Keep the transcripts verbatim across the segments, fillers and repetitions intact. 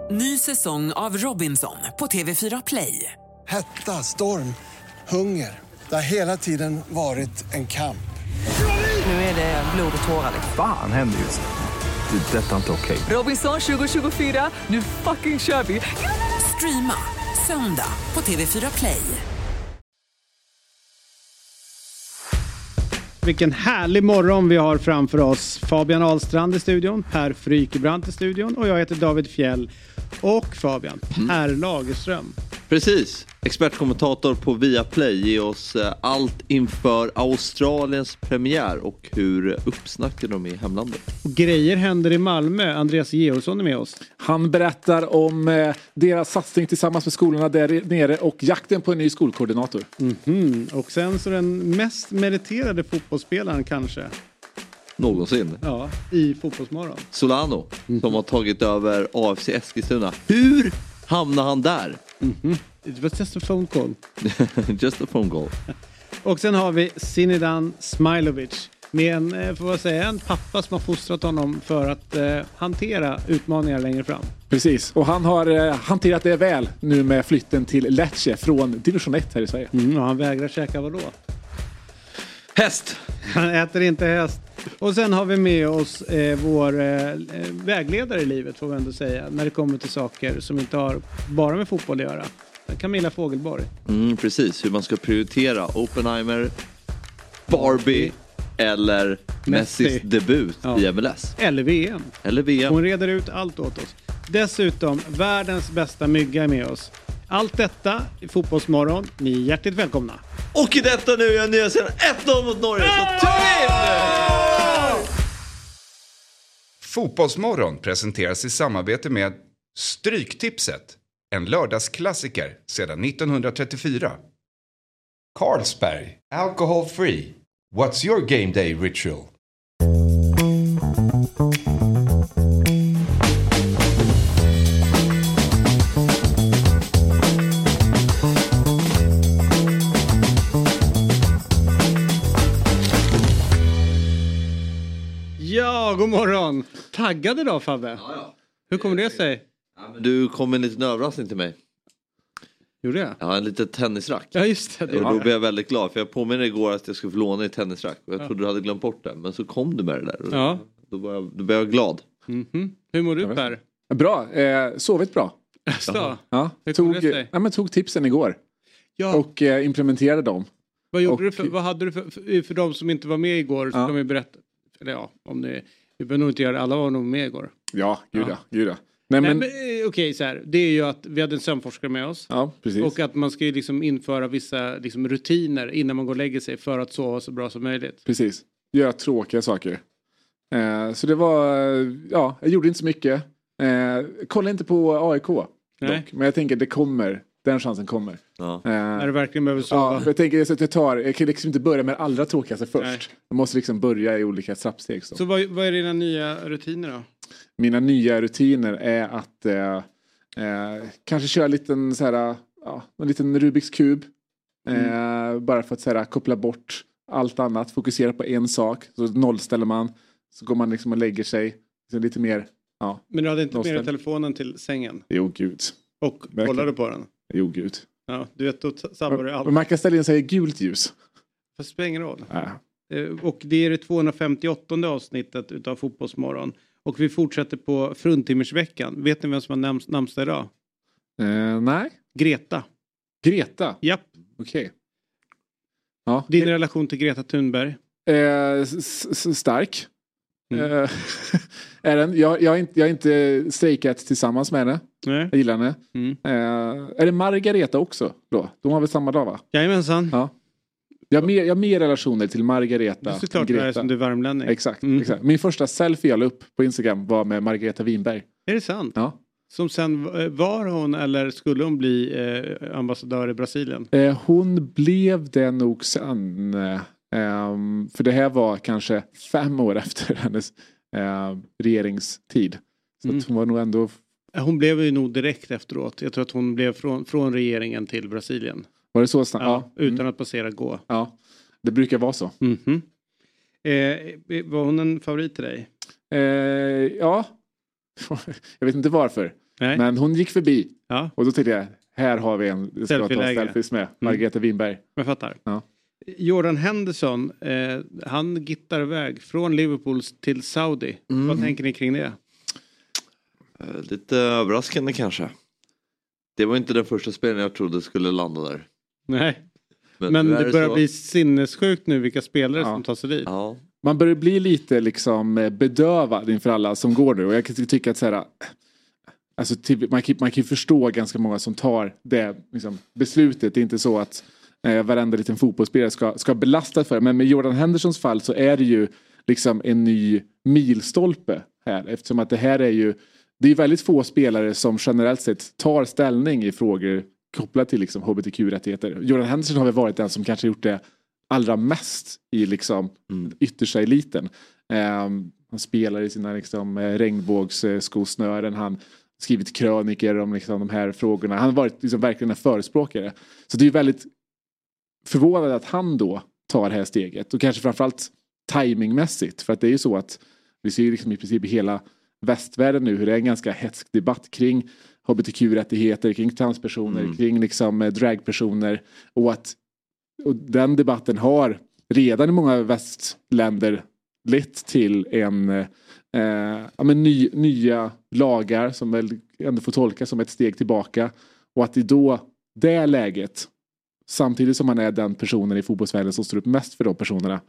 Ny säsong av Robinson på T V fyra Play. Hetta, storm, hunger. Det har hela tiden varit en kamp. Nu är det blod och tårar. Fan händer just det. Det är detta inte okej. Robinson tjugo tjugofyra, nu fucking kör vi. Streama söndag på T V fyra Play. Vilken härlig morgon vi har framför oss. Fabian Ahlstrand i studion, Per Frykebrant i studion och jag heter David Fjell. Och Fabian, Per mm. Lagerström. Precis, expertkommentator på Viaplay ger oss allt inför Australiens premiär och hur uppsnackade de är i hemlandet. Och grejer händer i Malmö. Andreas Georgsson är med oss. Han berättar om eh, deras satsning tillsammans med skolorna där nere och jakten på en ny skolkoordinator. Mm-hmm. Och sen så den mest meriterade fotbollsspelaren kanske. Någonsin. Ja, i Fotbollsmorgon. Solano, mm-hmm. som har tagit över A F C Eskilstuna. Hur hamnar han där? Mm-hmm. It was just a phone call. Just a phone call. Och sen har vi Zinidan Smailovic. Med en, får jag säga, en pappa som har fostrat honom för att eh, hantera utmaningar längre fram. Precis, och han har eh, hanterat det väl nu med flytten till Lecce från division ett här i Sverige. Mm, och han vägrar käka vad då? Häst! Han äter inte häst. Och sen har vi med oss eh, vår eh, vägledare i livet, får vi ändå säga, när det kommer till saker som inte har bara med fotboll att göra. Camilla Fogelborg. Mm, precis, hur man ska prioritera Oppenheimer, Barbie eller Messi. Messis debut ja. i M L S. Eller V M. Eller V M. Hon reder ut allt åt oss. Dessutom, världens bästa mygga är med oss. Allt detta i Fotbollsmorgon. Ni är hjärtligt välkomna. Och i detta nu är nya sedan ett noll mot Norge. Så ta in! Fotbollsmorgon presenteras i samarbete med Stryktipset. En lördagsklassiker sedan nittonhundratrettiofyra. Carlsberg, alcohol free. What's your game day ritual? Ja, god morgon. Taggad idag, Fabbe? Ja, ja. Hur kommer det sig? Ja, men du kom en liten överraskning till mig. Gjorde jag? Ja, en liten tennisrack. Ja, just det. Och då blev jag väldigt glad. För jag påminner igår att jag skulle få låna i tennisrack. Och jag ja. trodde du hade glömt bort det. Men så kom du med det där. Och ja. Då, var jag, då blev jag glad. Mm-hmm. Hur mår du, Per? Bra. Eh, sovit bra. Så. Ja. Tog, ja, men tog tipsen igår. Ja. Och eh, implementerade dem. Vad, gjorde och, du för, vad hade du för, för, för de som inte var med igår? Så ja. kan vi berätta. Eller ja, om det... Vi behöver nog inte göra det. Alla var nog med igår. Ja, gud ja. ja. Gud ja. Nej, men... men okej, okay, så här. Det är ju att vi hade en sömnforskare med oss. Ja, precis. Och att man ska ju liksom införa vissa liksom, rutiner innan man går och lägger sig för att sova så bra som möjligt. Precis. Göra tråkiga saker. Eh, så det var, ja, jag gjorde inte så mycket. Eh, kolla inte på A I K dock. Men jag tänker det kommer, den chansen kommer. Ja. Eh, När du verkligen behöver sova. Ja, jag tänker att jag tar, jag kan liksom inte börja med det allra tråkigaste först. Nej. Jag måste liksom börja i olika trappsteg. Så, så vad, vad är dina nya rutiner då? Mina nya rutiner är att eh, eh, kanske köra en liten så här, ja, en liten Rubiks kub. Mm. Eh, bara för att så här, koppla bort allt annat. Fokusera på en sak. Så nollställer man. Så går man liksom och lägger sig. Så lite mer, ja. Men du hade inte nollställ. med telefonen till sängen? Jo, gud. Och kollade på den? Jo, gud. Ja, du vet, då sabbar du allt. Men man kan ställa in sig i gult ljus. Fast det spelar ingen roll. Ja. Och det är det tvåhundrafemtioåttonde avsnittet utav Fotbollsmorgon. Och vi fortsätter på fruntimmersveckan. Vet ni vem som har namn, namnsdag idag? Uh, nej. Greta. Greta? Japp. Okej. Okay. Ja. Din det... relation till Greta Thunberg? Uh, s- stark. Mm. Uh, är den. Jag, jag, har inte, jag har inte strejkat tillsammans med henne. Nej. Jag gillar henne. Mm. Uh, är det Margareta också då? De har väl samma dag, va? Jajamensan. Ja. Jag har mer, jag har mer relationer till Margareta. Det är såklart det är som du är värmlänning. Exakt, mm. exakt. Min första selfie jag la upp på Instagram var med Margareta Winberg. Är det sant? Ja. Som sen var hon eller skulle hon bli eh, ambassadör i Brasilien? Eh, hon blev det nog sen. Eh, för det här var kanske fem år efter hennes eh, regeringstid. Så mm. att hon var nog ändå... Hon blev ju nog direkt efteråt. Jag tror att hon blev från, från regeringen till Brasilien. Var det så snabbt? Ja, ja. Utan mm. att passera gå. Ja, det brukar vara så. Mm-hmm. Eh, var hon en favorit till dig? Eh, ja. Jag vet inte varför. Nej. Men hon gick förbi. Ja. Och då tänkte jag, här har vi en, det ska ta selfies med. Margareta mm. Winberg. Jag fattar. Ja. Jordan Henderson, eh, han gittar iväg från Liverpool till Saudi. Mm. Vad tänker ni kring det? Lite överraskande kanske. Det var inte den första spelaren jag trodde skulle landa där. Nej, men, men det börjar så... bli sinnessjukt nu vilka spelare ja. som tar sig dit. Ja. Man börjar bli lite liksom bedövad inför alla som går nu. Och jag kan tycka att så här, alltså, man kan man kan förstå ganska många som tar det liksom, beslutet. Det är inte så att eh, varenda liten fotbollsspelare ska, ska belastas för det. Men med Jordan Hendersons fall så är det ju liksom en ny milstolpe här. Eftersom att det här är ju, det är väldigt få spelare som generellt sett tar ställning i frågor kopplat till liksom H B T Q-rättigheter. Jordan Henderson har väl varit den som kanske gjort det allra mest i liksom mm. yttersta eliten. Um, han spelar i sina liksom regnbågsskosnören. Han skrivit kröniker om liksom de här frågorna. Han har varit liksom verkligen en förespråkare. Så det är väldigt förvånande att han då tar det här steget. Och kanske framförallt timingmässigt. För att det är ju så att vi ser liksom i princip i hela västvärlden nu hur det är en ganska hetsk debatt kring H B T Q-rättigheter, kring transpersoner, mm. kring liksom dragpersoner. Och att och den debatten har redan i många västländer lett till en eh, ja, men ny, nya lagar som väl ändå får tolkas som ett steg tillbaka. Och att i då det läget, samtidigt som man är den personen i fotbollsvärlden som står upp mest för de personerna,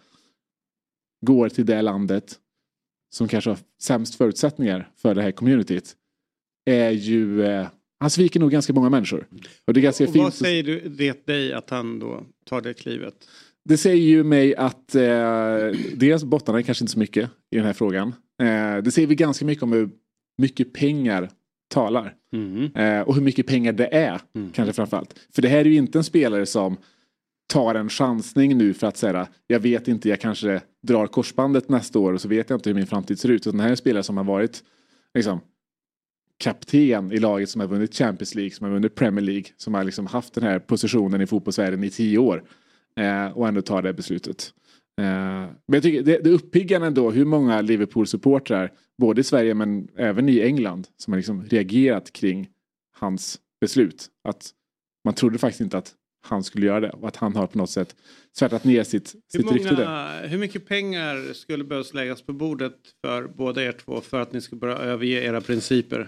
går till det landet som kanske har sämst förutsättningar för det här communityt, är ju eh, han sviker nog ganska många människor. Och det är ganska och fint. Vad säger du det dig att han då tar det klivet? Det säger ju mig att eh, dels bottnar kanske inte så mycket i den här frågan. Eh, det säger vi ganska mycket om hur mycket pengar talar. Mm. Eh, och hur mycket pengar det är, mm. kanske framförallt. För det här är ju inte en spelare som tar en chansning nu för att säga, jag vet inte, jag kanske drar korsbandet nästa år och så vet jag inte hur min framtid ser ut. Utan det här är en spelare som har varit liksom kapten i laget som har vunnit Champions League, som har vunnit Premier League, som har liksom haft den här positionen i fotbollsvärlden i tio år eh, och ändå tar det beslutet. Eh, men jag tycker det, det uppiggande ändå hur många Liverpool-supportrar både i Sverige men även i England som har liksom reagerat kring hans beslut. Att man trodde faktiskt inte att han skulle göra det och att han har på något sätt svärtat ner sitt, hur sitt många, rykte där. Hur mycket pengar skulle behövas läggas på bordet för båda er två för att ni ska börja överge era principer?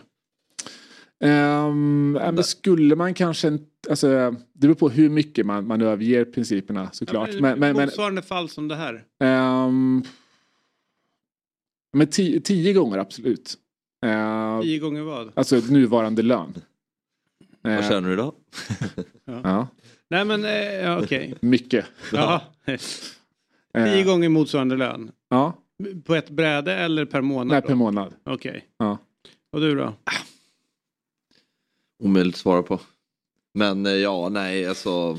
Um, men skulle man kanske alltså, det beror på hur mycket man, man överger principerna såklart. Ja, men, men, motsvarande men, fall som det här? Um, men tio, tio gånger absolut. Uh, tio gånger vad? Alltså nuvarande lön. Vad uh, känner du då? ja. ja. Nej men eh, okej. Okay. Mycket. Ja. tio uh, gånger motsvarande lön? Ja. På ett bräde eller per månad? Nej, då? per månad. Okej. Okay. Ja. Och du då? Omöjligt att svara på. Men ja, nej, alltså...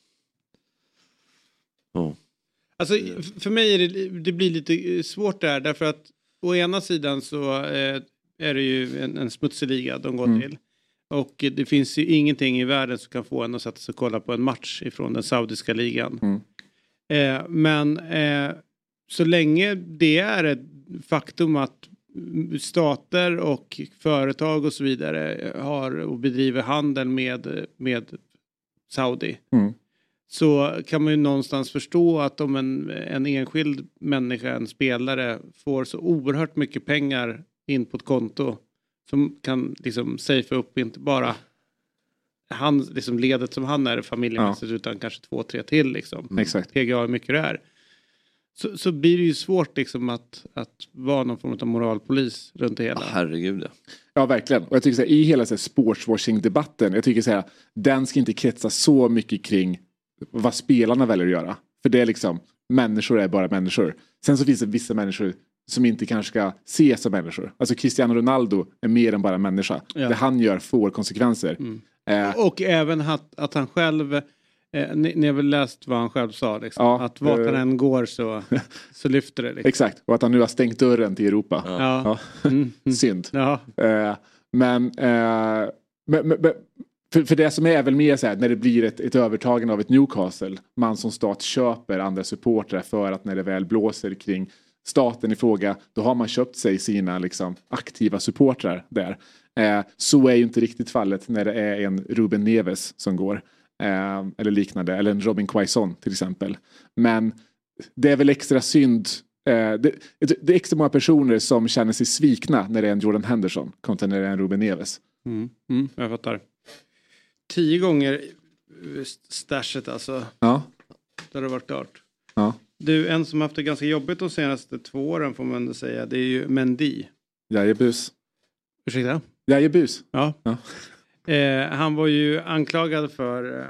Oh. Alltså, för mig är det, det blir lite svårt där. Därför att å ena sidan så eh, är det ju en, en smutsig liga de går mm. till. Och det finns ju ingenting i världen som kan få en att sätta sig och kolla på en match ifrån den saudiska ligan. Mm. Eh, men eh, så länge det är ett faktum att stater och företag och så vidare har och bedriver handel med, med Saudi. Mm. Så kan man ju någonstans förstå att om en, en enskild människa, en spelare, får så oerhört mycket pengar in på ett konto som kan liksom safea upp inte bara han, liksom ledet som han är familjemässigt, ja. Utan kanske två, tre till liksom. Mm. Exakt. T G A hur mycket det är. Så, så blir det ju svårt liksom att, att vara någon form av moralpolis runt det hela. Oh, herregud, ja. Ja, verkligen. Och jag tycker så här, i hela så här, sportswashing-debatten, jag tycker så här, den ska inte kretsa så mycket kring vad spelarna väljer att göra. För det är liksom, människor är bara människor. Sen så finns det vissa människor som inte kanske ska ses som människor. Alltså Cristiano Ronaldo är mer än bara människa. Ja. Det han gör får konsekvenser. Mm. Eh. Och även att, att han själv... Eh, ni, ni har väl läst vad han själv sa liksom. Ja, att vart han än går så, så lyfter det liksom. Exakt, och att han nu har stängt dörren till Europa. Ja. Ja. Mm. Synd. Ja. Eh, men, eh, men, men för, för det som är väl mer så här, när det blir ett, ett övertagande av ett Newcastle, man som stat köper andra supportrar för att när det väl blåser kring staten i fråga, då har man köpt sig sina liksom, aktiva supportrar där. Eh, så är ju inte riktigt fallet när det är en Ruben Neves som går. Eh, eller liknande. Eller en Robin Quaison till exempel. Men det är väl extra synd. Eh, det, det är extra många personer som känner sig svikna när det är en Jordan Henderson kontra när det är en Ruben Neves. Mm. Mm, jag fattar. Tio gånger stashet alltså. Ja. Där har det varit klart. Ja. Du, en som haft det ganska jobbigt de senaste två åren får man ändå säga. Det är ju Mendy. Jajebus. Ursäkta? Jajebus. Ja. ja. Eh, han var ju anklagad för eh,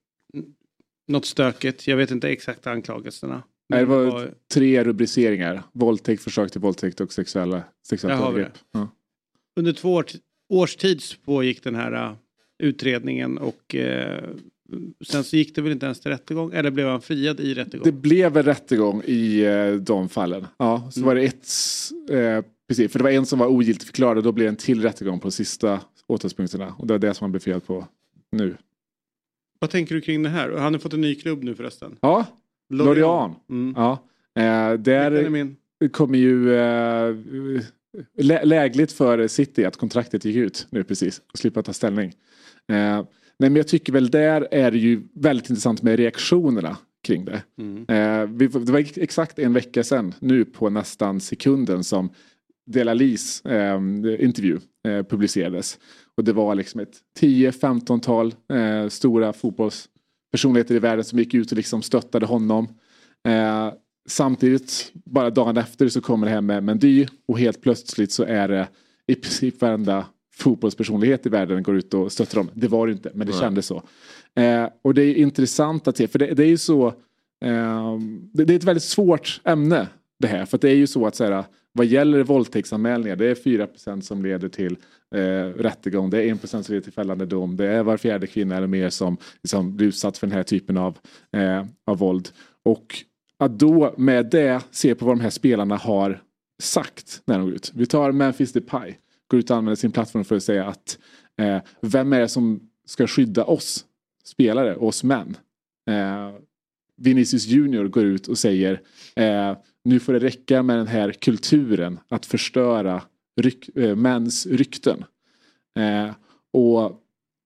något stökigt. Jag vet inte exakt anklagelserna. Nej, det var, var tre rubriceringar. Våldtäkt, försök till våldtäkt och sexuella, sexuella övergrepp. Ja. Under två år, års tid pågick den här uh, utredningen och uh, sen så gick det väl inte ens till rättegång. Eller blev han friad i rättegång? Det blev en rättegång i uh, de fallen. Ja, så mm. var det ett... Uh, precis, för det var en som var ogiltigt förklarad och då blev det en till rättegång på de sista åtalspunkterna. Och det är det som han blev friad på nu. Vad tänker du kring det här? Han har fått en ny klubb nu förresten. Ja, Lorient. Mm. Ja. Uh, där kommer ju uh, lä- lägligt för City att kontraktet gick ut nu precis och slippa ta ställning. Uh, nej, men jag tycker väl där är det ju väldigt intressant med reaktionerna kring det. Mm. Uh, vi, det var exakt en vecka sedan nu på nästan sekunden som Delalis uh, intervju uh, publicerades. Och det var liksom ett tio femton tal uh, stora fotbollspersonligheter i världen som gick ut och liksom stöttade honom. Eh, samtidigt, bara dagen efter så kommer det här med Mendy och helt plötsligt så är det i princip varenda fotbollspersonlighet i världen går ut och stöttar dem. Det var det inte, men det Nej. kändes så. Eh, och det är intressant att se, för det, det är ju så eh, det, det är ett väldigt svårt ämne det här, för att det är ju så att så här, vad gäller våldtäktsanmälningar, det är fyra procent som leder till eh, rättegång, det är en procent som leder till fällande dom, det är var fjärde kvinna eller mer som liksom blir utsatt för den här typen av, eh, av våld. Och att då med det se på vad de här spelarna har sagt när de går ut. Vi tar Memphis Depay, går ut och använder sin plattform för att säga att eh, vem är det som ska skydda oss spelare, oss män? Eh, Vinicius Junior går ut och säger eh, nu får det räcka med den här kulturen att förstöra ryk, eh, mäns rykten. Eh, och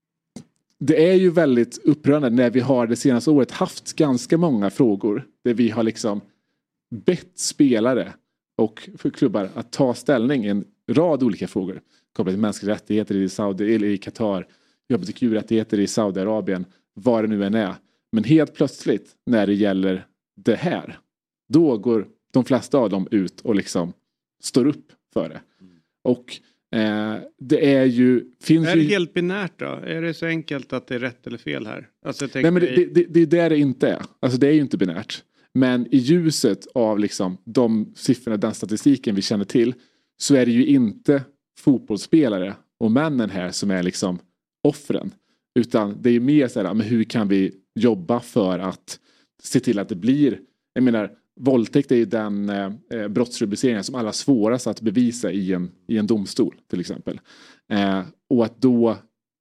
det är ju väldigt upprörande när vi har det senaste året haft ganska många frågor där vi har liksom bett spelare och för klubbar att ta ställning i en rad olika frågor kopplat till mänskliga rättigheter i Saudi eller i Qatar, H B T Q-rättigheter i Saudiarabien, vad det nu än är. Men helt plötsligt när det gäller det här, då går de flesta av dem ut och liksom står upp för det. Och eh, det är ju... Finns är det ju... helt binärt då? Är det så enkelt att det är rätt eller fel här? Alltså, jag Nej, men det, det, det är där det inte är. Alltså det är ju inte binärt. Men i ljuset av liksom de siffrorna, den statistiken vi känner till, så är det ju inte fotbollsspelare och männen här som är liksom offren. Utan det är mer så här, men hur kan vi jobba för att se till att det blir, jag menar, våldtäkt är ju den eh, brottsrubriceringen som allra svårast att bevisa i en, i en domstol till exempel. Eh, och att då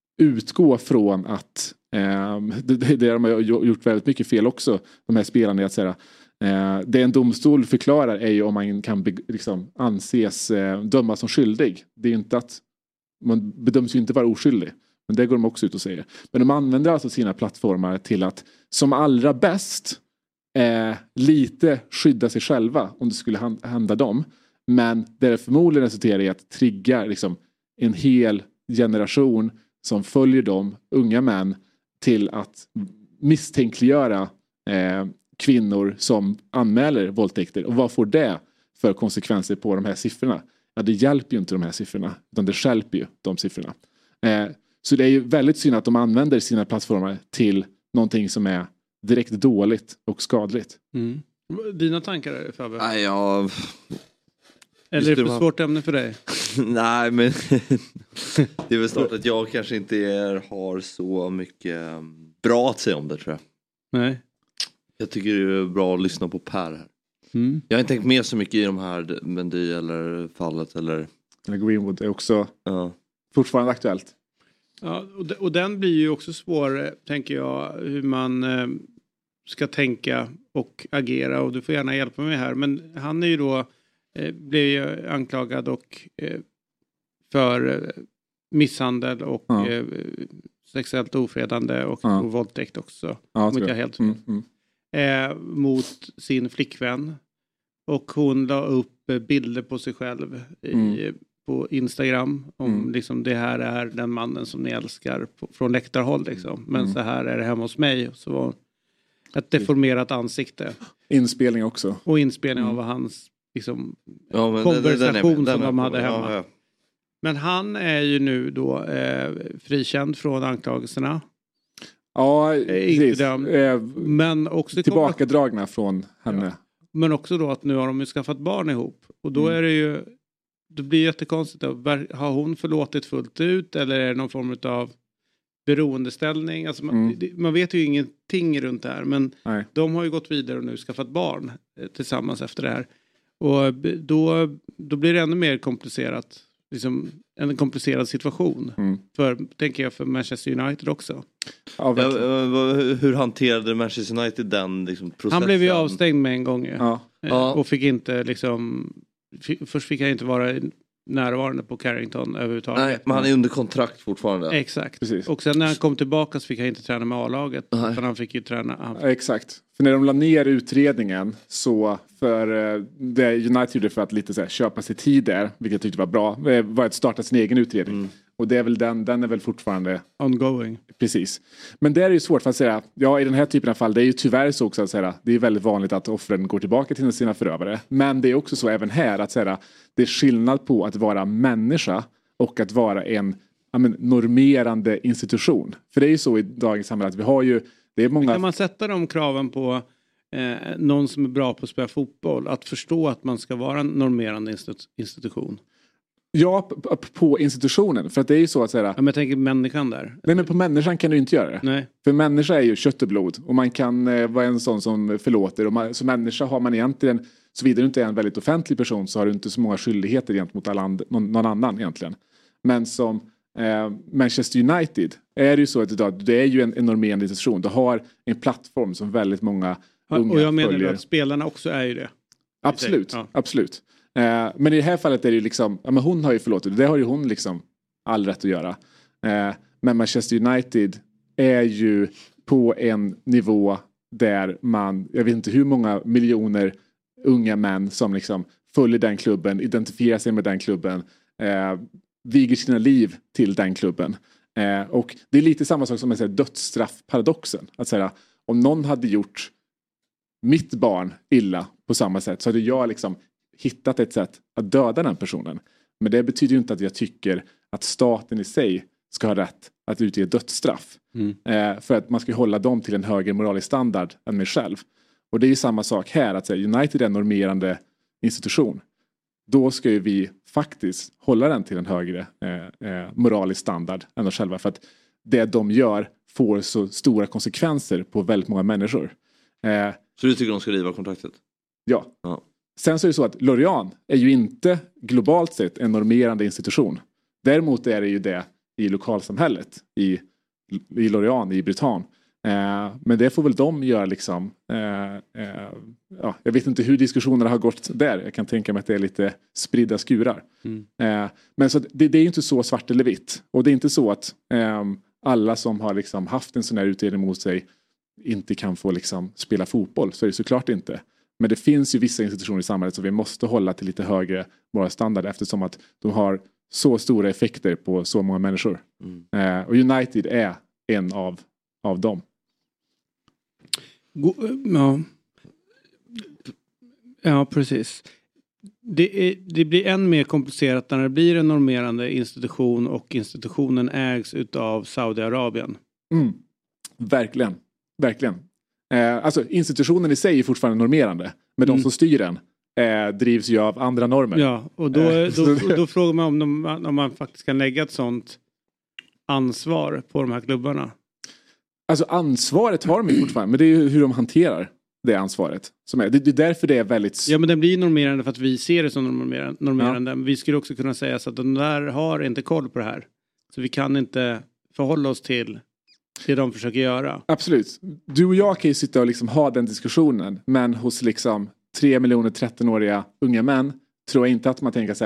utgå från att eh, det, det de har gjort väldigt mycket fel också, de här spelarna, är att säga eh, det en domstol förklarar är ju om man kan be, liksom, anses eh, dömas som skyldig. Det är ju inte att man bedöms ju inte vara oskyldig. Men det går de också ut och säger. Men de använder alltså sina plattformar till att som allra bäst eh, lite skydda sig själva om det skulle hända dem. Men det förmodligen resulterar i att trigga liksom, en hel generation som följer dem, unga män, till att misstänkliggöra eh, kvinnor som anmäler våldtäkter. Och vad får det för konsekvenser på de här siffrorna? Ja, det hjälper ju inte de här siffrorna, utan det stjälper ju de siffrorna. Eh, Så det är ju väldigt synd att de använder sina plattformar till någonting som är direkt dåligt och skadligt. Mm. Dina tankar, Fabbe? Nej, jag... Eller är det för svårt ämne för dig? Nej, men det är väl snart att jag kanske inte är, har så mycket bra att säga om det, tror jag. Nej. Jag tycker det är bra att lyssna på Per här. Mm. Jag har inte tänkt med så mycket i de här Mendy eller fallet eller... Eller Greenwood är också ja. fortfarande aktuellt. Ja, och, de, och den blir ju också svår, tänker jag, hur man eh, ska tänka och agera. Och du får gärna hjälpa mig här. Men han är ju då, eh, blev ju anklagad och eh, för eh, misshandel och Ja. eh, sexuellt ofredande och, Ja. och våldtäkt också. Ja, Om tror inte jag. jag helt fel. Mm, mm. Eh, mot sin flickvän. Och hon la upp eh, bilder på sig själv i, Mm. på Instagram. Om Mm. liksom det här är den mannen som ni älskar på, från läktarhåll liksom. Men Mm. så här är det hemma hos mig. Så var ett deformerat ansikte. Inspelning också. Och inspelning Mm. av hans liksom, Ja, men konversation den- den är med, den som är de på. hade hemma. Ja, ja. Men han är ju nu då eh, frikänd från anklagelserna. Ja, inte precis. dömd. Eh, Men också, tillbakadragna från henne. men också då att nu har de ju skaffat barn ihop. Och då Mm. är det ju, det blir jättekonstigt. Då. Ver- Har hon förlåtit fullt ut eller är det någon form av beroendeställning? Alltså man, Mm. det, man vet ju ingenting runt det här. Men Nej. de har ju gått vidare och nu skaffat barn eh, tillsammans efter det här. Och b- då, då blir det ännu mer komplicerat. Liksom en komplicerad situation. Mm. För, tänker jag, för Manchester United också. Ja, Ja, verkligen. eh, vad- hur- hur hanterade Manchester United den liksom, processen? Han blev ju avstängd med en gång ju. Ja. Eh, Ja. Och fick inte liksom... F- först fick han inte vara närvarande på Carrington överhuvudtaget. Nej, men han är under kontrakt fortfarande. Exakt. Precis. Och sen när han kom tillbaka så fick han inte träna med A-laget. Nej. Utan han fick ju träna... Han, Ja, exakt. För när de la ner utredningen så för eh, det United gjorde för att lite så här, köpa sig tid där, vilket jag tyckte var bra, eh, var att starta sin egen utredning. Mm. Och det är väl den, den är väl fortfarande ongoing. precis. Men det är ju svårt för att säga, ja i den här typen av fall, det är ju tyvärr så också att säga, det är väldigt vanligt att offren går tillbaka till sina förövare. Men det är också så även här att säga, det är skillnad på att vara människa och att vara en ja, men, normerande institution. För det är ju så i dagens samhälle att vi har ju, det är många... Kan man sätta de kraven på eh, någon som är bra på att spela fotboll? Att förstå att man ska vara en normerande institu- institution? Ja, p- p- på institutionen. För att det är ju så att säga... Ja, men jag tänker människan där. Nej, men på människan kan du inte göra det. Nej. För människa är ju kött och blod. Och man kan eh, vara en sån som förlåter. Och man, som människa har man egentligen, såvida du inte är en väldigt offentlig person, så har du inte så många skyldigheter gentemot alla and, någon, någon annan egentligen. Men som eh, Manchester United är det ju så att idag, det är ju en enormerande institution. Du har en plattform som väldigt många unga Och jag menar följer. att spelarna också är ju det. Absolut, Ja. absolut. Eh, men i det här fallet är det ju liksom, ja men hon har ju förlåtit, det har ju hon liksom all rätt att göra. Eh, men Manchester United är ju på en nivå där man, jag vet inte hur många miljoner unga män som liksom följer den klubben, identifierar sig med den klubben, eh, viger sina liv till den klubben. Eh, och det är lite samma sak som med dödsstraffparadoxen. Att säga, om någon hade gjort mitt barn illa på samma sätt så hade jag liksom hittat ett sätt att döda den personen. Men det betyder ju inte att jag tycker att staten i sig ska ha rätt att utge dödsstraff. Mm. Eh, för att man ska hålla dem till en högre moralisk standard än mig själv. Och det är ju samma sak här, att säga, United är en normerande institution. Då ska ju vi faktiskt hålla den till en högre eh, eh, moralisk standard än oss själva. För att det de gör får så stora konsekvenser på väldigt många människor. Eh, Så du tycker de ska riva kontraktet? ja. Ja. Sen så är det så att L'Oréal är ju inte globalt sett en normerande institution. Däremot är det ju det i lokalsamhället i, i L'Oréal i Britann. Eh, men det får väl de göra liksom. Eh, eh, ja, jag vet inte hur diskussionerna har gått där. Jag kan tänka mig att det är lite spridda skurar. Mm. Eh, men så det, det är ju inte så svart eller vitt. Och det är inte så att eh, alla som har liksom haft en sån här utredning mot sig inte kan få liksom spela fotboll. Så är det såklart inte. Men det finns ju vissa institutioner i samhället som vi måste hålla till lite högre moral standard eftersom att de har så stora effekter på så många människor. Mm. Eh, och United är en av, av dem. Go- ja. Ja, precis. Det, är, det blir än mer komplicerat när det blir en normerande institution och institutionen ägs utav Saudiarabien. Mm. Verkligen. Verkligen. Eh, alltså institutionen i sig är fortfarande normerande. Men Mm. de som styr den eh, drivs ju av andra normer. Ja, och då, Eh, då, så- då, då frågar man om, de, om man faktiskt kan lägga ett sånt ansvar på de här klubbarna. Alltså ansvaret har de ju fortfarande. Men det är ju hur de hanterar det ansvaret. Som är. Det, det är därför det är väldigt... Ja, men den blir normerande för att vi ser det som normerande. normerande. Vi skulle också kunna säga så att de där har inte koll på det här. Så vi kan inte förhålla oss till det de försöker göra. Absolut. Du och jag kan ju sitta och liksom ha den diskussionen. Men hos liksom tre miljoner tretton-åriga unga män tror jag inte att man tänker säga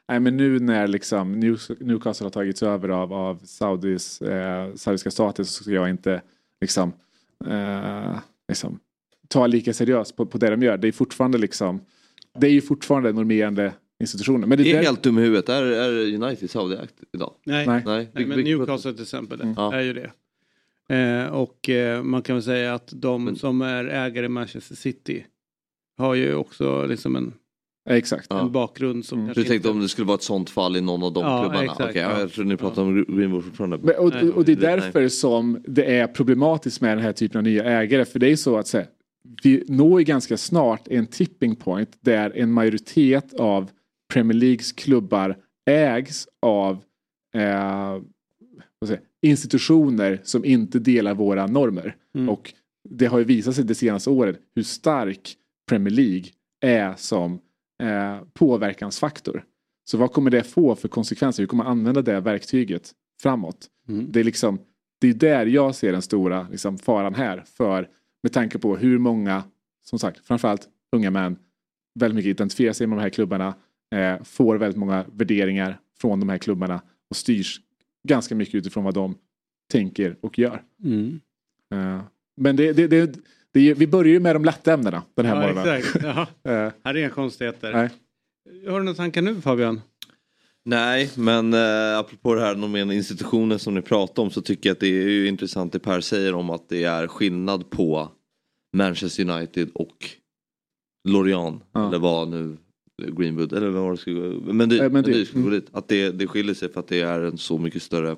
nej, men nu när liksom Newcastle har tagits över av, av Saudis, eh, saudiska staten, så ska jag inte liksom, eh, liksom ta lika seriöst på, på det de gör. Det är fortfarande liksom, det är ju fortfarande normerande institutioner. Men det, det är där... helt dum i huvudet. Är, är United Saudi-akt idag? Nej, nej. nej. nej men Newcastle till exempel mm. är ju det. Eh, och eh, man kan väl säga att de men... som är ägare i Manchester City har ju också liksom en, exakt. en ja. bakgrund som mm. Du tänkte inte... om det skulle vara ett sånt fall i någon av de ja, klubbarna? Okej, okay, ja. Jag tror ni pratar ja. om Greenwood fortfarande. Men, och, och det är därför nej. som det är problematiskt med den här typen av nya ägare. För det är så att säga, vi når ju ganska snart en tipping point där en majoritet av Premier Leagues klubbar ägs av eh, vad säger, institutioner som inte delar våra normer. Mm. Och det har ju visat sig det senaste året hur stark Premier League är som eh, påverkansfaktor. Så vad kommer det få för konsekvenser? Hur kommer man använda det verktyget framåt? Mm. Det är liksom, det är där jag ser den stora liksom, faran här. För med tanke på hur många, som sagt, framförallt unga män väldigt mycket identifierar sig med de här klubbarna, eh, får väldigt många värderingar från de här klubbarna och styrs ganska mycket utifrån vad de tänker och gör. Mm. Uh, men det, det, det, det, vi börjar ju med de lätta ämnena den här ja, morgonen. Exakt. uh, här är inga konstigheter. Nej. Har du några tankar nu, Fabian? Nej, men eh, apropå det här med institutioner som ni pratar om, så tycker jag att det är ju intressant det Per säger om att det är skillnad på Manchester United och Lorient, ja. eller vad nu Greenwood, eller vad det ska gå. Men det, äh, men det, det ska gå dit. Att det, det skiljer sig för att det är en så mycket större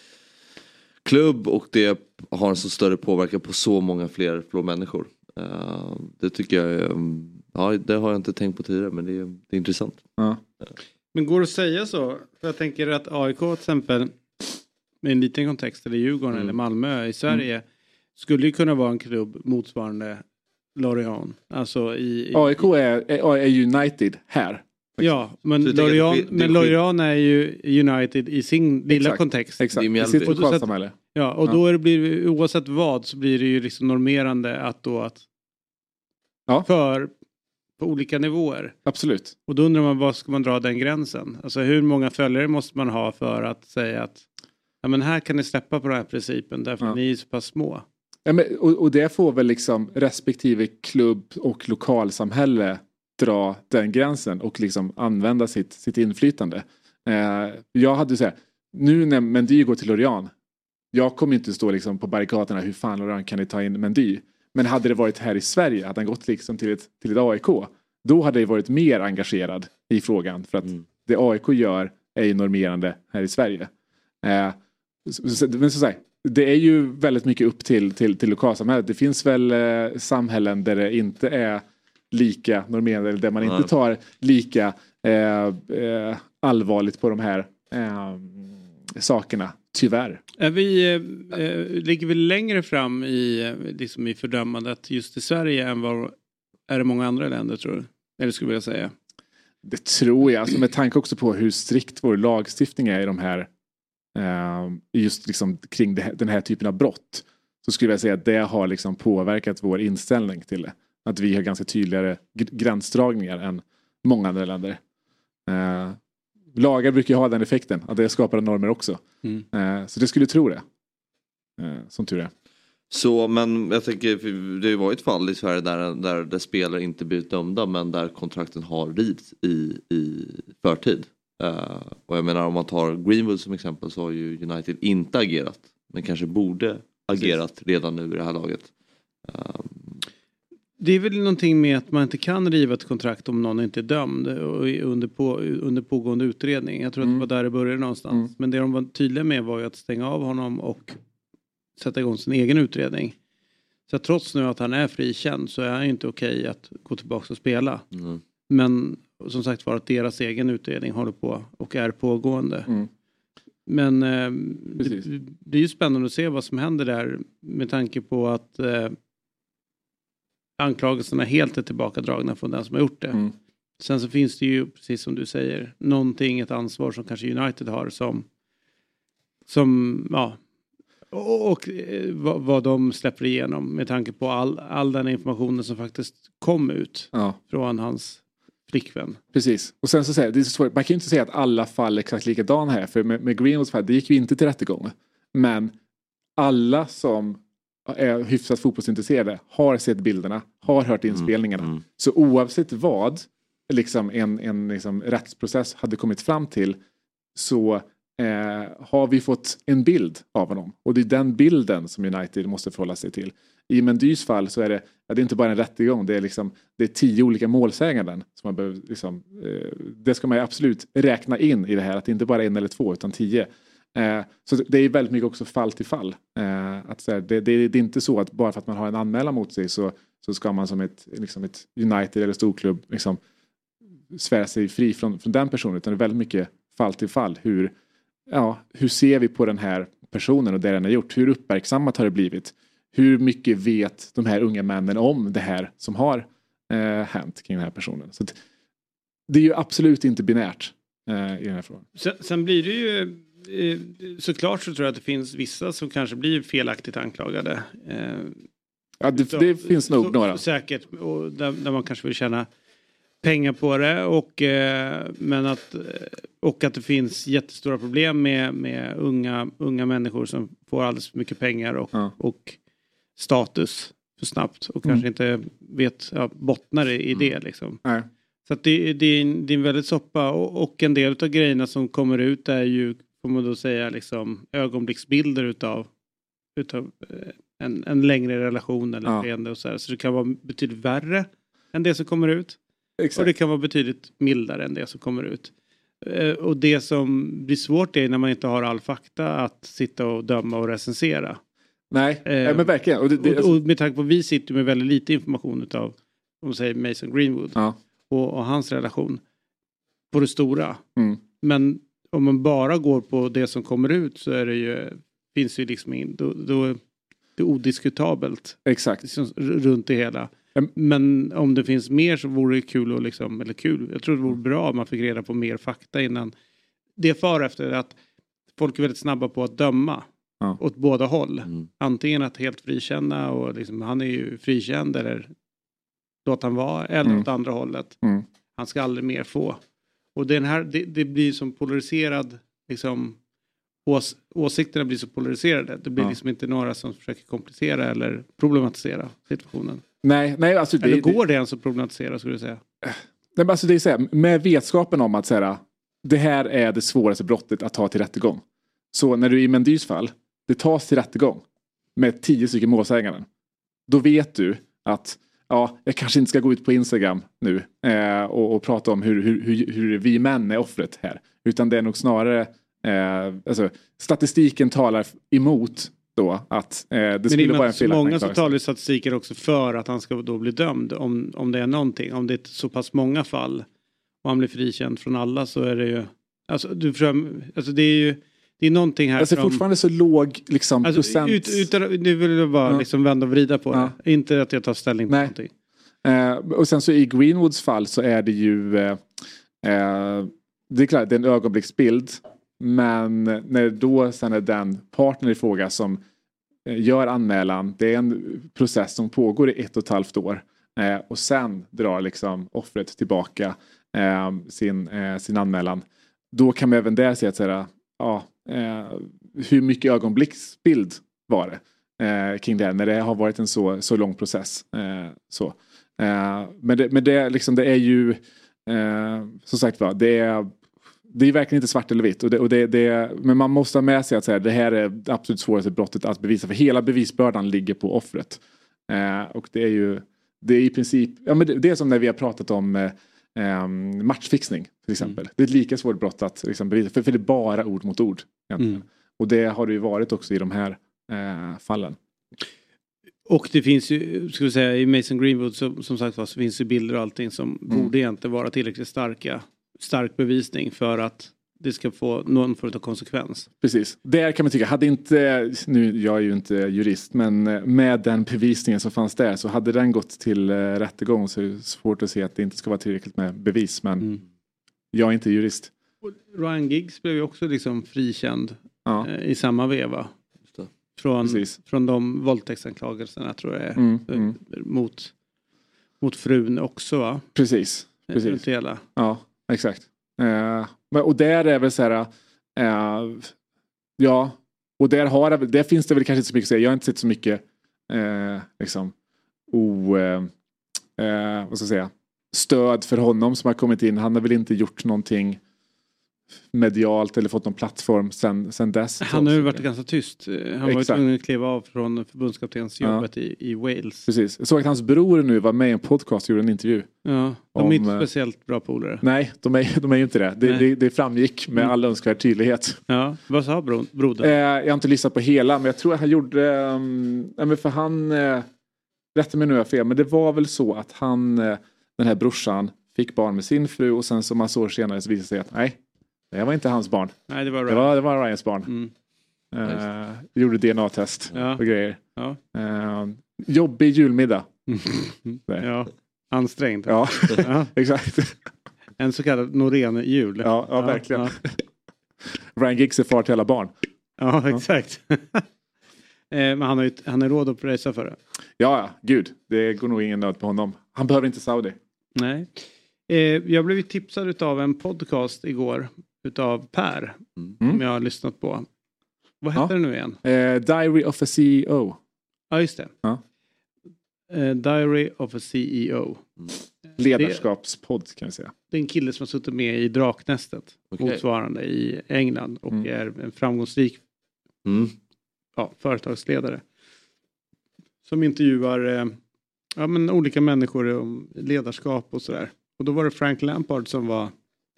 klubb och det har en så större påverkan på så många fler, fler människor. Uh, det tycker jag, um, ja, det har jag inte tänkt på tidigare, men det är, det är intressant. Ja. Uh. Men går det att säga så? För jag tänker att A I K till exempel, med en liten kontext, eller Djurgården mm. eller Malmö i Sverige, mm. skulle ju kunna vara en klubb motsvarande Lorient. Alltså i, i, A I K är, är, är United här. Ja, men Lorient, men Lorient är ju United i sin lilla exakt, kontext. Exakt, i sitt lokalsamhälle. Ja, och ja. då är det, blir, oavsett vad, så blir det ju liksom normerande att då att ja. för på olika nivåer. Absolut. Och då undrar man, vad ska man dra den gränsen? Alltså hur många följare måste man ha för att säga att ja, men här kan ni släppa på den här principen därför ja. att ni är så pass små. Ja, men, och, och det får väl liksom respektive klubb och lokalsamhälle dra den gränsen och liksom använda sitt, sitt inflytande. Eh, jag hade så här, nu när Mendy går till Lorient, jag kommer inte stå liksom på barrikaderna, hur fan Lorient kan ni ta in Mendy? Men hade det varit här i Sverige, hade han gått liksom till ett, till ett A I K, då hade jag varit mer engagerad i frågan. För att mm. det A I K gör är ju normerande här i Sverige. Eh, men så sagt, det är ju väldigt mycket upp till, till, till lokalsamhället. Det finns väl eh, samhällen där det inte är lika normerande, eller där man inte tar lika eh, eh, allvarligt på de här eh, sakerna, tyvärr. Är vi, eh, ligger vi längre fram i, liksom i fördömandet just i Sverige än vad är det många andra länder, tror du? Eller skulle jag vilja säga? Det tror jag, alltså med tanke också på hur strikt vår lagstiftning är i de här eh, just liksom kring det, den här typen av brott, så skulle jag säga att det har liksom påverkat vår inställning till det. Att vi har ganska tydligare gränsdragningar än många andra länder. Eh, lagar brukar ju ha den effekten, att det skapar normer också. Mm. Eh, så det skulle tro det. Eh, som tur är. Så, men jag tänker, det har ju varit fall i Sverige där, där, där spelare inte blivit dömda, men där kontrakten har rivits i, i förtid. Uh, och jag menar, om man tar Greenwood som exempel, så har ju United inte agerat, men kanske borde agerat Precis. redan nu i det här laget. Uh, Det är väl någonting med att man inte kan riva ett kontrakt om någon inte är dömd under, på, under pågående utredning. Jag tror mm. att det var där det började någonstans. Mm. Men det de var tydliga med var ju att stänga av honom och sätta igång sin egen utredning. Så trots nu att han är frikänd, så är han ju inte okej att gå tillbaka och spela. Mm. Men som sagt var, att deras egen utredning håller på och är pågående. Mm. Men eh, det, det är ju spännande att se vad som händer där, med tanke på att eh, anklagelserna helt är tillbakadragna från den som har gjort det. Mm. Sen så finns det ju, precis som du säger, någonting, ett ansvar som kanske United har som, som ja, och, och vad, vad de släpper igenom med tanke på all, all den informationen som faktiskt kom ut ja. från hans flickvän. Precis. Och sen så säger det är så svårt. Man kan ju inte säga att alla fall är exakt likadana här. För med, med Greenwoods fall, det gick ju inte till rättegång. Men alla som är hyfsat fotbollsintresserade har sett bilderna, har hört inspelningarna. Mm. Mm. Så oavsett vad liksom en, en liksom rättsprocess hade kommit fram till, så eh, har vi fått en bild av honom. Och det är den bilden som United måste förhålla sig till. I Mendys fall så är det, ja, det är inte bara en rättegång, det är, liksom, det är tio olika målsäganden. Som man behöver, liksom, eh, det ska man ju absolut räkna in i det här, att det inte bara är en eller två utan tio. Eh, så det är väldigt mycket också fall till fall. Eh, att, så här, det, det, det är inte så att bara för att man har en anmälan mot sig så, så ska man som ett, liksom ett United eller storklubb liksom, svära sig fri från, från den personen, utan det är väldigt mycket fall till fall. Hur, ja, hur ser vi på den här personen och det den har gjort? Hur uppmärksammat har det blivit? Hur mycket vet de här unga männen om det här som har eh, hänt kring den här personen? Så att, det är ju absolut inte binärt eh, i den här frågan. Sen, sen blir det ju eh, såklart så tror jag att det finns vissa som kanske blir felaktigt anklagade. Eh, ja, det, så, det finns nog så, några. Så säkert, och där, där man kanske vill tjäna pengar på det, och, eh, men att, och att det finns jättestora problem med, med unga, unga människor som får alldeles för mycket pengar och, ja. och status för snabbt och mm. kanske inte vet, ja, bottnar i mm. det liksom. Nej. Så att det, det, är en, det är en väldigt soppa, och, och en del av grejerna som kommer ut är ju, får man då säga, liksom ögonblicksbilder utav, utav en, en längre relation eller ja. skeende och så här. Så det kan vara betydligt värre än det som kommer ut. Exakt. Och det kan vara betydligt mildare än det som kommer ut. Eh, och det som blir svårt är när man inte har all fakta att sitta och döma och recensera. Nej, eh, ja, men verkligen. Och, det, det, och, och med tanke på att vi sitter med väldigt lite information utav, om man säger Mason Greenwood ja. och, och hans relation på det stora. Mm. Men om man bara går på det som kommer ut så är det ju, finns ju liksom in, då, då det är odiskutabelt. Exakt. Liksom, runt det hela. Men om det finns mer så vore det kul att liksom, eller kul, jag tror det vore bra om man fick reda på mer fakta innan. Det far efter att folk är väldigt snabba på att döma ja. åt båda håll. Mm. Antingen att helt frikänna och liksom, han är ju frikänd eller låt han vara, eller mm. åt andra hållet. Mm. Han ska aldrig mer få. Och den här, det, det blir som polariserad liksom, ås, åsikterna blir så polariserade. Det blir ja. liksom inte några som försöker komplicera eller problematisera situationen. Nej, nej, alltså det, eller går det ens att problematisera, skulle du säga? Nej, men alltså det är så här, med vetskapen om att så här, det här är det svåraste brottet att ta till rättegång. Så när du i Mendys fall, det tas till rättegång med tio stycken målsäganden. Då vet du att ja, jag kanske inte ska gå ut på Instagram nu eh, och, och prata om hur, hur, hur, hur vi män är offret här. Utan det är nog snarare, eh, alltså statistiken talar emot då att eh, det skulle vara en felaktig. Men många så talar ju statistiker också för att han ska då bli dömd om, om det är någonting. Om det är så pass många fall och han blir frikänd från alla, så är det ju, alltså, du, alltså det är ju det är någonting här. Alltså som, fortfarande så låg liksom alltså, procent. Ut, utan, nu vill jag bara ja. liksom vända och vrida på ja. det. Inte att jag tar ställning på Nej. någonting. Eh, och sen så i Greenwoods fall så är det ju eh, eh, det är klart, det är en ögonblicksbild. Men när då sen är den partner i fråga som eh, gör anmälan, det är en process som pågår i ett och ett halvt år. Eh, och sen drar liksom offret tillbaka eh, sin, eh, sin anmälan. Då kan man även där se att säga, ja, eh, hur mycket ögonblicksbild var det eh, kring det när det har varit en så, så lång process. Eh, så. Eh, men det, men det, liksom, det är ju eh, som sagt va, det är det är verkligen inte svart eller vitt. Och det, och det, det, men man måste ha med sig att så här, det här är det absolut svåraste brottet att bevisa. För hela bevisbördan ligger på offret. Eh, och det är ju det är i princip, ja, men det, det är som när vi har pratat om eh, matchfixning till exempel. Mm. Det är ett lika svårt brott att liksom, bevisa. För, för det är bara ord mot ord. Mm. Och det har det ju varit också i de här eh, fallen. Och det finns ju, ska vi säga, i Mason Greenwood så, som sagt var, så finns ju bilder och allting som mm. borde egentligen vara tillräckligt starka. Stark bevisning för att det ska få någon form av konsekvens. Precis. Där kan man tycka, hade inte, nu jag är ju inte jurist, men med den bevisningen som fanns där så hade den gått till rättegång, så är det svårt att se att det inte ska vara tillräckligt med bevis, men mm. jag är inte jurist. Och Ryan Giggs blev ju också liksom frikänd ja. eh, i samma veva. Från, från de våldtäktsanklagelserna tror jag är mm, mm. mot, mot frun också, va? Precis. Precis. Hela. Ja, exakt. Eh, och där är väl så här... Eh, ja, och där, har det, där finns det väl kanske inte så mycket att säga. Jag har inte sett så mycket eh, liksom, o, eh, eh, vad ska jag säga, stöd för honom som har kommit in. Han har väl inte gjort någonting medialt eller fått någon plattform sen, sen dess. Han har ju varit ganska tyst. Han var ju Exakt. tvungen att kliva av från förbundskaptensjobbet Ja. i, i Wales. Precis. Jag såg att hans bror nu var med i en podcast och gjorde en intervju. Ja, de Om, är inte eh, speciellt bra polare. Nej, de är, de är ju inte det. Det, Nej. det, det framgick med Mm. all önskvärd tydlighet. Ja, vad sa bro, brodern? Eh, jag har inte lyssnat på hela, men jag tror att han gjorde... Um, ja, men för han... Eh, rätta mig nu är jag fel, men det var väl så att han, eh, den här brorsan, fick barn med sin fru och sen så massa år senare så visade det sig att nej, det var inte hans barn. Nej, det var Det Ryan. var, det var Ryans barn. Mm. Eh, gjorde D N A-test Ja. och grejer. Ja. Eh, jobbig julmiddag. Nej. Ja, ansträngd. Ja, Ja. exakt. En så kallad Norén-jul. Ja, ja, verkligen. Ja, Ryan Giggs är far till alla barn. ja exakt. eh, men han har ju han har råd att resa för det. Ja, ja, gud. Det går nog ingen nöd på honom. Han behöver inte Saudi. Nej. Eh, jag blev ju tipsad av en podcast igår utav Per. Mm. Som jag har lyssnat på. Vad heter Ja. det nu igen? Eh, Diary of a C E O. Ja, just det. Ja. Eh, Diary of a C E O. Ledarskapspodd kan jag säga. Det är en kille som har suttit med i Draknästet. Okej. Motsvarande i England. Och Mm. är en framgångsrik Mm. ja, företagsledare. Som intervjuar eh, ja, men olika människor om ledarskap och sådär. Och då var det Frank Lampard som var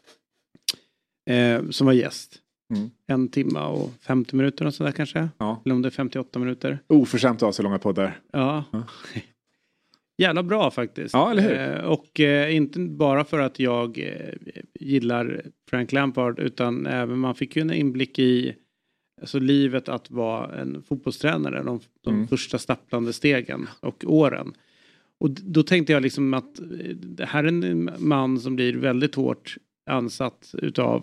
eh, som var gäst. Mm. En timma och femtio minuter och sådär kanske. Ja. Eller om det är femtioåtta minuter. Oförskämt att ha så långa poddar. Ja. Ja. Jävla bra faktiskt. Ja, eller hur? Eh, och eh, inte bara för att jag eh, gillar Frank Lampard utan även man fick ju en inblick i alltså, livet att vara en fotbollstränare. De, de Mm. första stapplande stegen och åren. Och d- då tänkte jag liksom att eh, det här är en man som blir väldigt hårt ansatt utav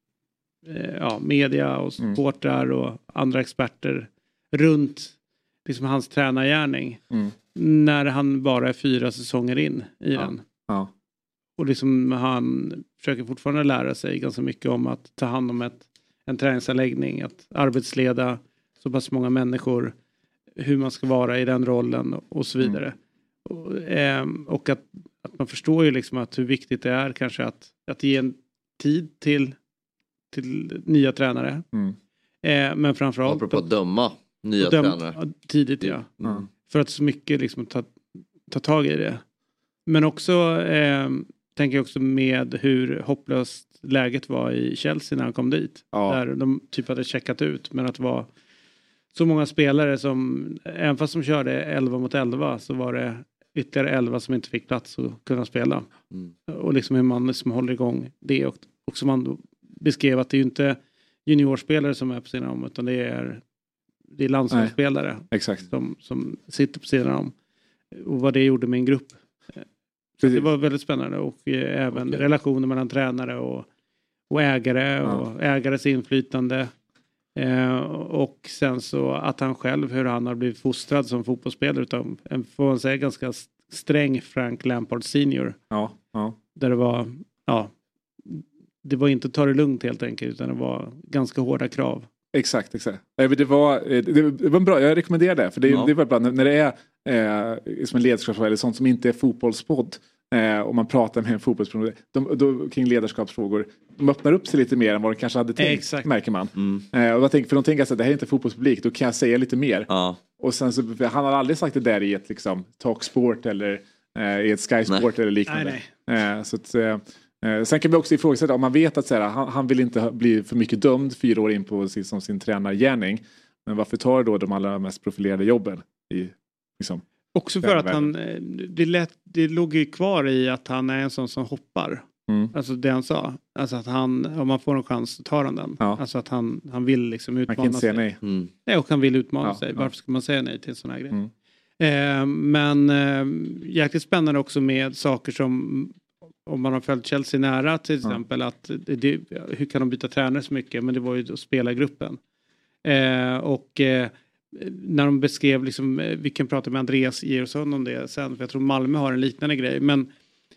eh, ja, media och Mm. supportrar och andra experter runt liksom hans tränargärning. Mm. När han bara är fyra säsonger in i Ja. den. Ja. Och liksom han försöker fortfarande lära sig ganska mycket om att ta hand om ett, en träningsanläggning. Att arbetsleda så pass många människor. Hur man ska vara i den rollen och så vidare. Och, ehm, och att, att man förstår ju liksom att hur viktigt det är kanske att, att ge en tid till, till nya tränare. Mm. Eh, men framförallt Apropå att döma nya och döm- tränare. ja, tidigt ja. Mm. För att så mycket liksom ta, ta tag i det. Men också eh, tänker jag också med hur hopplöst läget var i Chelsea när han kom dit. Ja. Där de typ hade checkat ut. Men att det var så många spelare som, även fast de körde elva mot elva så var det ytterligare elva som inte fick plats att kunna spela. Mm. Och liksom hur man liksom håller igång det. Och, och som man då beskrev att det är ju inte juniorspelare som är på sidan om utan det är, det är landslagsspelare. Exakt. Som, som sitter på sidan om. Och vad det gjorde med en grupp. Så Precis. det var väldigt spännande. Och eh, även Okej. relationer mellan tränare och, och ägare. Ja. Och ägares inflytande. Eh, och sen så att han själv, hur han har blivit fostrad som fotbollsspelare. Utan en, får man säga, ganska sträng Frank Lampard senior. Ja, ja. Där det var, ja. Det var inte ta det lugnt helt enkelt. Utan det var ganska hårda krav. Exakt, exakt. Nej, men Det var, eh, det det var bra, jag rekommenderar det. För det, Ja. det var bra när, när det är eh, som en ledarskap eller sånt som inte är fotbollspodd. Eh, och man pratar med en fotbollsprodukt de, då, kring ledarskapsfrågor. De öppnar upp sig lite mer än vad de kanske hade tänkt, Exakt. märker man. Mm. Eh, och jag tänker, för de tänker att det här är inte fotbollspublik, då kan jag säga lite mer. Ja. Och sen så, för han har aldrig sagt det där i ett liksom, talksport eller eh, i ett Sky Sport eller liknande. Nej, Eh, så att, eh, eh, sen kan vi också ifrågasätta om man vet att så här, han, han vill inte ha, bli för mycket dömd fyra år in på sin, som sin tränargärning. Men varför tar då de allra mest profilerade jobben i liksom, Också för Den att han, eh, det, lät, det låg ju kvar i att han är en sån som hoppar. Mm. Alltså det han sa. Alltså att han, om man får en chans så tar han den. Ja. Alltså att han, han vill liksom man utmana kan inte säga sig. nej. Mm. Nej, och han vill utmana Ja, sig. ja. Varför ska man säga nej till en sån här grej? Mm. Eh, men eh, jäkligt spännande också med saker som om man har följt Chelsea nära till Ja. exempel att det, det, hur kan de byta tränare så mycket? Men det var ju då spelargruppen. Eh, och eh, när de beskrev liksom, eh, vi kan prata med Andreas Gersson om det sen, för jag tror Malmö har en liknande grej, men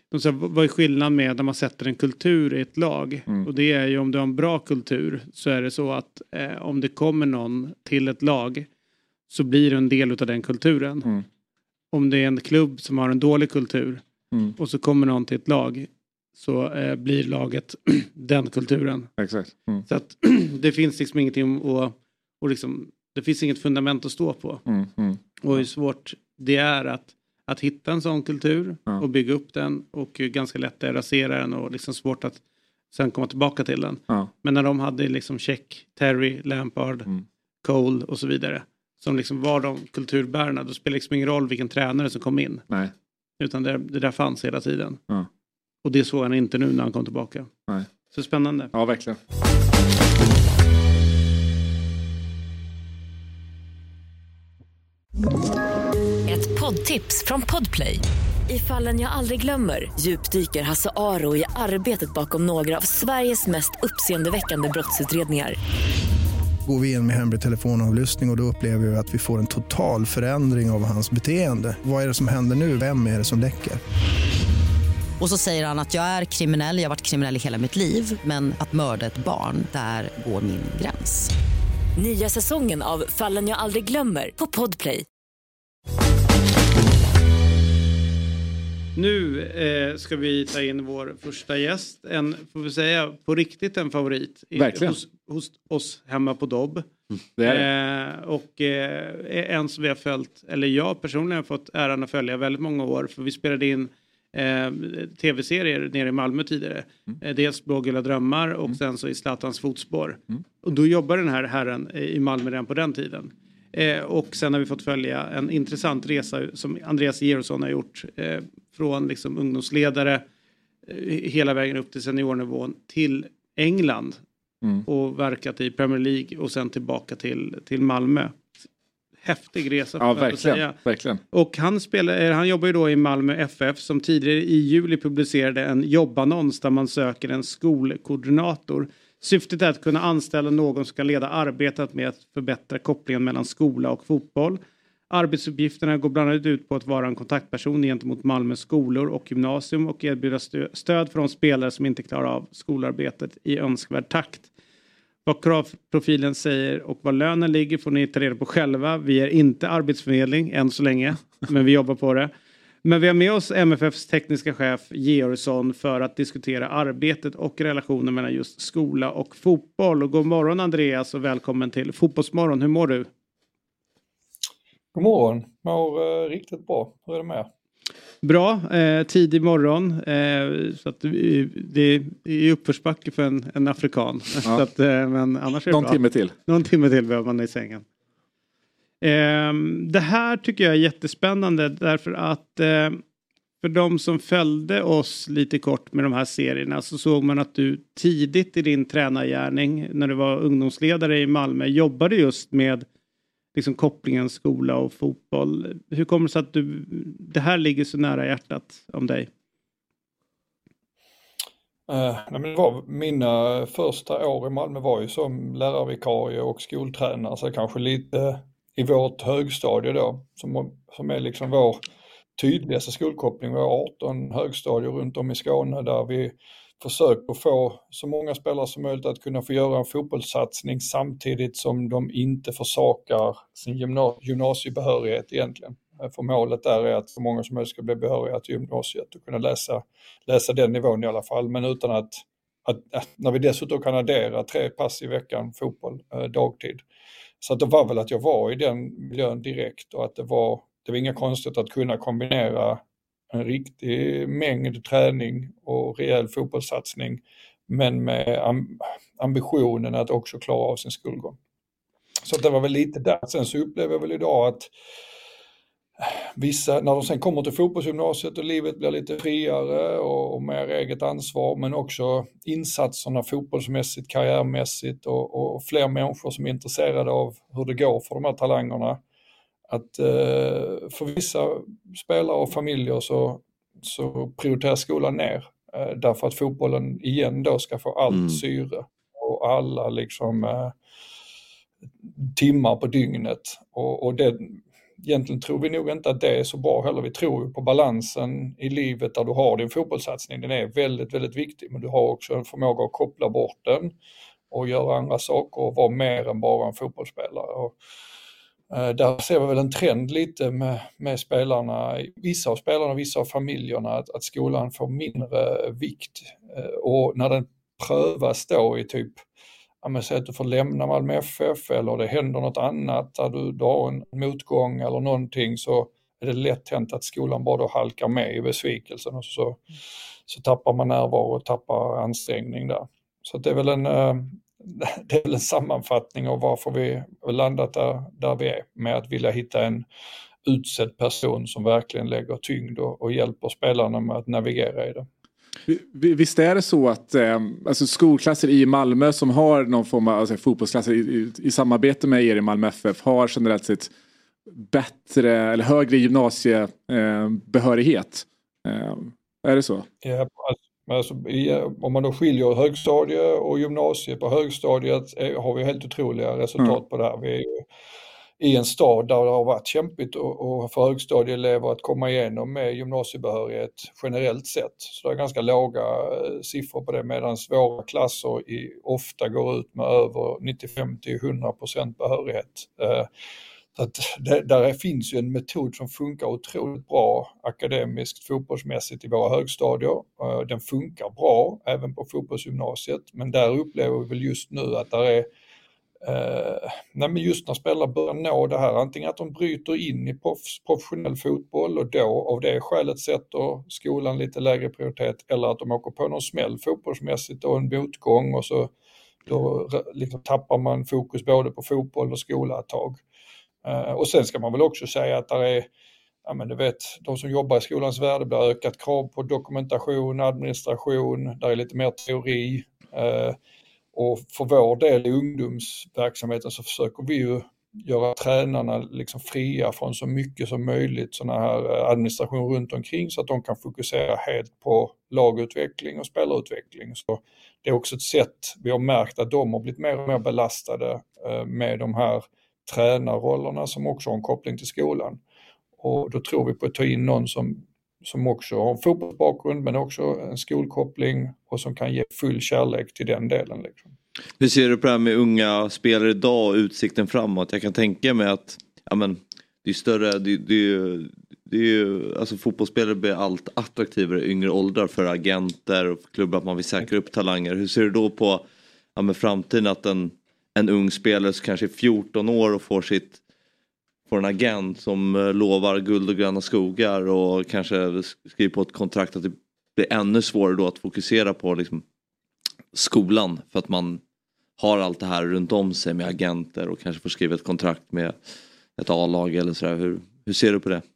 de sa, vad är skillnaden med när man sätter en kultur i ett lag? Mm. Och det är ju om du har en bra kultur så är det så att eh, om det kommer någon till ett lag så blir det en del av den kulturen. Mm. Om det är en klubb som har en dålig kultur mm. och så kommer någon till ett lag så eh, blir laget den kulturen. Exakt. Mm. Så att det finns liksom ingenting att, och liksom, det finns inget fundament att stå på. Mm. Mm. Och hur svårt det är att, att hitta en sån kultur ja. och bygga upp den och ganska lätt att rasera den och liksom svårt att sen komma tillbaka till den. Ja. Men när de hade liksom Check, Terry, Lampard, mm. Cole och så vidare som liksom var de kulturbärarna, då spelar det liksom ingen roll vilken tränare som kom in. Nej. Utan det, det där fanns hela tiden. Ja. Och det såg han inte nu när han kom tillbaka. Nej. Så spännande. Ja, verkligen. Ett poddtips från Podplay. I Fallen jag aldrig glömmer djupdyker Hasse Aro i arbetet bakom några av Sveriges mest uppseendeväckande brottsutredningar. Går vi in med hemlig telefonavlyssning och, och då upplever vi att vi får en total förändring av hans beteende. Vad är det som händer nu? Vem är det som läcker? Och så säger han att jag är kriminell, jag har varit kriminell i hela mitt liv. Men att mörda ett barn, där går min gräns. Nya säsongen av Fallen jag aldrig glömmer på Podplay. Nu eh, ska vi ta in vår första gäst. En, får vi säga, på riktigt en favorit. I, hos, hos oss hemma på Dobb. Mm, det är det. Eh, och eh, en som vi har följt, eller jag personligen har fått äran att följa väldigt många år. För vi spelade in eh, tv-serier nere i Malmö tidigare. Mm. Eh, dels Blågula drömmar och mm. sen så i Zlatans fotspår. Mm. Och då jobbar den här herren i Malmö redan på den tiden. Eh, och sen har vi fått följa en intressant resa som Andreas Georgsson har gjort. Eh, från liksom ungdomsledare eh, hela vägen upp till seniornivån till England. Mm. Och verkat i Premier League och sen tillbaka till, till Malmö. Häftig resa. Ja, verkligen, verkligen. Och han, spelar, han jobbar ju då i Malmö F F som tidigare i juli publicerade en jobbannons där man söker en skolkoordinator. Syftet är att kunna anställa någon som kan leda arbetet med att förbättra kopplingen mellan skola och fotboll. Arbetsuppgifterna går bland annat ut på att vara en kontaktperson gentemot Malmös skolor och gymnasium och erbjuda stö- stöd för de spelare som inte klarar av skolarbetet i önskvärd takt. Vad kravprofilen säger och vad lönen ligger får ni ta reda på själva. Vi är inte arbetsförmedling än så länge, men vi jobbar på det. Men vi har med oss M F F:s tekniska chef Georgsson för att diskutera arbetet och relationen mellan just skola och fotboll. Och god morgon Andreas och välkommen till Fotbollsmorgon. Hur mår du? God morgon, mår uh, riktigt bra. Hur är det med? Bra, eh, tidig morgon. Eh, så att det, det är uppförsbacke för en, en afrikan. Ja. Så att, eh, men annars är det Någon bra. timme till. Någon timme till behöver man i sängen. Eh, det här tycker jag är jättespännande därför att eh, för de som följde oss lite kort med de här serierna så såg man att du tidigt i din tränargärning när du var ungdomsledare i Malmö jobbade just med liksom kopplingen skola och fotboll. Hur kommer det sig att du, det här ligger så nära hjärtat om dig? Uh, nej men det var, mina första år i Malmö var ju som lärarvikarie och skoltränare, så kanske lite i vårt högstadie då, som, som är liksom vår tydligaste skolkoppling. Vi har arton högstadier runt om i Skåne där vi försöker få så många spelare som möjligt att kunna få göra en fotbollssatsning samtidigt som de inte försakar sin gymna- gymnasiebehörighet egentligen. För målet där är att så många som möjligt ska bli behöriga till gymnasiet och kunna läsa, läsa den nivån i alla fall. Men utan att, att, att när vi dessutom kan addera tre pass i veckan fotboll eh, dagtid. Så att det var väl att jag var i den miljön direkt och att det var, det var inga konstigt att kunna kombinera en riktig mängd träning och rejäl fotbollssatsning, men med amb- ambitionen att också klara av sin skolgång. Så det var väl lite där. Sen så upplever jag väl idag att vissa, när de sen kommer till fotbollsgymnasiet och livet blir lite friare och, och mer eget ansvar, men också insatserna fotbollsmässigt, karriärmässigt och, och fler människor som är intresserade av hur det går för de här talangerna. Att eh, för vissa spelare och familjer så, så prioriterar skolan ner eh, därför att fotbollen igen då ska få allt mm. syre och alla liksom eh, timmar på dygnet och, och det, egentligen tror vi nog inte att det är så bra heller. Vi tror på balansen i livet där du har din fotbollssatsning. Den är väldigt, väldigt viktig, men du har också en förmåga att koppla bort den och göra andra saker och vara mer än bara en fotbollsspelare. Och, eh, där ser vi väl en trend lite med, med spelarna, vissa av spelarna och vissa av familjerna, att, att skolan får mindre vikt. Eh, och när den prövas då i typ, ja, men säg att du får lämna Malmö F F eller det händer något annat, där du, du har en motgång eller någonting, så är det lätt hänt att skolan bara då halkar med i besvikelsen och så, så tappar man närvaro och tappar ansträngning där. Så det är väl en, det är väl en sammanfattning av varför vi har landat där, där vi är, med att vilja hitta en utsedd person som verkligen lägger tyngd och, och hjälper spelarna med att navigera i det. Visst är det så att eh, alltså skolklasser i Malmö som har någon form av alltså fotbollsklasser i, i, i samarbete med er i Malmö F F har generellt sett bättre eller högre gymnasiebehörighet? Eh, eh, är det så? Ja, alltså, i, om man då skiljer högstadie och gymnasie, på högstadiet är, har vi helt otroliga resultat mm. på det här. Vi är ju i en stad där det har varit kämpigt och, och för högstadieelever att komma igenom med gymnasiebehörighet generellt sett. Så det är ganska låga eh, siffror på det, medan våra klasser i, ofta går ut med över nittiofem till hundra procent behörighet. Eh, så att det, där finns ju en metod som funkar otroligt bra akademiskt, fotbollsmässigt i våra högstadier. Eh, den funkar bra även på fotbollsgymnasiet, men där upplever vi väl just nu att där är Uh, nej, men just när spelare börjar nå det här, antingen att de bryter in i prof- professionell fotboll och då av det skälet sätter skolan lite lägre prioritet, eller att de åker på någon smäll fotbollsmässigt och en motgång och så då liksom tappar man fokus både på fotboll och skola ett tag. Uh, och sen ska man väl också säga att där är, ja men du vet, de som jobbar i skolans värld, det blir ökat krav på dokumentation, administration, där är lite mer teori. Uh, Och för vår del i ungdomsverksamheten så försöker vi ju göra tränarna liksom fria från så mycket som möjligt såna här administration runt omkring, så att de kan fokusera helt på lagutveckling och spelarutveckling. Så det är också ett sätt, vi har märkt att de har blivit mer och mer belastade med de här tränarrollerna som också har en koppling till skolan. Och då tror vi på att ta in någon som som också har en fotbollsbakgrund men också en skolkoppling och som kan ge full kärlek till den delen. Liksom. Hur ser du på det här med unga spelare idag och utsikten framåt? Jag kan tänka mig att ja, men, det är större, det, det, det är ju, alltså fotbollsspelare blir allt attraktivare i yngre åldrar för agenter och för klubbar, att man vill säkra upp talanger. Hur ser du då på ja, med framtiden att en, en ung spelare som kanske är fjorton år och får sitt får en agent som lovar guld och gröna skogar och kanske skriver på ett kontrakt, att det blir ännu svårare då att fokusera på liksom skolan för att man har allt det här runt om sig med agenter och kanske får skriva ett kontrakt med ett A-lag eller sådär. Hur, hur ser du på det?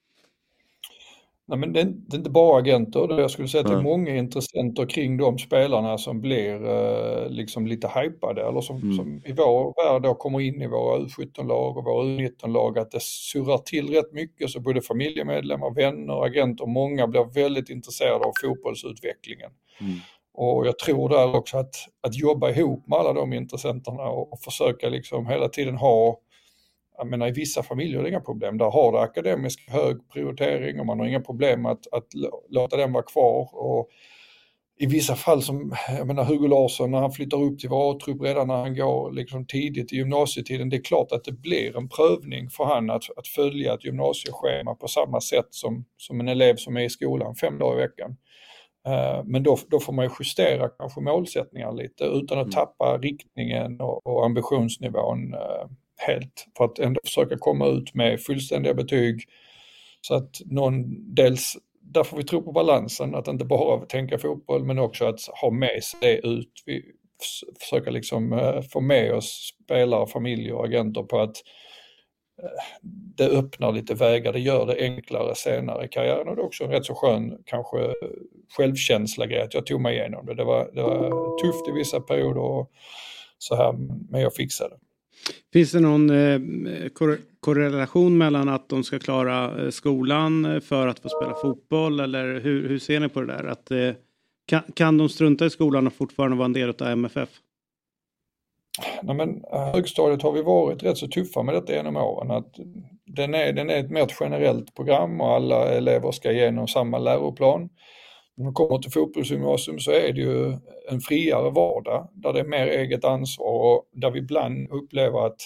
Nej, men det, är, det är inte bara agenter. Jag skulle säga att det är många intressenter kring de spelarna som blir eh, liksom lite hypade eller som, mm. som i vår värld då kommer in i våra U sjutton-lag och våra U nitton-lag, att det surrar till rätt mycket, så både familjemedlemmar, vänner, agenter, många blir väldigt intresserade av fotbollsutvecklingen. Mm. Och jag tror där också att, att jobba ihop med alla de intressenterna och, och försöka liksom hela tiden ha, jag menar, i vissa familjer är det inga problem. Där har det akademisk hög prioritering och man har inga problem att, att låta den vara kvar. Och i vissa fall som, jag menar, Hugo Larsson när han flyttar upp till vår A-trupp redan när han går liksom tidigt i gymnasietiden, det är klart att det blir en prövning för han att, att följa ett gymnasieschema på samma sätt som, som en elev som är i skolan fem dagar i veckan. Uh, men då, då får man ju justera kanske målsättningar lite utan att mm. tappa riktningen och, och ambitionsnivån uh, helt, för att ändå försöka komma ut med fullständiga betyg, så att någon dels, där får vi tro på balansen, att inte bara tänka fotboll men också att ha med sig det ut. Vi försöker liksom uh, få med oss spelare, familjer och agenter på att uh, det öppnar lite vägar, det gör det enklare senare i karriären, och det är också en rätt så skön kanske självkänsla grej att jag tog mig igenom det. Det var, det var tufft i vissa perioder och så här, men jag fixade. Finns det någon eh, kor- korrelation mellan att de ska klara eh, skolan för att få spela fotboll, eller hur, hur ser ni på det där? Att, eh, kan, kan de strunta i skolan och fortfarande vara en del av M F F? Nej, men högstadiet har vi varit rätt så tuffa med detta genom åren. Att Den är, den är ett mer generellt program och alla elever ska igenom samma läroplan. När man kommer till fotbollsgymnasium så är det ju en friare vardag där det är mer eget ansvar och där vi ibland upplever att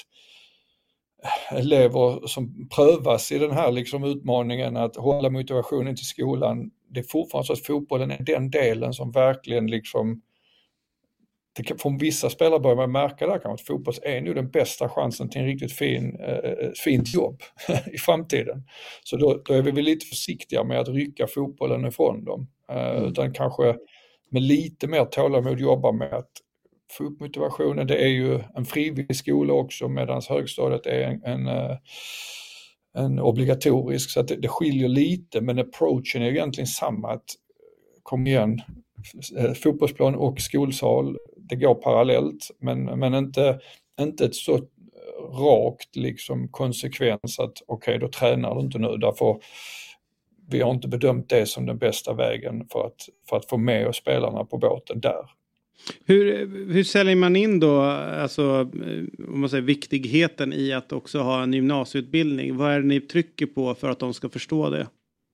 elever som prövas i den här liksom utmaningen att hålla motivationen till skolan, det är fortfarande så att fotbollen är den delen som verkligen liksom, det kan, från vissa spelare börjar man märka där kanske att fotboll är nu den bästa chansen till en riktigt fin, eh, fint jobb i framtiden. Så då, då är vi väl lite försiktiga med att rycka fotbollen ifrån dem. Eh, mm. Utan kanske med lite mer tålamod jobba med att få upp motivationen. Det är ju en frivillig skola också medan högstadiet är en, en, en obligatorisk. Så att det, det skiljer lite men approachen är ju egentligen samma. Att, kom igen, fotbollsplan och skolsal, det går parallellt men, men inte, inte ett så rakt liksom konsekvens att okej, okay, då tränar du inte nu därför vi har inte bedömt det som den bästa vägen för att, för att få med oss spelarna på båten där. Hur, hur säljer man in då, alltså, om man säger viktigheten i att också ha en gymnasieutbildning? Vad är det ni trycker på för att de ska förstå det?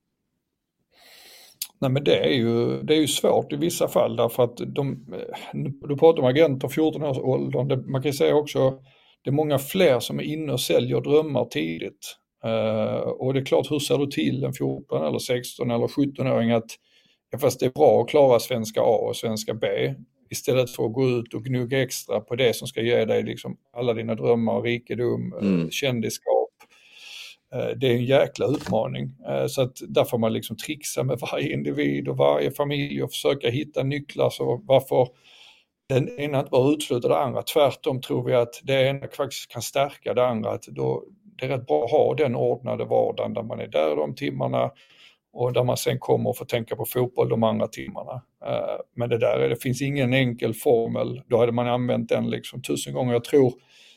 Nej men det är ju, det är ju svårt i vissa fall därför att de, du pratar om agenter fjorton års ålder, man kan säga också det är många fler som är inne och säljer drömmar tidigt. Uh, och det är klart, hur ser du till en fjorton eller sexton eller sjutton-åring att ja, fast det är bra att klara svenska A och svenska B istället för att gå ut och gnugga extra på det som ska ge dig liksom alla dina drömmar, rikedom, mm. kändisskap. Uh, det är en jäkla utmaning. Uh, så att där får man liksom trixa med varje individ och varje familj och försöka hitta nycklar så varför den ena inte bara utesluter det andra. Tvärtom tror vi att det ena faktiskt kan stärka det andra. Att då, det är rätt bra att ha den ordnade vardagen där man är där de timmarna och där man sen kommer att få tänka på fotboll de andra timmarna. Men det där, det finns ingen enkel formel. Då hade man använt den liksom tusen gånger. Jag tror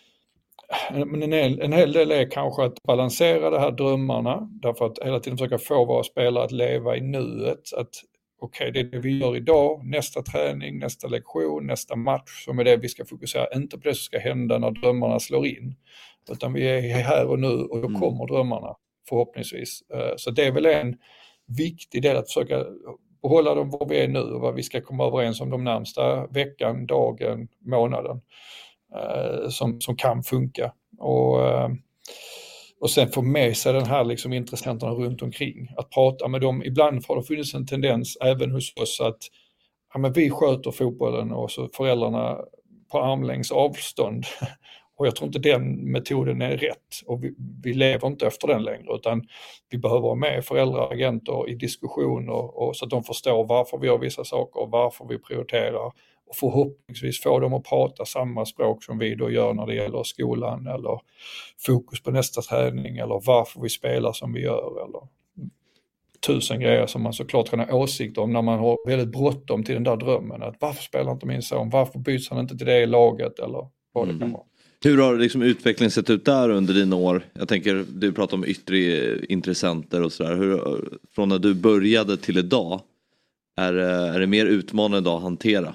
men en, hel, en hel del är kanske att balansera de här drömmarna därför att hela tiden försöka få våra spelare att leva i nuet. Att okej, okay, det är det vi gör idag, nästa träning, nästa lektion, nästa match som är det vi ska fokusera. Inte på det som ska hända när drömmarna slår in. Utan vi är här och nu och då kommer drömmarna förhoppningsvis. Så det är väl en viktig del att försöka behålla dem var vi är nu och vad vi ska komma överens om de närmsta veckan, dagen, månaden som, som kan funka. Och, och sen få med sig den här liksom intressenterna runt omkring. Att prata med dem. Ibland har det funnits en tendens även hos oss att ja, men vi sköter fotbollen och så föräldrarna på armlängds avstånd. Och jag tror inte den metoden är rätt och vi, vi lever inte efter den längre utan vi behöver vara med föräldrar och agenter i diskussioner och, och så att de förstår varför vi gör vissa saker och varför vi prioriterar och förhoppningsvis få dem att prata samma språk som vi då gör när det gäller skolan eller fokus på nästa träning eller varför vi spelar som vi gör eller tusen grejer som man såklart kan ha åsikter om när man har väldigt bråttom till den där drömmen att varför spelar inte min son, varför byts han inte till det i laget eller vad det kan vara. Hur har liksom utvecklingen sett ut där under dina år? Jag tänker, du pratar om yttre intressenter och sådär. Hur, från när du började till idag, är, är det mer utmanande idag att hantera?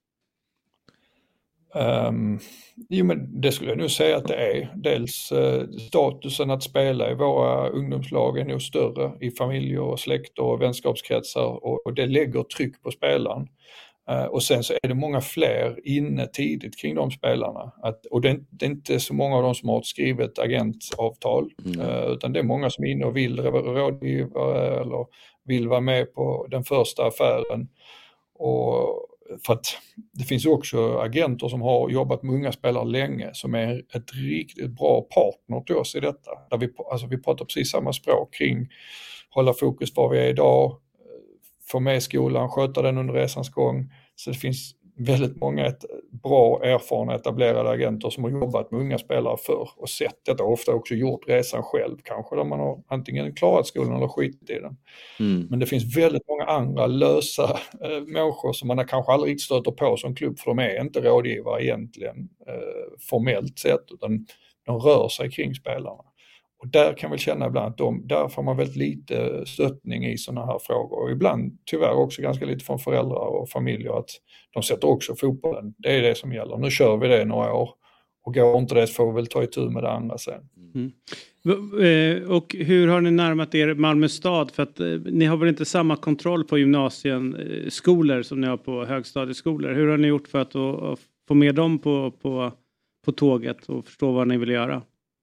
Um, jo men det skulle jag nu säga att det är. Dels uh, statusen att spela i våra ungdomslag är nog större i familjer och släkt och vänskapskretsar och, och det lägger tryck på spelaren. Uh, och sen så är det många fler inne tidigt kring de spelarna. Att, och det är, det är inte så många av dem som har skrivit agentavtal mm. uh, utan det är många som är inne och vill rådgivare eller vill vara med på den första affären. Och för att det finns också agenter som har jobbat med unga spelare länge som är ett riktigt bra partner till oss i detta. Där vi, alltså vi pratar precis samma språk kring hålla fokus var vi är idag, få med skolan, sköta den under resans gång. Så det finns väldigt många ett bra, erfarna, etablerade agenter som har jobbat med unga spelare förr och sett detta och ofta också gjort resan själv kanske där man har antingen klarat skolan eller skit i den. Mm. Men det finns väldigt många andra lösa äh, människor som man kanske aldrig stöter på som klubb för de är inte rådgivare egentligen äh, formellt sett utan de rör sig kring spelarna. Och där kan vi känna ibland att de, där får man väldigt lite stöttning i sådana här frågor. Och ibland tyvärr också ganska lite från föräldrar och familjer att de sätter också fotbollen. Det är det som gäller. Nu kör vi det några år och går inte det så får vi väl ta itu med det andra sen. Mm. Och hur har ni närmat er Malmö stad? För att ni har väl inte samma kontroll på gymnasieskolor som ni har på högstadieskolor. Hur har ni gjort för att, att få med dem på, på, på tåget och förstå vad ni vill göra?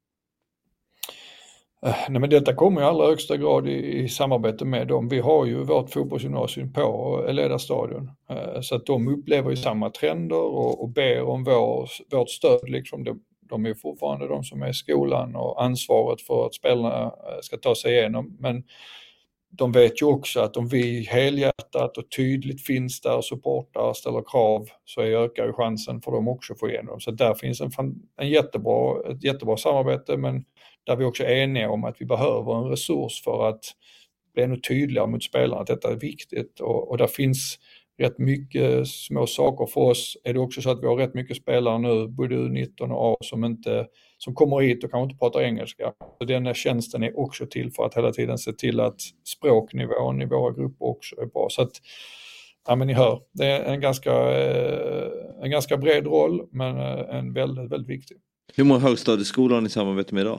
Nej, men detta kommer i allra högsta grad i, i samarbete med dem. Vi har ju vårt fotbollsgymnasium på Leddarstadion. Så att de upplever ju samma trender och, och ber om vår, vårt stöd. Liksom de, de är fortfarande de som är i skolan och ansvaret för att spelarna ska ta sig igenom. Men de vet ju också att om vi helhjärtat och tydligt finns där och supportar, ställer krav, så ökar ju chansen för dem också att få igenom. Så där finns en, en jättebra, ett jättebra samarbete, men där vi också är eniga om att vi behöver en resurs för att bli ännu tydligare mot spelarna att detta är viktigt. Och, och där finns rätt mycket små saker. För oss är det också så att vi har rätt mycket spelare nu, både U nitton och A, som, inte, som kommer hit och kanske inte pratar engelska. Så den här tjänsten är också till för att hela tiden se till att språknivån i våra grupper också är bra. Så att, ja men ni hör, det är en ganska, en ganska bred roll, men en väldigt, väldigt viktig. Hur många högstadieskolan har ni samarbete med idag?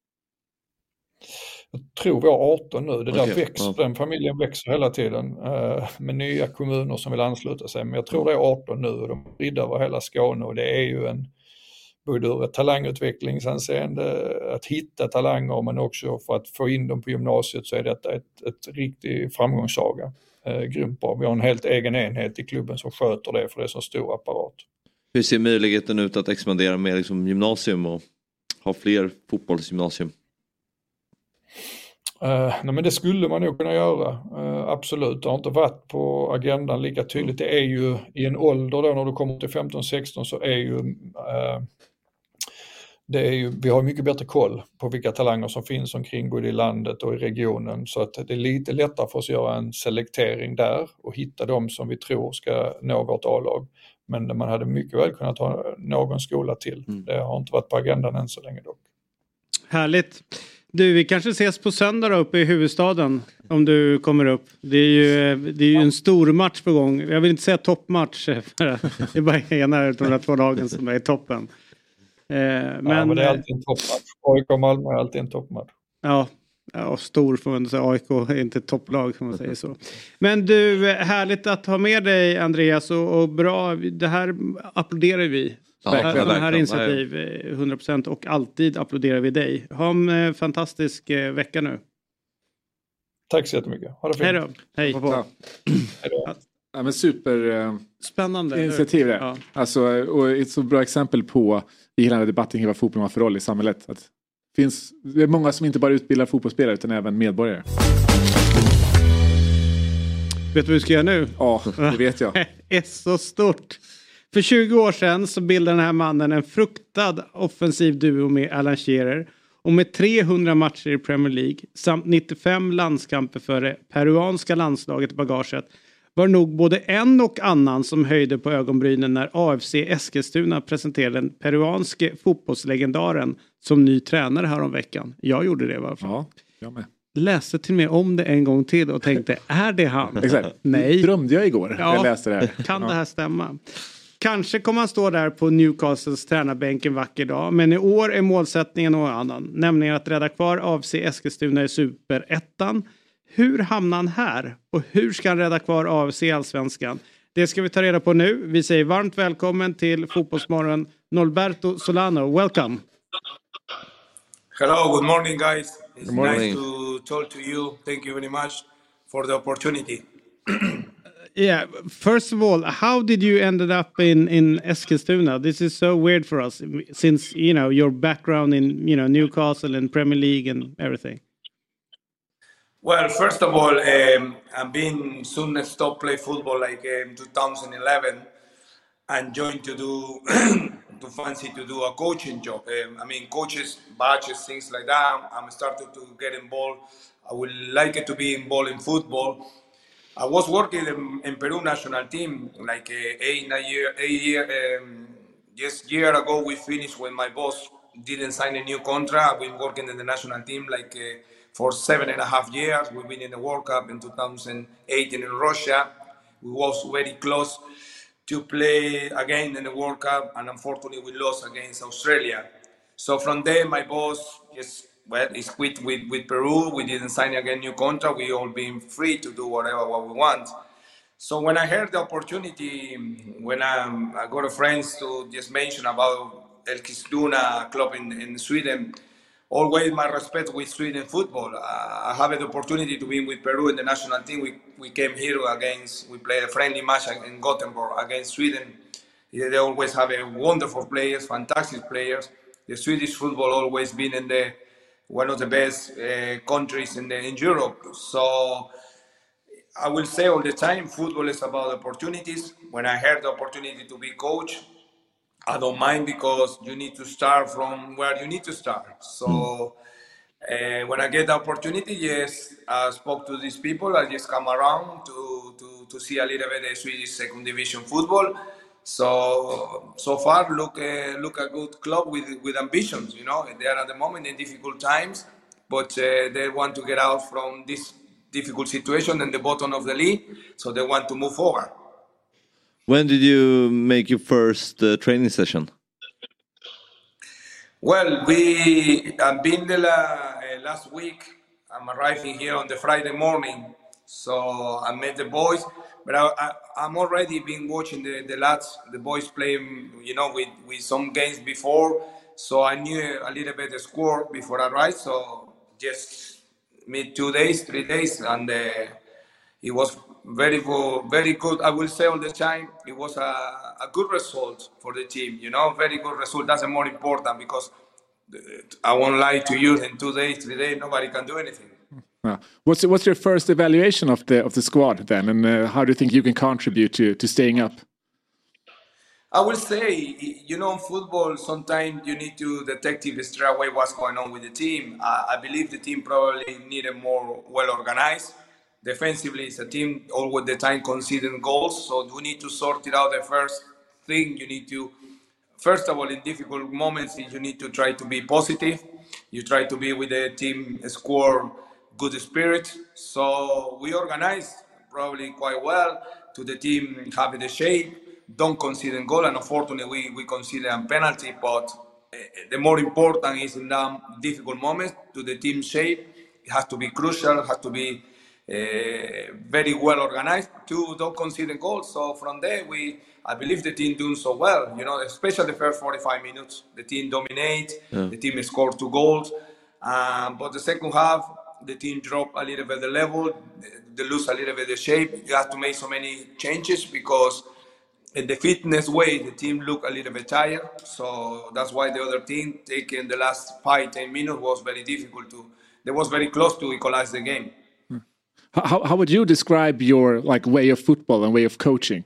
Jag tror vi har arton nu. Det där okay. växer, ja. Den familjen växer hela tiden uh, med nya kommuner som vill ansluta sig. Men jag tror det är arton nu och de riddar över hela Skåne, och det är ju en både ur ett talangutvecklingshänseende att hitta talanger, men också för att få in dem på gymnasiet, så är detta ett, ett riktigt framgångssaga. Uh, grymt bra. Vi har en helt egen enhet i klubben som sköter det, för det är så stor apparat. Hur ser möjligheten ut att expandera med liksom gymnasium och ha fler fotbollsgymnasium? Uh, nej men det skulle man nog kunna göra, uh, absolut. Det har inte varit på agendan lika tydligt. Det är ju i en ålder då, när du kommer till femton sexton, så är ju, uh, det är ju vi har mycket bättre koll på vilka talanger som finns omkring både i landet och i regionen, så att det är lite lättare för oss att göra en selektering där och hitta dem som vi tror ska nå vårt A-lag. Men man hade mycket väl kunnat ha någon skola till. Mm. Det har inte varit på agendan än så länge dock. Härligt. Du, vi kanske ses på söndag då, uppe i huvudstaden, om du kommer upp. Det är ju, det är ju en stor match på gång. Jag vill inte säga toppmatch, för det är bara ena av de här två lagen som är i toppen. Eh, men, ja, men det är alltid en toppmatch. A I K och Malmö är alltid en toppmatch. Ja, ja, stor får man säga. A I K är inte topplag, kan man säga så. Men du, härligt att ha med dig, Andreas, och, och bra. Det här applåderar vi. Ja, här, här initiativ hundra procent, och alltid applåderar vi dig. Ha en fantastisk vecka nu. Tack så jättemycket. Ha det fint. Hej då. Hej. Ja. Hej då. Ja, men super eh, spännande initiativ det. Ja. Alltså, och ett så bra exempel på i hela debatten vad fotboll har för roll i samhället. Att finns, det är många som inte bara utbildar fotbollsspelare utan även medborgare. Vet du vad vi ska göra nu? Ja, det vet jag. Det är så stort. För tjugo år sedan så bildade den här mannen en fruktad offensiv duo med Alan Shearer. Och med trehundra matcher i Premier League samt nittiofem landskamper för det peruanska landslaget i bagaget, var nog både en och annan som höjde på ögonbrynen när A F C Eskilstuna presenterade den peruanske fotbollslegendaren som ny tränare här om veckan. Jag gjorde det i alla fall. Ja, jag med. Läste till och med om det en gång till och tänkte, är det han? Exakt. Nej. Drömde jag igår ja, när jag läste det här. Kan ja. det här stämma? Kanske kommer han stå där på Newcastles tränarbänk en vacker dag. Men i år är målsättningen någon annan. Nämligen att rädda kvar A F C Eskilstuna i superettan. Hur hamnar han här? Och hur ska han rädda kvar A F C i Allsvenskan? Det ska vi ta reda på nu. Vi säger varmt välkommen till Fotbollsmorgon, Norberto Solano. Welcome. Hello, good morning guys. It's good morning. Nice to talk to you. Thank you very much for the opportunity. Yeah, first of all, how did you ended up in, in Eskilstuna? This is so weird for us since, you know, your background in, you know, Newcastle and Premier League and everything. Well, first of all, um, I've been soon stopped play football like in um, two thousand eleven and joined to do, to fancy to do a coaching job. Um, I mean, coaches, badges, things like that. I'm starting to get involved. I would like it to be involved in football. I was working in, in Peru national team like uh, eight, nine year, eight year, um, just year ago we finished when my boss didn't sign a new contract. I've been working in the national team like uh, for seven and a half years. We've been in the World Cup in two thousand eighteen in Russia. We was very close to play again in the World Cup, and unfortunately we lost against Australia. So from there, my boss just, well, he quit with, with Peru. We didn't sign again new contract. We all been free to do whatever what we want. So when I heard the opportunity, when I, I got a friends to just mention about Eskilstuna club in, in Sweden, always my respect with Sweden football. Uh, I have the opportunity to be with Peru in the national team. We, we came here against, we played a friendly match in Gothenburg against Sweden. They always have a wonderful players, fantastic players. The Swedish football always been in the one of the best uh, countries in, the, in Europe. So I will say all the time, football is about opportunities. When I had the opportunity to be coach, I don't mind because you need to start from where you need to start. So uh, when I get the opportunity, yes, I spoke to these people. I just come around to, to, to see a little bit of Swedish second division football. So so far, look uh, look a good club with with ambitions. You know, they are at the moment in difficult times, but uh, they want to get out from this difficult situation in the bottom of the league. So they want to move forward. When did you make your first uh, training session? Well, we have been there uh, last week. I'm arriving here on the Friday morning, so I met the boys. But I, I, I'm already been watching the, the lads, the boys playing, you know, with, with some games before. So I knew a little bit the score before I arrived. So just made two days, three days, and uh, it was very good, very good. I will say all the time, it was a, a good result for the team. You know, very good result. That's more important because I won't lie to you. In two days, three days, nobody can do anything. Uh, what's what's your first evaluation of the of the squad then, and uh, how do you think you can contribute to to staying up? I will say, you know, in football, sometimes you need to detect straight away what's going on with the team. I, I believe the team probably needed more well organized. Defensively, it's a team all the time conceding goals, so we need to sort it out. The first thing you need to, first of all, in difficult moments, you need to try to be positive. You try to be with the team score good spirit. So we organized probably quite well to the team having the shape, don't concede a goal, and unfortunately we, we conceded a penalty, but uh, the more important is in that difficult moments to the team shape. It has to be crucial, it has to be uh, very well organized to don't concede a goal. So from there, we I believe the team doing so well, you know, especially the first forty-five minutes. The team dominate, yeah. The team scored two goals, um, but the second half, the team dropped a little bit the level, they lose a little bit the shape. You have to make so many changes because in the fitness way, the team looked a little bit tired. So that's why the other team taking the last five, ten minutes was very difficult to, they was very close to equalize the game. How, how would you describe your like way of football and way of coaching?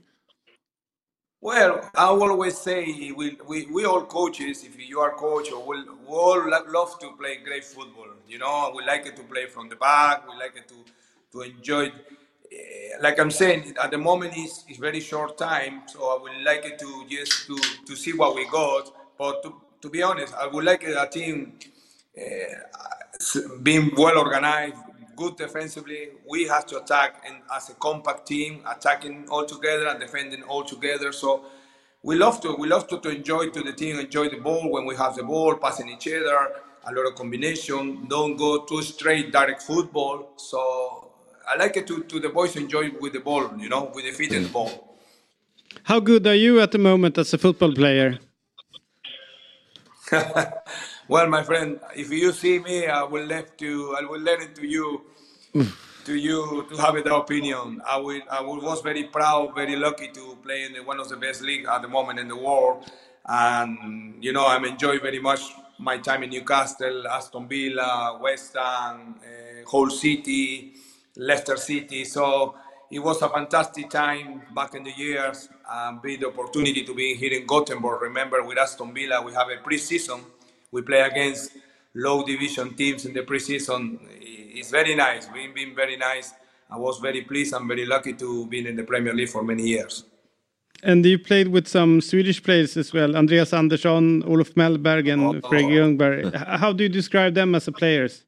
Well, I always say we, we, we all coaches, if you are coach, we we'll, we all love to play great football. You know, we like it to play from the back. We like it to, to enjoy. Uh, like I'm saying, at the moment it's, it's very short time, so I would like it to just to, to see what we got. But to, to be honest, I would like a team uh, being well organized, good defensively. We have to attack and as a compact team, attacking all together and defending all together. So we love to we love to, to enjoy to the team, enjoy the ball when we have the ball, passing each other, a lot of combination, don't go too straight direct football. So I like it to, to the boys enjoy with the ball, you know, with the feet in the ball. How good are you at the moment as a football player? Well, my friend, if you see me, I will let you. I will let it to you, to you to have the opinion. I will. I was very proud, very lucky to play in the, one of the best leagues at the moment in the world, and you know I'm enjoying very much my time in Newcastle, Aston Villa, West Ham, uh, Hull City, Leicester City. So it was a fantastic time back in the years. Um, be the opportunity to be here in Gothenburg. Remember, with Aston Villa, we have a pre-season. We play against low division teams in the preseason. It's very nice. We've been very nice. I was very pleased and very lucky to be in the Premier League for many years. And you played with some Swedish players as well. Andreas Andersson, Olof Mellberg and oh, Fredrik Ljungberg. How do you describe them as a players?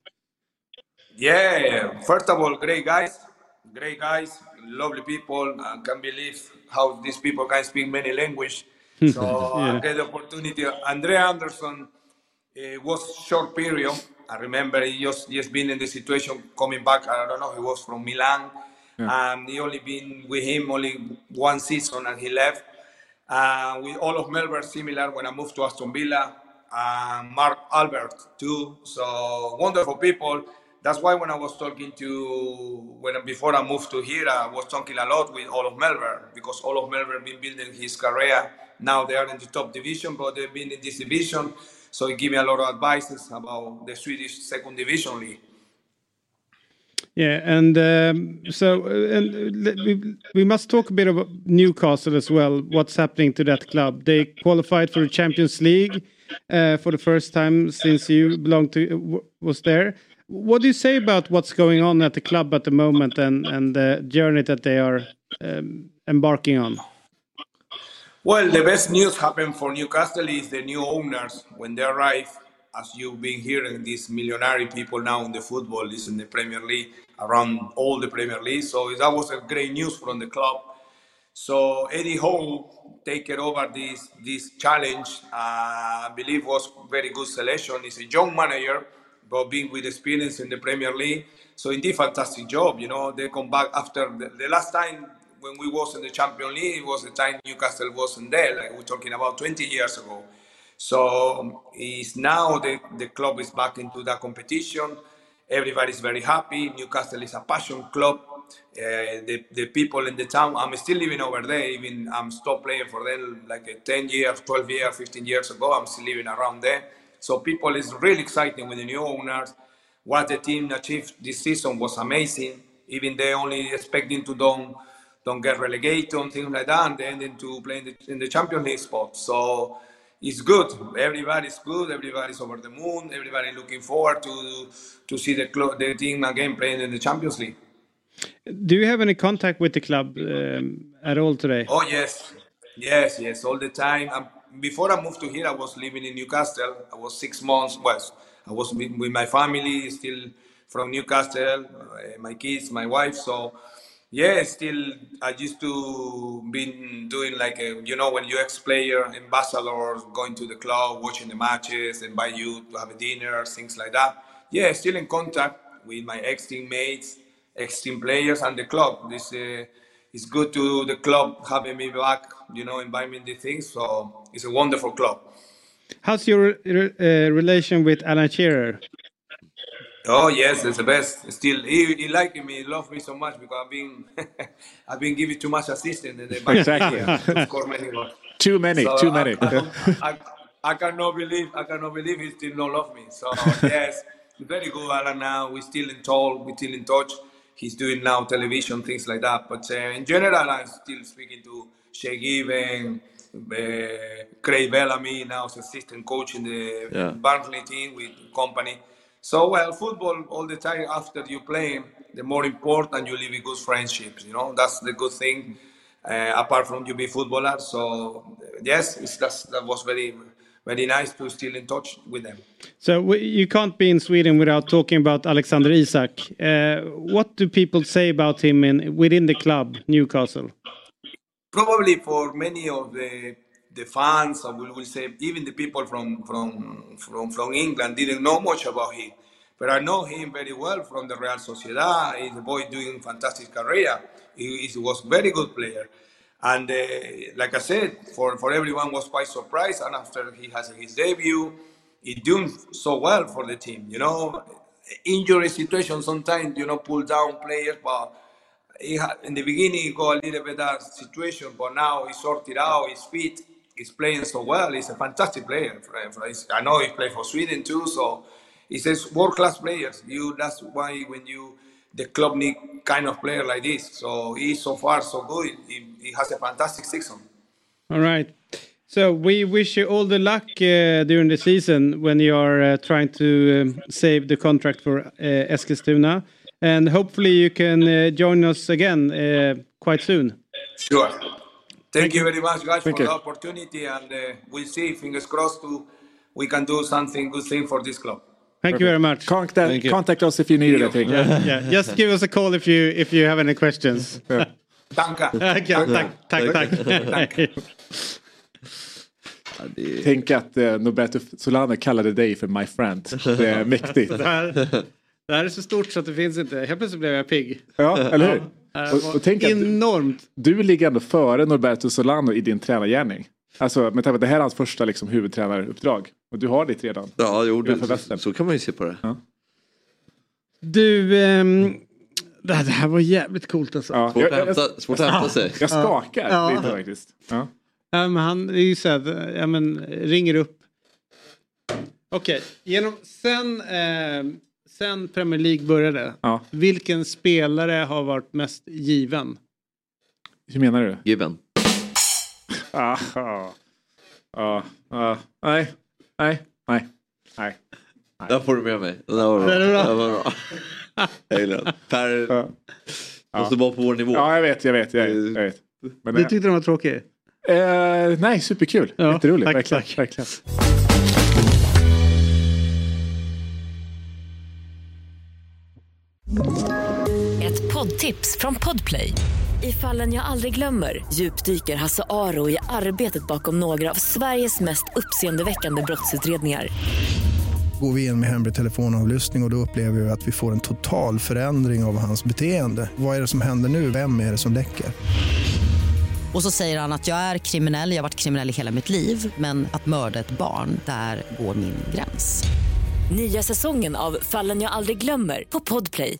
Yeah, first of all, great guys. Great guys, lovely people. I can't believe how these people can speak many languages. So Yeah. I get the opportunity. Andre Anderson, it was short period. I remember he just just been in the situation coming back. I don't know. He was from Milan, and he only been with him only one season, and he left. Uh, with all of Melbourne, similar when I moved to Aston Villa. Uh, Mark Albert too. So wonderful people. That's why when I was talking to when before I moved to here, I was talking a lot with all of Melbourne because all of Melbourne been building his career. Now they are in the top division, but they've been in this division. So he gave me a lot of advices about the Swedish second division league. Yeah, and um, so uh, and uh, we, we must talk a bit about Newcastle as well. What's happening to that club? They qualified for the Champions League uh, for the first time since you belonged to uh, was there. What do you say about what's going on at the club at the moment and and the journey that they are um, embarking on? Well, the best news happened for Newcastle is the new owners when they arrive. As you've been hearing, these millionaire people now in the football is in the Premier League, around all the Premier League. So that was a great news from the club. So Eddie Howe taken over this this challenge. Uh, I believe was very good selection. He's a young manager, but being with experience in the Premier League. So he did a fantastic job. You know, they come back after the, the last time when we was in the Champions League, it was the time Newcastle wasn't there. Like we're talking about twenty years ago. So is now the, the club is back into that competition. Everybody's very happy. Newcastle is a passion club. Uh, the, the people in the town, I'm still living over there. Even I'm stopped playing for them like ten years, twelve years, fifteen years ago. I'm still living around there. So people is really exciting with the new owners. What the team achieved this season was amazing. Even they only expecting to don't, don't get relegated and things like that, and they ended to play in the, in the Champions League spot. So it's good. Everybody's good. Everybody's over the moon. Everybody looking forward to to see the cl- the team again playing in the Champions League. Do you have any contact with the club um, at all today? Oh yes, yes, yes, all the time. Um, before I moved to here, I was living in Newcastle. I was six months. Well, I was with, with my family, still from Newcastle. Uh, my kids, my wife. So. Yeah, still, I used to been doing like, a, you know, when you ex-player, ambassadors, going to the club, watching the matches, invite you to have a dinner, things like that. Yeah, still in contact with my ex-teammates, ex-team players and the club. This uh, it's good to the club having me back, you know, invite me in the things. So it's a wonderful club. How's your uh, relation with Alan Shearer? Oh yes, it's the best. Still, he, he liked me, he loved me so much because I've been, I've been giving too much assistance. And they Exactly. to score many goals. Too many, So too I, many. I, I, I cannot believe, I cannot believe he still don't love me. So yes, very good, Alan. Now we're still in talk, we're still in touch. He's doing now television, things like that. But uh, in general, I'm still speaking to Shea Given, uh, Craig Bellamy, now as assistant coach in the Yeah. Barnsley team with company. So, well, football all the time after you play, the more important you live with good friendships, you know, that's the good thing, uh, apart from you be footballer. So, yes, it's, that's, that was very, very nice to still in touch with them. So w- you can't be in Sweden without talking about Alexander Isak. Uh, what do people say about him in within the club, Newcastle? Probably for many of the the fans, or we will say even the people from from from from England didn't know much about him, but I know him very well from the Real Sociedad. He's a boy doing fantastic career. He, he was very good player, and uh, like I said, for for everyone was quite surprised. And after he has his debut, he's doing so well for the team. You know, injury situation sometimes you know pull down players, but. He had, in the beginning, he got a little bit that situation, but now he sorted out his feet. He's playing so well. He's a fantastic player. I know he played for Sweden too, so he's a world-class player. You, that's why when you the club need kind of player like this. So he's so far so good. He, he has a fantastic season. All right. So we wish you all the luck uh, during the season when you are uh, trying to um, save the contract for uh, Eskilstuna. And hopefully you can uh, join us again uh, quite soon. Sure. Thank, Thank you very much, guys, Thank for you. the opportunity. And uh, we'll see, fingers crossed, to, we can do something good thing for this club. Thank Perfect. you very much. Contact, contact us if you need it, I think. Yeah, yeah. Just give us a call if you if you have any questions. Yeah. Danka. Tack, tack, tack. tack. Ja, det... Tänk att eh, Norberto Solano kallade dig för my friend. Det är mäktigt. Det här, det här är så stort så att det finns inte. Helt plötsligt blev jag pigg. Ja, eller hur? Ja, och, och tänk enormt. Att du, du ligger ändå före Norberto Solano i din tränargärning. Alltså med tanke på att det här är hans första liksom, huvudtränaruppdrag. Och du har ditt redan. Ja, jo, det, så, så kan man ju se på det. Ja. Du, ehm, det, här, det här var jävligt coolt alltså. Ja. Svårt, att hämta, svårt att hämta sig. Jag skakar ja. lite faktiskt. Ja. Ja, men han är ju så här, ja, men, ringer upp. Okej, okay. Genom sen, eh, sen Premier League började, ja. vilken spelare har varit mest given? Hur menar du? Given. Ah, ah, ah, ah, nej, nej, nej, nej. Där får du med mig. Det var bra. Det var bra. Jag gillar det. Per ja. måste vara på vår nivå. Ja, jag vet, jag vet, jag vet. Jag vet. Men, du tyckte den var tråkig? Eh, nej, superkul. Ja, jätteroligt, tack, verkligen. Tack. verkligen. Ett poddtips från Podplay. I Fallen jag aldrig glömmer djupdyker Hasse Aro i arbetet bakom några av Sveriges mest uppseendeväckande brottsutredningar. Går vi in med hemlig telefonavlyssning och, och då upplever vi att vi får en total förändring av hans beteende. Vad är det som händer nu? Vem är det som läcker? Och så säger han att jag är kriminell, jag har varit kriminell i hela mitt liv. Men att mörda ett barn, där går min gräns. Nya säsongen av Fallen jag aldrig glömmer på Podplay.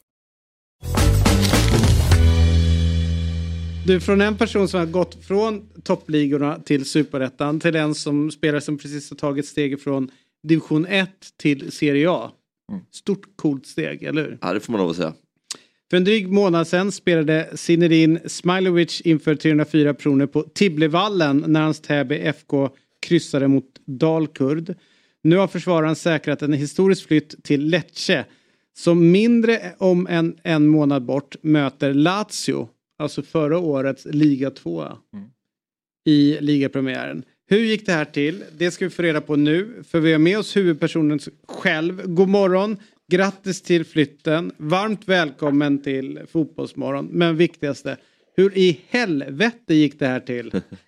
Du, från en person som har gått från toppligorna till Superettan till en som spelar som precis har tagit steg från division ett till Serie A. Stort coolt steg, eller hur? Ja, det får man lov att säga. För en dryg månad sedan spelade Zinedine Smailovic inför trehundrafyra personer på Tibblevallen när hans Täby F K kryssade mot Dalkurd. Nu har försvararen säkrat en historisk flytt till Lecce som mindre om en, en månad bort möter Lazio, alltså förra årets Liga två mm. i ligapremiären. Hur gick det här till? Det ska vi få reda på nu, för vi har med oss huvudpersonen själv. God morgon, grattis till flytten, varmt välkommen till Fotbollsmorgon. Men viktigaste, hur i helvete gick det här till?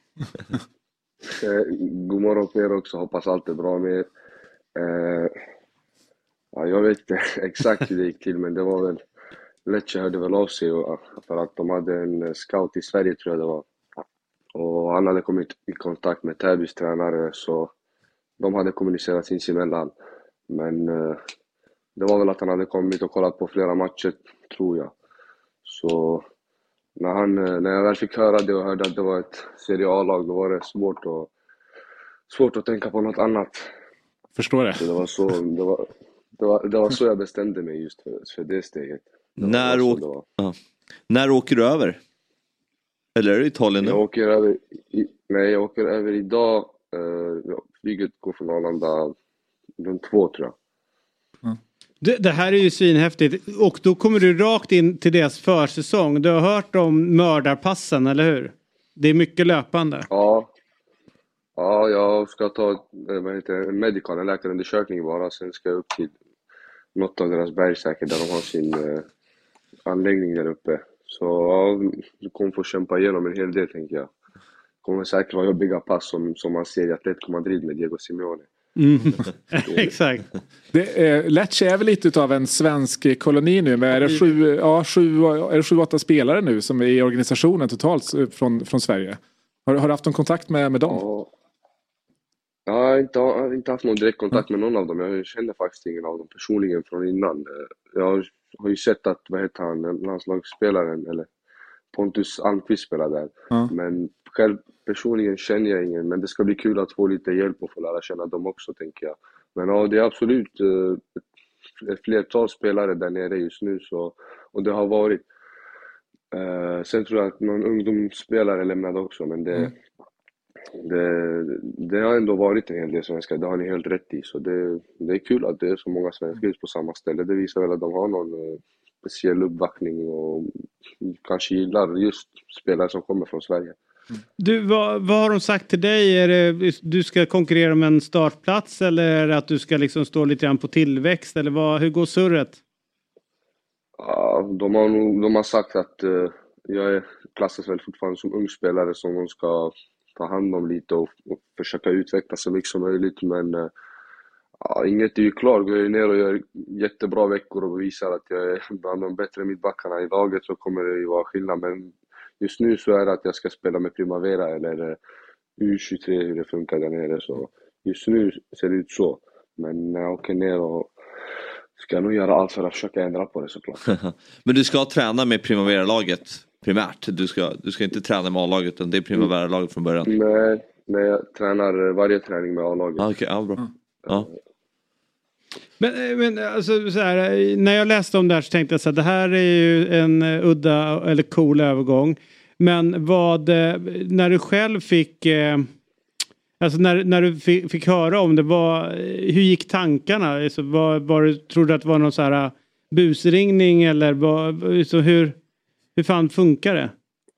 God morgon på er också, hoppas allt är bra med er. Eh, ja, jag vet inte exakt hur det gick till, men det var väl Lecce hörde väl av sig och, för att de hade en scout i Sverige, tror jag det var. Och han hade kommit i kontakt med Täbys tränare, så de hade kommunicerat sinsemellan. Men eh, det var väl att han hade kommit och kollat på flera matcher, tror jag. Så när, han, när jag väl fick höra det och hörde att det var ett Serie A-lag, då var det svårt att, svårt att tänka på något annat. Förstår det. Så det var så, det var, det var, det var så jag bestämde mig just för, för det steget. Det när, åk, det ja. när åker du över? Eller är det Italien nu? Jag åker över, i, nej, jag åker över idag. Uh, flyget går från Arlanda runt två, tror jag. Mm. Det, det här är ju svinhäftigt. Och då kommer du rakt in till deras försäsong. Du har hört om mördarpassen, eller hur? Det är mycket löpande. Ja. Ja, jag ska ta vad heter det, en medical, en läkarundersökning bara. Sen ska jag upp till något av deras bergsäker där de har sin uh, anläggning där uppe. Så ja, du kommer få kämpa igenom en hel del, tänker jag. Det kommer säkert vara jobbiga pass som, som man ser i Atletico Madrid med Diego Simeone. Mm. Exakt. Det, eh, Lecce är väl lite av en svensk koloni nu. Men är det sju, ja, sju, är det sju, åtta spelare nu som är i organisationen totalt från, från Sverige? Har, har du haft någon kontakt med, med dem? Ja. Jag har inte, jag har inte haft någon direkt kontakt med någon av dem. Jag känner faktiskt ingen av dem personligen från innan. Jag har ju sett att, vad heter han, landslagsspelaren, eller Pontus Almqvist spelar där. Mm. Men själv personligen känner jag ingen. Men det ska bli kul att få lite hjälp och få lära känna dem också, tänker jag. Men ja, det är absolut uh, ett flertal spelare där nere just nu. Så, och det har varit. Uh, sen tror jag att någon ungdomsspelare lämnade också. Men det, mm. det, det har ändå varit en hel del svenskar. Det har ni helt rätt i. Så det, det är kul att det är så många svenskar på samma ställe. Det visar väl att de har någon uh, speciell uppbackning och kanske gillar just spelare som kommer från Sverige. Du, vad, vad har de sagt till dig? Är det, du ska konkurrera om en startplats, eller är det att du ska liksom stå lite grann på tillväxt? Eller vad, hur går surret? Ja, de har, nog, de har sagt att uh, jag är, klassas väl fortfarande som ung spelare som de ska ta hand om lite och, och försöka utveckla så mycket som möjligt. Men uh, ja, inget är ju klart. Går jag ner och gör jättebra veckor och visar att jag är bland de bättre mittbackarna i laget så kommer det ju vara skillnad. Men just nu så är det att jag ska spela med Primavera eller uh, U tjugotre, hur det funkar där nere. Så just nu ser det ut så. Men när jag åker ner och ska jag nog göra allt för att försöka ändra på det såklart. Men du ska träna med Primavera-laget primärt? Du ska, du ska inte träna med A-laget utan det är Primavera-laget från början? Nej, nej, jag tränar varje träning med A-laget. Ah, okej, okay, ja, bra. Mm. Ja. Men, men alltså, så här, när jag läste om det här så tänkte jag så här, det här är ju en udda eller cool övergång. Men vad, när du själv fick... Eh, Alltså när, när du fick, fick höra om det, var, hur gick tankarna? Alltså var, var du, trodde du att det var någon så här busringning eller var, så hur, hur fan funkar det?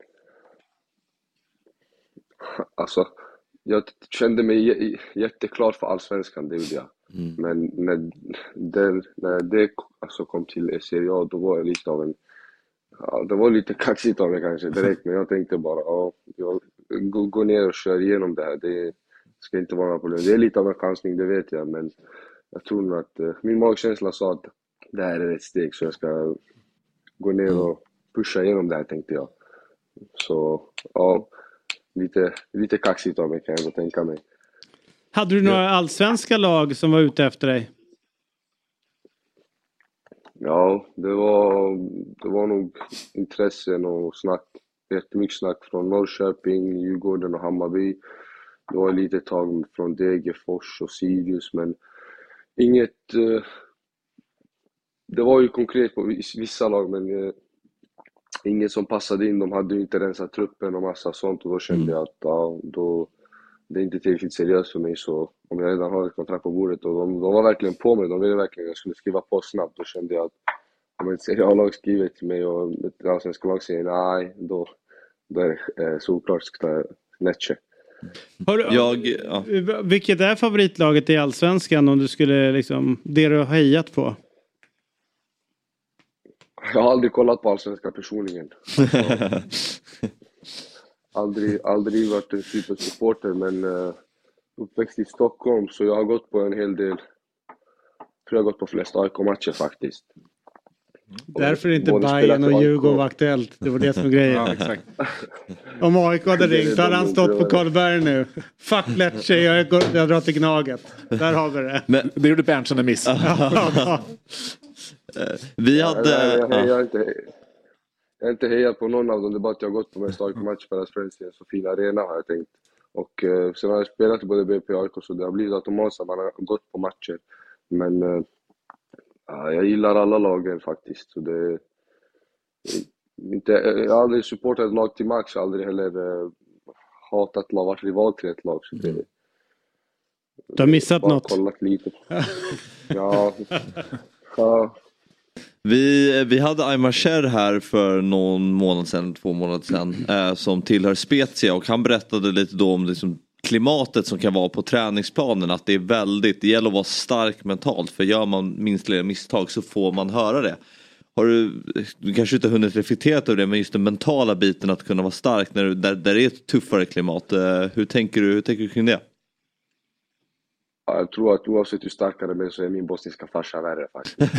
Alltså, jag kände mig j- jätteklar för Allsvenskan, det gjorde jag. Mm. Men när det, när det alltså kom till Serie A, då var jag lite av en... Ja, det var lite kaxigt av mig kanske direkt, men jag tänkte bara, ja, jag går, går ner och kör igenom det här. Det ska inte vara några problem. Det är lite av en chansning, det vet jag, men jag tror nog att uh, min magkänsla sa att det här är ett steg, så jag ska gå ner och pusha igenom det här, tänkte jag. Så, ja, lite, lite kaxigt av mig kan jag ändå tänka mig. Hade du några allsvenska lag som var ute efter dig? Ja, det var, det var nog intressen och snack, jättemycket snack från Norrköping, Djurgården och Hammarby. Det var lite tag från Degerfors och Sirius, men inget... Eh, det var ju konkret på vissa lag, men eh, inget som passade in. De hade ju inte rensat truppen och massa sånt, och då kände mm. jag att ja, då, det är inte tillräckligt seriöst för mig. Så om jag redan har ett kontrakt på bordet, och de, de var verkligen på mig, de ville verkligen att jag skulle skriva på snabbt, då kände jag att om ett Serie A-lag skriver till mig och ett allsvenska lag säger nej, då, då är det eh, såklart Lecce. Har du, jag, ja. Vilket är favoritlaget i Allsvenskan om du skulle liksom, det du har hejat på? Jag har aldrig kollat på Allsvenskan personligen. aldrig, aldrig varit en supersupporter, men uh, uppväxt i Stockholm, så jag har gått på en hel del, tror jag har gått på flest A I K-matcher faktiskt. Därför är inte Bayern och Djurgården var aktuellt. Det var det som var grejen. Ja, exakt. Om A I K hade ringt, då hade han stått på Karlberg nu. Fuck Lecce, jag, jag drar till Gnaget. Där har vi det. Men det gjorde Berntsen en miss. Vi hade... Jag, jag, jag, jag, har inte, jag har inte hejat på någon av dem. Det är bara att jag har gått på mest A I K-matcher för att Friends i en så fin arena, har jag tänkt. Och uh, sen har jag spelat både B P och A I K, så det har blivit automatiskt att man har gått på matcher. Men... Uh, Ja, jag gillar alla lagen faktiskt. Så det, inte, jag har aldrig supportat ett lag till max, jag har aldrig heller uh, hatat att ha varit rival till ett lag. Så det, du har missat bara något. Kollat lite. ja, ja. Vi, vi hade Aymar Cher här för någon månad sedan, två månader sedan, eh, som tillhör Spezia, och han berättade lite då om liksom klimatet som kan vara på träningsplanen, att det är väldigt, det gäller att vara stark mentalt, för gör man minst lilla misstag så får man höra det. Har du, du kanske inte hunnit reflektera över det, men just den mentala biten, att kunna vara stark när du, där, där det är ett tuffare klimat, hur tänker du, hur tänker du kring det? Ja, jag tror att oavsett hur starkare med så är min bosniska farsa värre faktiskt.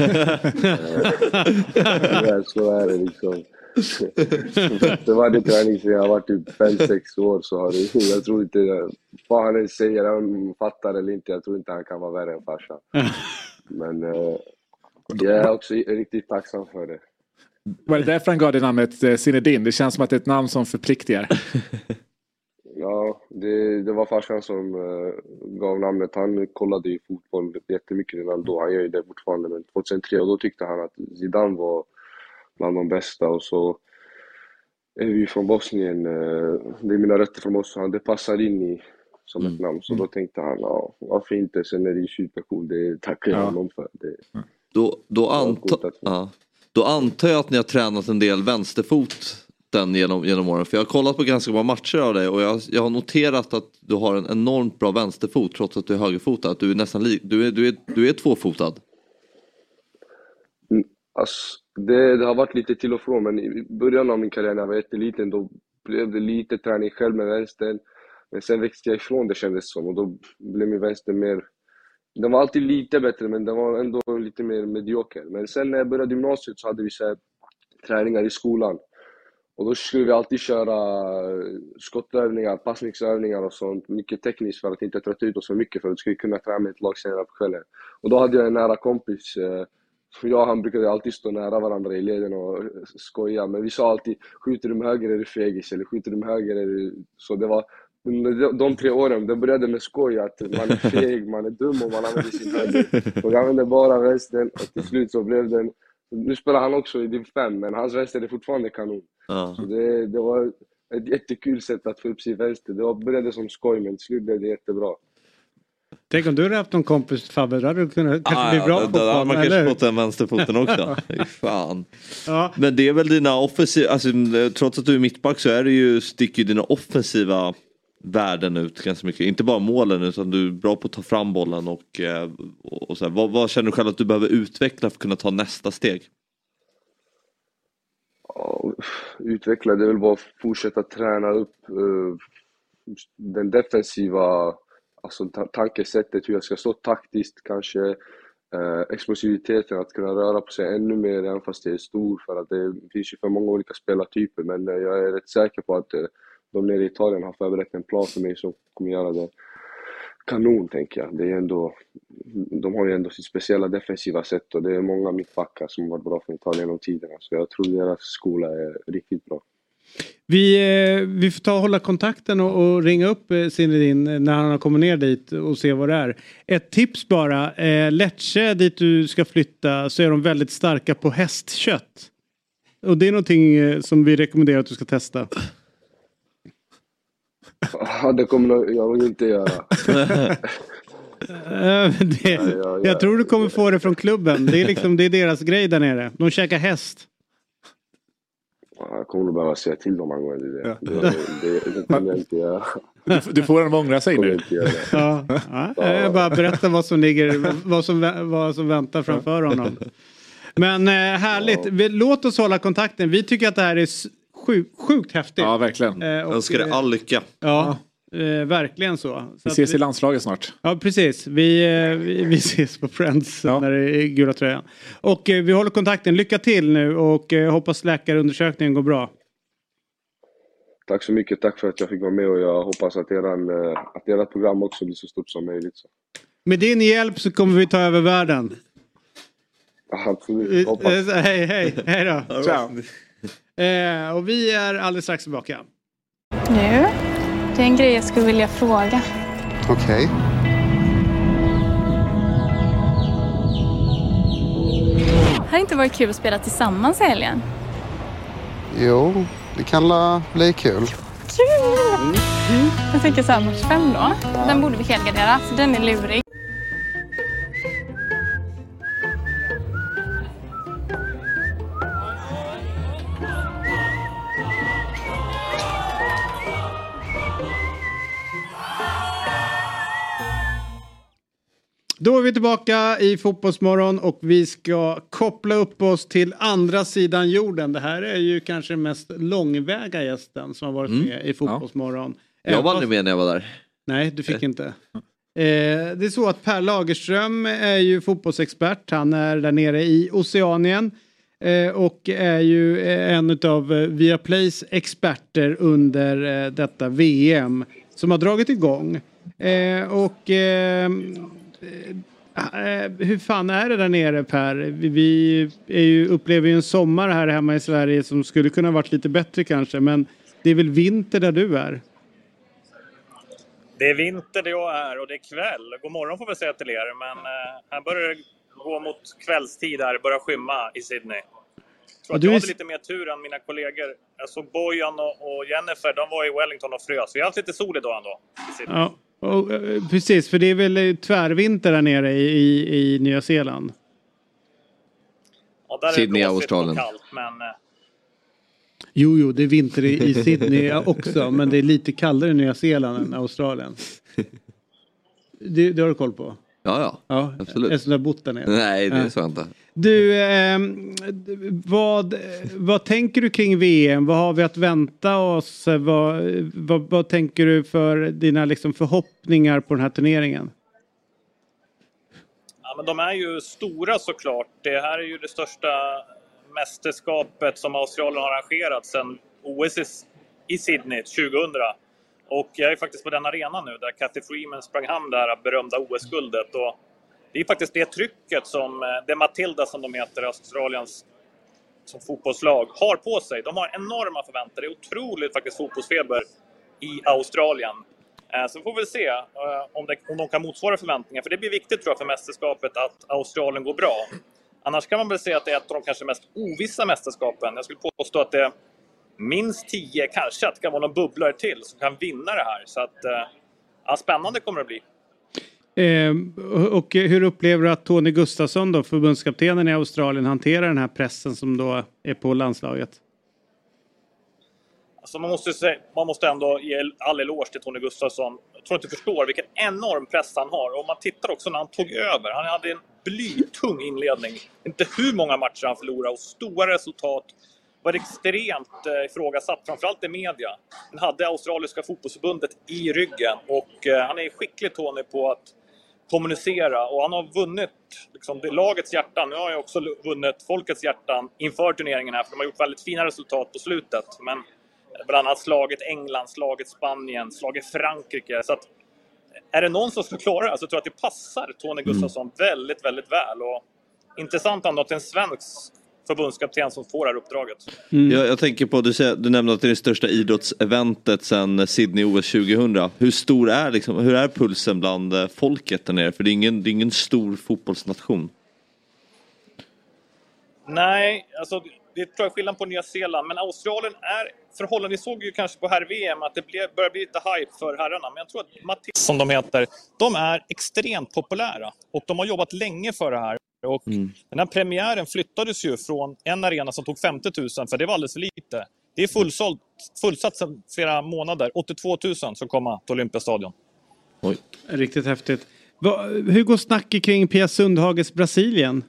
ja, så är det liksom. Det var det träning sen jag har varit typ fem sex år, så har det, jag tror inte vad han än säger, han fattar eller inte, jag tror inte han kan vara värre än farsa. Men uh, jag är också riktigt tacksam för det. Var det därför han gav det namnet eh, Zinedine? Det känns som att det är ett namn som förpliktigar. Ja, det, det var farsan som uh, gav namnet. Han kollade ju fotboll jättemycket redan då, han gör ju det fortfarande, men tjugohundratre, och då tyckte han att Zidane var bland de bästa, och så är vi från Bosnien, det är mina rötter från Bosnien, det passar in i som ett namn, så då tänkte han, ja, varför inte, sen är det ju supercool, det tackar jag honom för. Det, då, då, anta, ja, då antar jag att ni har tränat en del vänsterfoten genom, genom åren, för jag har kollat på ganska många matcher av dig, och jag, jag har noterat att du har en enormt bra vänsterfot trots att du är högerfotad, att du är nästan li, du är, du är, du är tvåfotad. Alltså, Det, det har varit lite till och från, men i början av min karriär när jag var jätteliten då blev det lite träning själv med vänstern. Men sen växte jag ifrån det kändes som och då blev min vänster mer... Den var alltid lite bättre men den var ändå lite mer medioker. Men sen när jag började gymnasiet så hade vi så här träningar i skolan. Och då skulle vi alltid köra skottövningar, passningsövningar och sånt. Mycket tekniskt för att inte trötta ut oss för mycket för att vi skulle kunna träna med ett lag senare på kvällen. Och då hade jag en nära kompis. Jag och han brukade alltid stå nära varandra i leden och skoja. Men vi sa alltid, skjuter du med höger är du fegis eller skjuter du med höger är du... Så det var... De tre åren, det började med skoj att man är feg, man är dum och man använder sin höger. Och jag använde bara vänstern och till slut så blev den... Nu spelar han också i div fem, men hans vänster är fortfarande kanon. Ja. Så det, det var ett jättekul sätt att få upp sin vänster. Det var, började som skoj, men till slut blev det jättebra. Tänk om du hade haft någon kompis, Fabbe, då hade du kunnat kanske ah, bli bra ja, på fotboll. Man eller? kanske fått den vänsterfoten också. Fan. Ja. Men det är väl dina offensiva, alltså, trots att du är mittback så är det ju, sticker dina offensiva värden ut ganska mycket. Inte bara målen utan du är bra på att ta fram bollen och, och, och så här. Vad, vad känner du själv att du behöver utveckla för att kunna ta nästa steg? Ja, utveckla, det är väl bara att fortsätta träna upp uh, den defensiva, alltså tankesättet, hur jag ska stå taktiskt, kanske uh, explosiviteten, att kunna röra på sig ännu mer även fast det är stor, för att det finns ju för många olika spelartyper, men uh, jag är rätt säker på att uh, de nere i Italien har förberett en plan för mig som kommer göra det kanon, tänker jag. Det är ändå, de har ju ändå sitt speciella defensiva sätt och det är många mittbackar som har varit bra för Italien genom tiderna. Så jag tror deras skola är riktigt bra. Vi, vi får ta och hålla kontakten och, och ringa upp Zinedine när han har kommit ner dit och se vad det är. Ett tips bara. Eh, Lecce, dit du ska flytta, så är de väldigt starka på hästkött. Och det är någonting som vi rekommenderar att du ska testa. Ja, det kommer jag nog inte göra. det, ja, ja, ja. Jag tror du kommer få det från klubben. Det är liksom, det är deras grej där nere. De käkar häst. Jag kommer nog behöva säga till dem angående det. Ja. Det, det, det, det kommer jag inte göra. Du, du får en ångra sig nu. Ja, ja. Jag bara berätta vad som ligger, vad som, vad som väntar framför honom. Men eh, härligt. Ja. Låt oss hålla kontakten. Vi tycker att det här är Sjuk, sjukt häftigt. Ja, verkligen. Eh, jag önskar dig all lycka. Ja, eh, verkligen så. så vi ses vi, i landslaget snart. Ja, precis. Vi, eh, vi, vi ses på Friends ja. När det är gula tröjan. Och eh, vi håller kontakten. Lycka till nu och eh, hoppas läkarundersökningen går bra. Tack så mycket. Tack för att jag fick vara med och jag hoppas att, eran, eh, att ert program också blir så stort som möjligt. Så. Med din hjälp så kommer vi ta över världen. Absolut. Hoppas. Eh, hej, hej. Hej då. Ciao. Eh, och vi är alldeles strax tillbaka. Nu, det är en grej jag skulle vilja fråga. Okej. Okay. Har det inte varit kul att spela tillsammans i helgen? Jo, det kan la bli kul. Kul! Mm. Jag tänker så här, match fem då. Ja. Den borde vi helgardera, för den är lurig. Då är vi tillbaka i Fotbollsmorgon och vi ska koppla upp oss till andra sidan jorden. Det här är ju kanske den mest långväga gästen som har varit mm. med i Fotbollsmorgon. Ja. Jag var aldrig med när jag var där. Nej, du fick inte. Eh, det är så att Per Lagerström är ju fotbollsexpert. Han är där nere i Oceanien. Eh, och är ju en av Viaplays experter under eh, detta V M som har dragit igång. Eh, och... Eh, hur fan är det där nere, Per? Vi är ju, upplever ju en sommar här hemma i Sverige som skulle kunna varit lite bättre kanske, men det är väl vinter där du är? Det är vinter där jag är och det är kväll. God morgon får vi säga till er, men eh, här börjar det gå mot kvällstid här, börjar skymma i Sydney. Jag tror att jag hade lite mer tur än mina kollegor. Jag såg Bojan och, och Jennifer, de var i Wellington och frös. Vi har haft lite sol idag ändå i Sydney. Ja. Och, precis, för det är väl tvärvinter där nere i, i, i Nya Zeeland. Ja, där Sydney, är det Australien. Kallt, men... Jo, jo, det är vinter i, i Sydney också, men det är lite kallare i Nya Zeeland än Australien. Det, det har du koll på? Ja, ja. Ja, absolut. Eftersom du har bott där nere. Nej, det Ja. är så inte. Du, eh, vad, vad tänker du kring V M? Vad har vi att vänta oss? Vad, vad, vad tänker du för dina liksom, förhoppningar på den här turneringen? Ja, men de är ju stora såklart. Det här är ju det största mästerskapet som Australien har arrangerat sedan O S i Sydney tjugohundra. Och jag är faktiskt på den arena nu där Cathy Freeman sprang hem det här berömda O S-guldet. Och det är faktiskt det trycket som det Matilda, som de heter, Australiens som fotbollslag, har på sig. De har enorma förväntningar. Det är otroligt faktiskt fotbollsfeber i Australien. Så får vi se om, det, om de kan motsvara förväntningar. För det blir viktigt, tror jag, för mästerskapet att Australien går bra. Annars kan man väl säga att det är ett av de kanske mest ovissa mästerskapen. Jag skulle påstå att det är minst tio, kanske att det kan vara någon bubblare till som kan vinna det här. Så att, ja, spännande kommer det bli. Eh, och hur upplever du att Tony Gustafsson, då, förbundskaptenen i Australien, hanterar den här pressen som då är på landslaget? Alltså man, måste säga, man måste ändå ge all eloge till Tony Gustafsson. Jag tror inte du förstår vilken enorm press han har. Och man tittar också när han tog över. Han hade en blytung inledning. Inte hur många matcher han förlorade och stora resultat. Var extremt eh, ifrågasatt, framförallt i media. Han hade Australiska fotbollsförbundet i ryggen. Och eh, han är skicklig, Tony, på att kommunicera. Och han har vunnit liksom, det lagets hjärtan. Nu har jag också vunnit folkets hjärtan inför turneringen här. För de har gjort väldigt fina resultat på slutet. Men bland annat slagit England, slagit Spanien, slagit Frankrike. Så att, är det någon som ska klara det, så tror jag att det passar Tony Gustafsson mm. väldigt, väldigt väl. Och intressant ändå att det är en svensk förbundskapten som får det här uppdraget. Mm. Jag, jag tänker på, du, säger, du nämnde att det är det största idrottseventet sedan Sydney O S tjugohundra. Hur stor är, liksom, hur är pulsen bland folket där nere? För det är ingen, det är ingen stor fotbollsnation. Nej, alltså det tror jag är skillnad på Nya Zeeland. Men Australien är förhållande, vi såg ju kanske på herr-V M att det blev, börjar bli lite hype för herrarna. Men jag tror att Matilda, som de heter, de är extremt populära. Och de har jobbat länge för det här. Och mm. den här premiären flyttades ju från en arena som tog femtio tusen, för det var alldeles för lite. Det är fullsålt, fullsatt sedan flera månader. åttiotvå tusen som kommer till Olympiastadion. Oj. Riktigt häftigt. Va, hur går snacket kring Pia Sundhages Brasilien?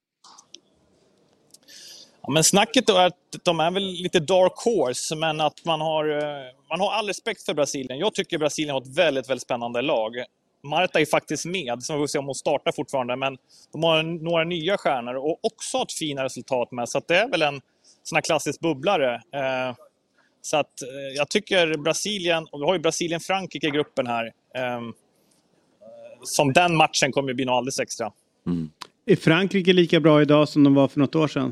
Ja, men snacket är att de är väl lite dark horse, men att man har, man har all respekt för Brasilien. Jag tycker Brasilien har ett väldigt, väldigt spännande lag. Marta är faktiskt med, så vi får se om hon startar fortfarande. Men de har några nya stjärnor och också ett fina resultat med. Så att det är väl en sån här klassisk bubblare. Eh, så att eh, jag tycker Brasilien, och vi har ju Brasilien-Frankrike i gruppen här. Eh, som den matchen kommer att bli något alldeles extra. Mm. Är Frankrike lika bra idag som de var för något år sedan?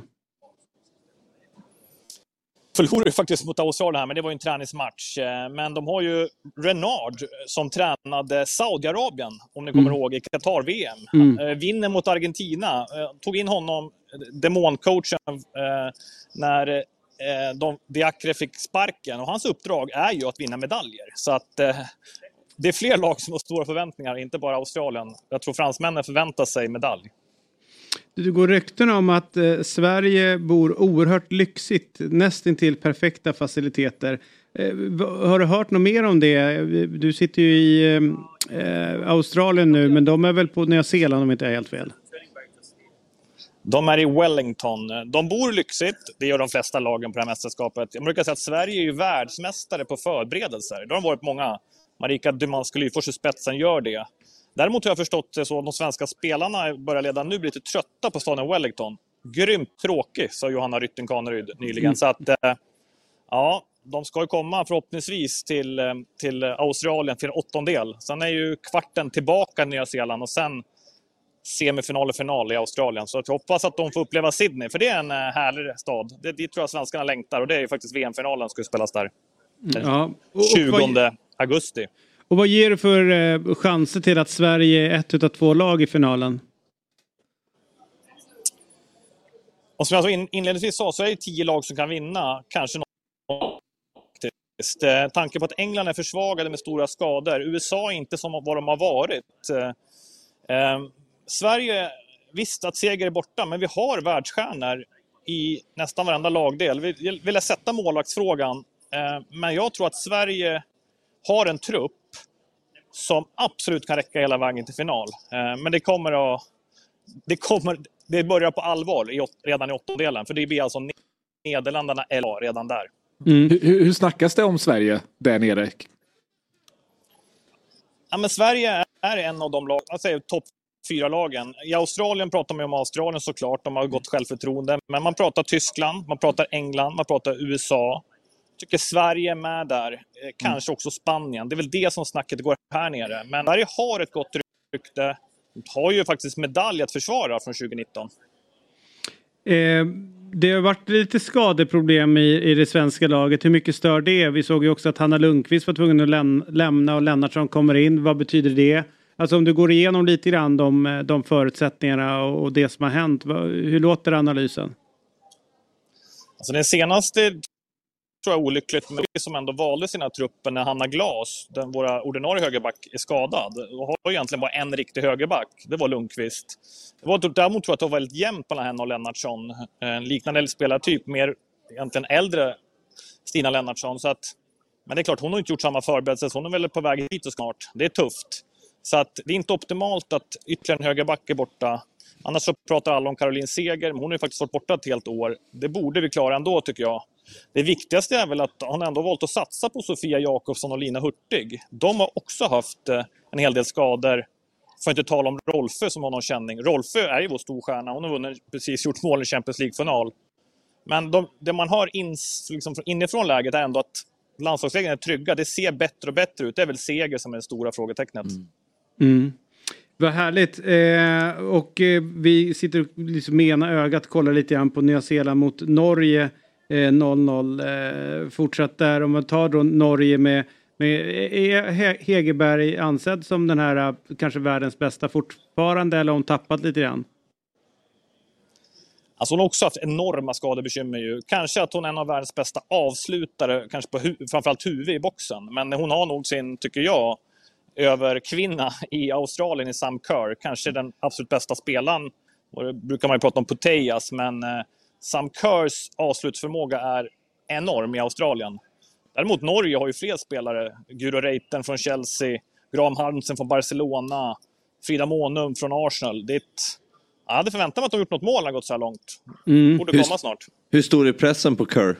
Förlorade faktiskt mot Australien här, men det var ju en träningsmatch. Men de har ju Renard som tränade Saudiarabien, om ni kommer mm. ihåg, i Qatar-V M. Mm. Vinner mot Argentina. Tog in honom, demoncoachen, när de, Diakre fick sparken. Och hans uppdrag är ju att vinna medaljer. Så att det är fler lag som har stora förväntningar, inte bara Australien. Jag tror fransmännen förväntar sig medalj. Det går rykten om att eh, Sverige bor oerhört lyxigt, nästintill perfekta faciliteter. Eh, har du hört något mer om det? Du sitter ju i eh, Australien nu, men de är väl på Nya Zeeland om inte är helt fel. De är i Wellington. De bor lyxigt, det gör de flesta lagen på det här mästerskapet. Jag brukar säga att Sverige är ju världsmästare på förberedelser. Det har varit många. Marika Dumansk-Glyfors i spetsen gör det. Däremot har jag förstått så att de svenska spelarna börjar redan nu bli lite trötta på staden Wellington. Grymt tråkig, sa Johanna Rytting-Kaneryd nyligen. Mm. Så att, ja, de ska ju komma förhoppningsvis till, till Australien till åttondel. Sen är ju kvarten tillbaka i Nya Zeeland och sen semifinal och final i Australien. Så jag hoppas att de får uppleva Sydney, för det är en härlig stad. Det, det tror jag svenskarna längtar, och det är ju faktiskt V M-finalen som ska spelas där. Ja. Och, tjugonde augusti. Och vad ger du för eh, chanser till att Sverige är ett utav två lag i finalen? Och som jag in, inledningsvis sa, så är det tio lag som kan vinna. Kanske något. Eh, tanken på att England är försvagade med stora skador. U S A är inte som vad de har varit. Eh, eh, Sverige, visst att seger är borta, men vi har världsstjärnor i nästan varenda lagdel. Vi vill sätta målvaktsfrågan. Eh, men jag tror att Sverige har en trupp som absolut kan räcka hela vägen till final. Eh, men det kommer att det kommer det börjar på allvar i, redan i åttondelen, för det blir alltså Nederländerna eller redan där. Mm. Hur, hur snackas det om Sverige där nere? Ja, men Sverige är en av de lag, jag säger topp fyra lagen. I Australien pratar man om Australien såklart, de har gått självförtroende. Men man pratar Tyskland, man pratar England, man pratar U S A. Jag tycker Sverige är med där, eh, kanske också Spanien. Det är väl det som snacket går här nere. Men Sverige har ett gott rykte, har ju faktiskt medalj att försvara från tjugonitton. Eh, det har varit lite skadeproblem i, i det svenska laget. Hur mycket stör det? Vi såg ju också att Hanna Lundqvist var tvungen att läm- lämna och Lennartsson kommer in. Vad betyder det? Alltså om du går igenom lite grann de, de förutsättningarna och, och det som har hänt. Vad, hur låter analysen? Alltså den senaste tror jag är olyckligt, men det som ändå valde sina trupper när Hanna Glas, den våra ordinarie högerback, är skadad. Och har egentligen bara en riktig högerback. Det var Lundqvist. Det var, däremot tror jag att det var väldigt jämnt mellan henne och Lennartsson. En liknande spelartyp, mer egentligen äldre Stina Lennartsson. Så att, men det är klart, hon har inte gjort samma förberedelse, så hon är väl på väg hit och snart. Det är tufft. Så att det är inte optimalt att ytterligare en högerback är borta. Annars så pratar alla om Caroline Seger, men hon har ju faktiskt varit borta ett helt år. Det borde vi klara ändå, tycker jag. Det viktigaste är väl att hon ändå valt att satsa på Sofia Jakobsson och Lina Hurtig. De har också haft en hel del skador. För att inte tala om Rolfö som har någon känning. Rolfö är ju vår storstjärna. Hon har vunnit, precis gjort mål i Champions League-final. Men de, det man hör in, liksom inifrån läget är ändå att landslagslägen är trygga. Det ser bättre och bättre ut. Det är väl Seger som är det stora frågetecknet. Mm. Mm. Vad härligt. Eh, och eh, vi sitter liksom med ena ögat och kollar lite grann på Nya Zeeland mot Norge. Eh, noll noll. Eh, fortsatt där. Om man tar då Norge med, med är Hegerberg ansedd som den här kanske världens bästa fortfarande, eller har hon tappat lite grann? Alltså hon har också haft enorma skadebekymmer ju. Kanske att hon är en av världens bästa avslutare, kanske på hu- framförallt huvud i boxen. Men hon har nog sin, tycker jag, över kvinna i Australien i Sam Kerr. Kanske den absolut bästa spelaren. Och det brukar man ju prata om Putellas, men eh, Sam Kerrs avslutsförmåga är enorm i Australien. Däremot Norge har ju fler spelare. Guro Reiten från Chelsea, Graham Harmsen från Barcelona, Frida Månum från Arsenal. Det är ett... Jag hade förväntat mig att de gjort något mål när det gått så här långt. Mm. Borde hur, komma snart. Hur stor är pressen på Kerr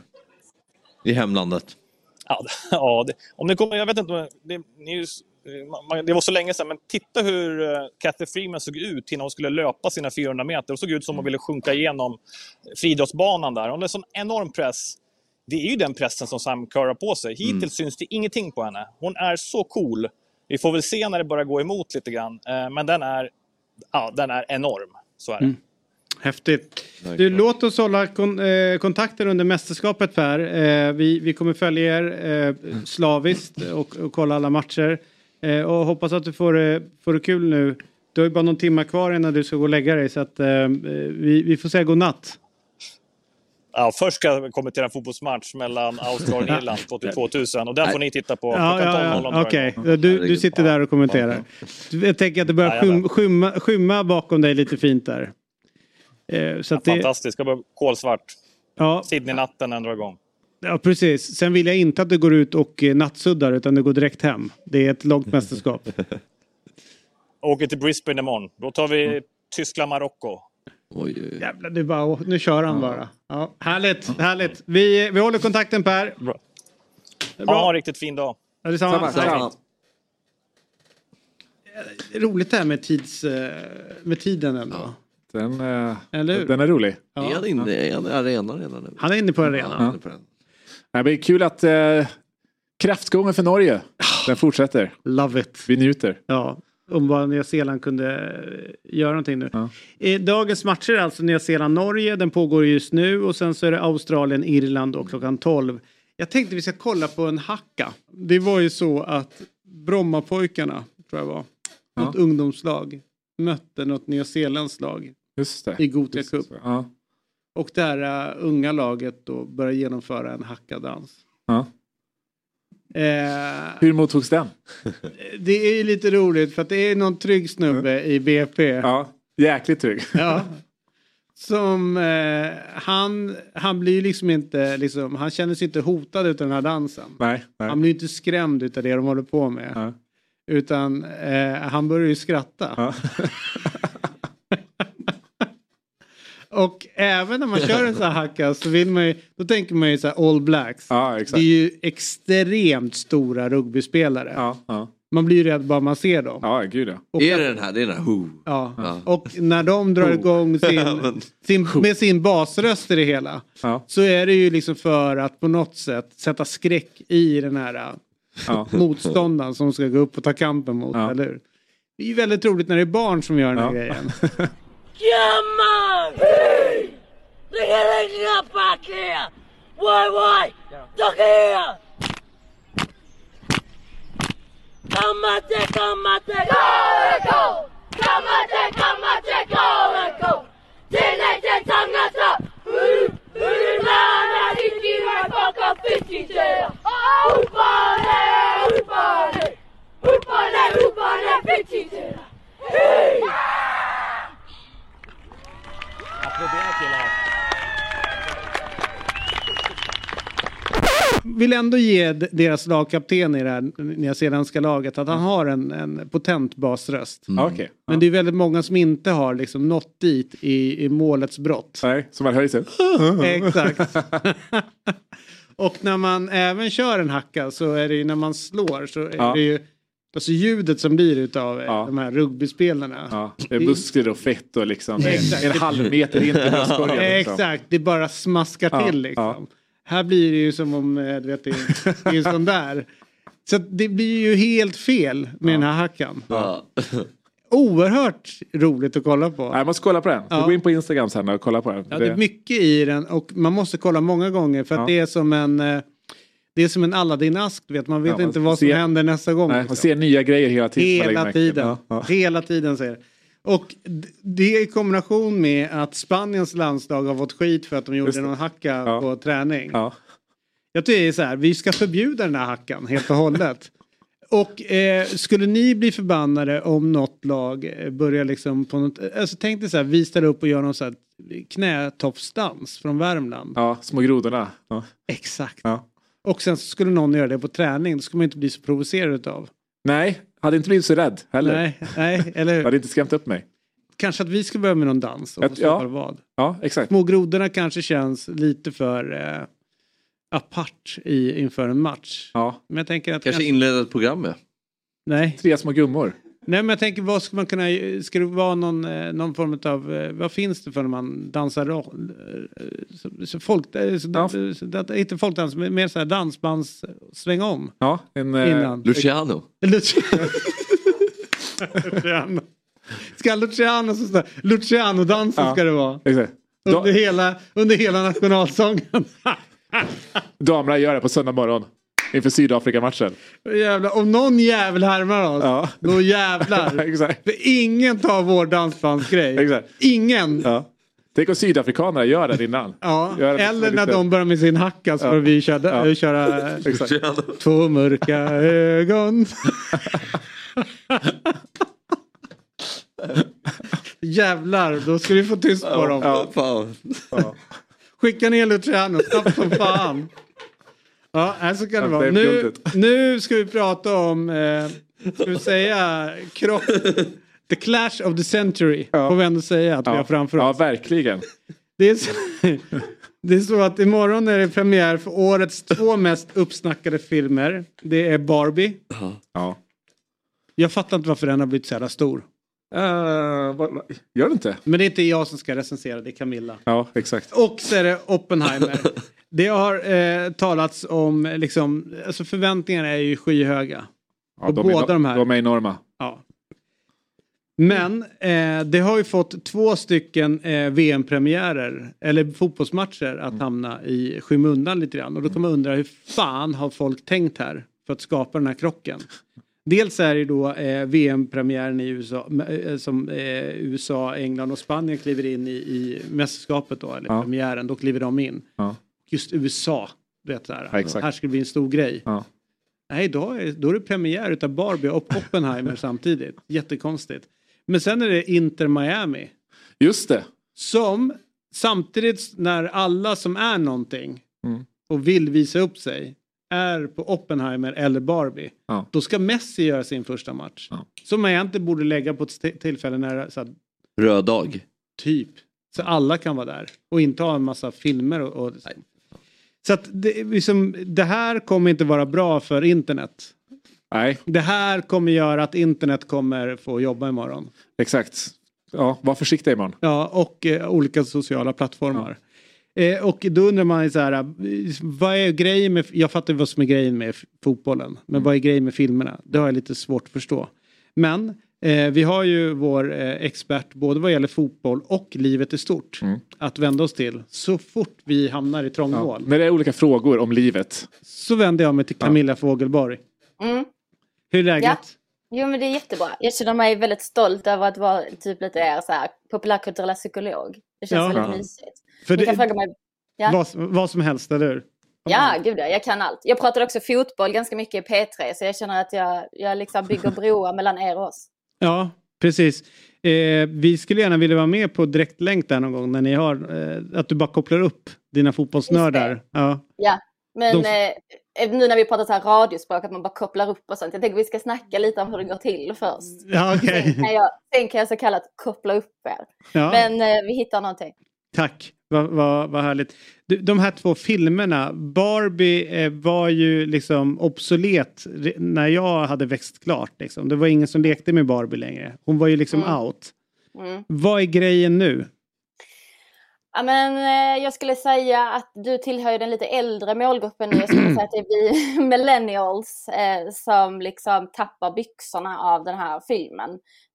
i hemlandet? Ja, ja det, om det kommer, jag vet inte, det, det, det var så länge sedan, men titta hur uh, Cathy Freeman såg ut innan hon skulle löpa sina fyrahundra meter. Det såg ut som hon ville sjunka igenom friidrottsbanan där. Hon har en sån enorm press. Det är ju den pressen som Sam Kerr har på sig. Hittills mm. syns det ingenting på henne. Hon är så cool. Vi får väl se när det börjar gå emot lite grann. Uh, men den är, ja, den är enorm. Så är det. Mm. Häftigt. Du, låt oss hålla kon- eh, kontakter under mästerskapet, Per. Eh, vi, vi kommer följa er eh, slaviskt och, och kolla alla matcher. Eh, och hoppas att du får, eh, får det kul nu. Du har ju bara någon timme kvar innan du ska gå och lägga dig. Så att eh, vi, vi får säga god natt. Ja, först ska jag kommentera en fotbollsmatch mellan Australien och Irland tvåtusen. Och den får ni titta på. Ja, ja, ja. Okej, okay. du, du sitter där och kommenterar. Jag tänker att det börjar skym, skymma, skymma bakom dig lite fint där. Eh, så ja, att det... Fantastiskt, det blir kolsvart. Ja. Sydney-natten ändå igång. Ja, precis. Sen vill jag inte att du går ut och eh, nattsuddar, utan du går direkt hem. Det är ett långt mästerskap. Åker till Brisbane imorgon. Då tar vi mm. Tyskland-Marocko. Oj, oj. Jävlar, du bara, nu kör han bara. Ja, härligt, härligt. Vi, vi håller kontakten, Per. Bra. Bra. Ja, en riktigt fin dag. Ja, det är samma. Samma, samma. Roligt det här med, tids, med tiden ändå. Ja. Den, äh, den är rolig. Ja. Är han inne i arenan redan nu? Han är inne på arenan. Ja. Ja. Det är kul att äh, kraftgången för Norge, den fortsätter. Love it. Vi njuter. Ja. Om vad Nya Zeeland kunde göra någonting nu. Ja. I dagens matcher är alltså Nya Zeeland-Norge. Den pågår just nu. Och sen så är det Australien-Irland och klockan tolv. Jag tänkte vi ska kolla på en hacka. Det var ju så att Brommapojkarna, tror jag var, ja. något ungdomslag, mötte något Nya Zeelands lag. Just det. I Gothia Cup. Ja. Och det här uh, unga laget då började genomföra en hackadans. Ja. Eh, Hur mottogs den? Det är ju lite roligt för att det är någon trygg snubbe mm. i B P. Ja, jäkligt trygg. Ja. Som eh, han, han blir ju liksom inte, liksom, han känner sig inte hotad utav den här dansen. Nej, nej. Han blir inte skrämd utav det de håller på med. Ja. Utan eh, han börjar ju skratta. Ja. Och även när man kör en sån här hacka så vill man ju, då tänker man ju så här All Blacks. Ja, exakt. Det är ju extremt stora rugbyspelare. Ja, ja. Man blir ju rädd bara man ser dem. Ja, gud ja. Och är det den här? Det är den här Who? Ja. Ja. Och när de drar igång sin, sin, med sin basröst i det hela. Ja. Så är det ju liksom för att på något sätt sätta skräck i den här ja. motståndaren som ska gå upp och ta kampen mot. Ja. Eller hur? Det är ju väldigt roligt när det är barn som gör den här Ja. grejen. Jamman! Hej! Det är en knappback här! Why, why? Look here! Kamate, kamate, go! Kamate, kamate, go! Tillräckligt tangata! Urmana, ditt djur, baka fyttisera! Uppane, uppane! Uppane, uppane, fyttisera! Hej! Applådera killar. Vill ändå ge d- deras lagkapten i det här nyzeeländska laget att han har en, en potent basröst. Mm. Okay. Men det är väldigt många som inte har liksom nått dit i, i målets brott. Nej, som man höjer sig. Exakt. Och när man även kör en hacka så är det ju när man slår så är Ja. det ju alltså ljudet som blir utav eh, Ja. de här rugbyspelarna. Ja, det är muskler och fett och liksom Exakt. en, en halv meter in i bröstkorgen. Liksom. Exakt, det bara smaskar Ja, till liksom. ja. Här blir det ju som om eh, du vet, det är, det är en sån där. Så att det blir ju helt fel med den här hackan. Ja. Oerhört roligt att kolla på. Nej, man måste kolla på den. Ja. Gå in på Instagram sen och kolla på den. Ja, det är mycket i den och man måste kolla många gånger för att Ja. det är som en eh, det är som en Aladdin-ask, du vet. Man vet Ja, man inte vad som ser- händer nästa gång. Nej, liksom. man ser nya grejer hela tiden. Man lägger Hela märke till. tiden. Ja, ja. Hela tiden säger. Och d- det är i kombination med att Spaniens landslag har fått skit för att de gjorde Just det. någon hacka Ja. på träning. Ja. Jag tycker det är så här, vi ska förbjuda den här hackan helt och hållet. Och eh, skulle ni bli förbannade om något lag eh, börjar liksom på något, alltså tänk dig så här, vi ställer upp och gör någon så här knätoppsdans från Värmland. Ja, små grodorna. Ja. Exakt. Ja. Och sen så skulle någon göra det på träning, då skulle man inte bli så provocerad utav. Nej, hade inte blivit så rädd heller. Nej, nej, eller hur? Hade inte skrämt upp mig. Kanske att vi ska börja med någon dans och Ett- ja. ja. vad. Ja, exakt. Små grodorna kanske känns lite för eh, apart i, inför en match. Ja. Men jag tänker att Kanske inleda ett program med. Nej. Tre små gummor. Nej, men jag tänker vad ska man kunna, ska det vara någon, eh, någon form av, eh, vad finns det för när man dansar roll? Eh, så, så folk, eh, så, Ja. så, så, inte folkdans, men mer så här dansbands sväng om. Ja, en... eh, Innan. Luciano. Luciano. Luciano. Ska Luciano så där, Luciano-dansen Ja. ska det vara. Exakt. Under hela, under hela nationalsången. Damerna gör det på söndag morgon. Inför Sydafrika-matchen. Jävlar, om någon jävel härmar oss, Ja. då jävlar. Exakt. För ingen tar vår dansbandsgrej. Exakt. Ingen. Ja. Tänk om sydafrikanerna gör det innan. Ja, Gör det eller lite- när de börjar med sin hacka så Ja. får vi köra, Ja. köra Exakt. två mörka ögon. Jävlar, då ska vi få tyst på dem. Ja, fan. Ja. Skicka ner Luciano, snabbt som fan. Ja, här så kan det Ja, vara. det är Nu, guldet. nu ska vi prata om, eh, ska vi säga, krock. The Clash of the Century. Ja. Får vi ändå säga att vi har Ja. framför Ja, oss. verkligen. Det är, så, det är så att imorgon är det premiär för årets två mest uppsnackade filmer. Det är Barbie. Ja. Jag fattar inte varför den har blivit så här stor. Uh, vad, gör det inte? Men det är inte jag som ska recensera, det är Camilla. Ja, exakt. Och så är det Oppenheimer. Det har eh, talats om, liksom, alltså förväntningarna är ju skyhöga. Ja, och de, är, båda de här. de är enorma. Ja. Men eh, det har ju fått två stycken eh, V M-premiärer eller fotbollsmatcher att hamna i skymundan lite grann. Och då kan man undra hur fan har folk tänkt här för att skapa den här krocken. Dels är det då eh, V M-premiären i U S A eh, som eh, U S A, England och Spanien kliver in i, i mästerskapet då, eller Ja. premiären, då kliver de in. Ja. Just U S A, vet så här. Ja, exakt. Här ska det bli en stor grej. Ja. Nej, då är, då är det premiär utav Barbie och Oppenheimer samtidigt. Jättekonstigt. Men sen är det Inter Miami. Just det. Som samtidigt när alla som är någonting Mm. och vill visa upp sig är på Oppenheimer eller Barbie. Ja. Då ska Messi göra sin första match. Ja. Som man egentligen borde lägga på ett st- tillfälle när så här, röd dag. Typ. Så alla kan vara där. Och inte ha en massa filmer. Och, och så att det, liksom, det här kommer inte vara bra för internet. Nej. Det här kommer göra att internet kommer få jobba imorgon. Exakt. Ja, var försiktig imorgon. Ja, och eh, olika sociala plattformar. Ja. Eh, och då undrar man så här, vad är grejen med, jag fattar vad som är grejen med f- fotbollen. Men mm. vad är grejen med filmerna? Det har jag lite svårt att förstå. Men eh, vi har ju vår eh, expert både vad gäller fotboll och livet i stort. Mm. Att vända oss till. Så fort vi hamnar i trångmål. Ja, när det är olika frågor om livet. Så vänder jag mig till Camilla ja. Fogelborg. Mm. Hur är läget? Ja. Jo, men det är jättebra. Jag känner mig väldigt stolt över att vara typ lite så här populärkulturella psykolog. Det känns ja. väldigt ja. mysigt. För Ni det, kan fråga mig ja. vad, vad som helst, eller hur? Ja, gud ja, jag kan allt. Jag pratar också fotboll ganska mycket i P tre, så jag känner att jag, jag liksom bygger broar mellan er och oss. Ja, precis. Eh, vi skulle gärna vilja vara med på direktlänk där någon gång när ni har, eh, att du bara kopplar upp dina fotbollsnördar. Ja. Ja, men De... eh, nu när vi pratar så här radiospråk, att man bara kopplar upp och sånt. Jag tänker att vi ska snacka lite om hur det går till först. Ja, okej. Sen kan jag, sen kan jag så kallat koppla upp er. Ja. Men eh, vi hittar någonting. Tack, vad va, va härligt. Du, de här två filmerna, Barbie eh, var ju liksom obsolet re- när jag hade växt klart. Liksom. Det var ingen som lekte med Barbie längre. Hon var ju liksom Mm. out. Mm. Vad är grejen nu? Ja, men eh, jag skulle säga att du tillhör den lite äldre målgruppen nu. Jag skulle säga att det är vi millennials eh, som liksom tappar byxorna av den här filmen.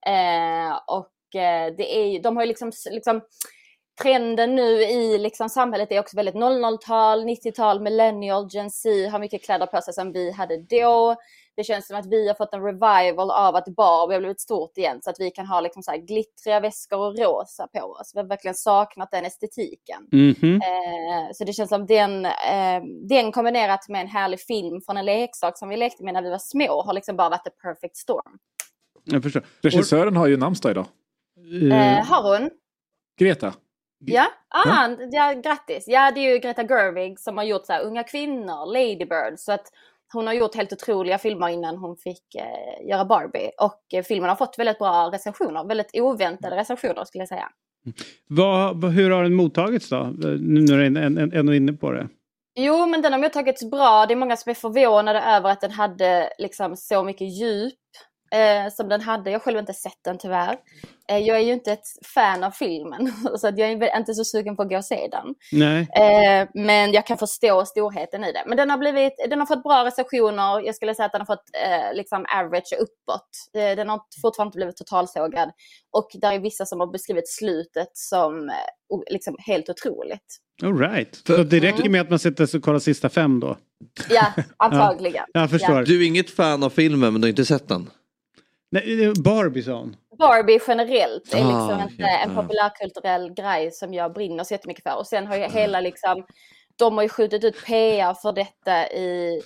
Eh, och eh, det är, de har ju liksom, liksom trenden nu i liksom samhället är också väldigt noll noll-tal, nittio-tal, millennial, Gen Z har mycket kläder på sig som vi hade då. Det känns som att vi har fått en revival av att Barbie har blivit stort igen. Så att vi kan ha liksom så här glittriga väskor och rosa på oss. Vi har verkligen saknat den estetiken. Mm-hmm. Eh, så det känns som den, eh, den kombinerat med en härlig film från en leksak som vi lekte med när vi var små har liksom bara varit the perfect storm. Jag förstår. Regissören har ju namnsdag idag. Eh, har hon? Greta. Ja, ah, ja. ja, grattis. Ja, det är ju Greta Gerwig som har gjort så här Unga kvinnor, Lady Bird. Så att hon har gjort helt otroliga filmer innan hon fick eh, göra Barbie. Och eh, filmen har fått väldigt bra recensioner. Väldigt oväntade recensioner skulle jag säga. Vad, hur har den mottagits då? Nu när du är ändå inne på det. Jo, men den har mottagits bra. Det är många som är förvånade över att den hade liksom så mycket djup eh, som den hade. Jag har själv inte sett den tyvärr. Eh, jag är ju inte ett fan av filmen. Så att jag är inte så sugen på att gå och se den. Nej. Eh, men jag kan förstå storheten i det. Men den har, blivit, den har fått bra recensioner. Jag skulle säga att den har fått eh, liksom average uppåt. Eh, den har fortfarande inte blivit totalsågad. Och där är vissa som har beskrivit slutet som eh, liksom helt otroligt. All right. Så det räcker med att man sätter sig och kollar sista fem då? Ja, antagligen. Ja, jag förstår. Ja. Du är inget fan av filmen men du har inte sett den? Nej, Barbie sa hon. Barbie generellt är liksom ah, inte ja. en populärkulturell grej som jag brinner så jättemycket för. Och sen har ju hela liksom, de har ju skjutit ut P R för detta i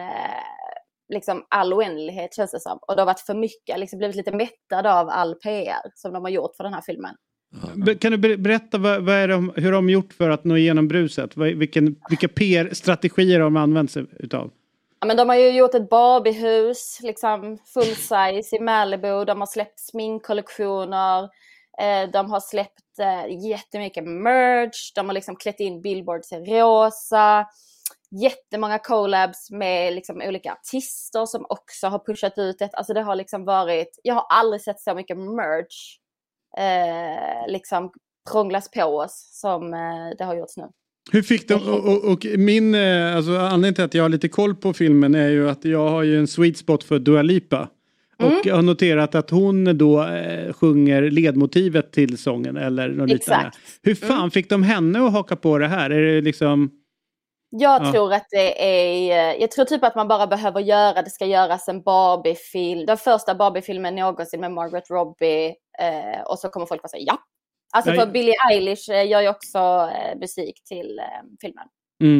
eh, liksom all oändlighet känns det som. Och det har varit för mycket, liksom blivit lite mättad av all P R som de har gjort för den här filmen. Kan du berätta vad, vad är det, hur de gjort för att nå igenom bruset? Vilken, vilka P R-strategier har de använt sig utav? Ja, men de har ju gjort ett Barbiehus, liksom full size i Malibu. De har släppt sminkkollektioner. Eh, de har släppt eh, jättemycket merch. De har liksom klätt in billboards i rosa. Jättemånga collabs med liksom olika artister som också har pushat ut det. Alltså det har liksom varit... Jag har aldrig sett så mycket merch eh, liksom prånglas på oss som eh, det har gjorts nu. Hur fick de, och, och, och min, alltså anledningen till att jag har lite koll på filmen är ju att jag har ju en sweet spot för Dua Lipa. Mm. Och jag har noterat att hon då eh, sjunger ledmotivet till sången eller något liknande. Hur fan mm. fick de henne att haka på det här? Är det liksom... Jag ja. tror att det är, jag tror typ att man bara behöver göra, det ska göras en Barbie-film. Den första Barbie-filmen någonsin med Margaret Robbie. Eh, och så kommer folk att säga ja. Alltså för Billie Eilish gör ju också eh, musik till eh, filmen. Mm.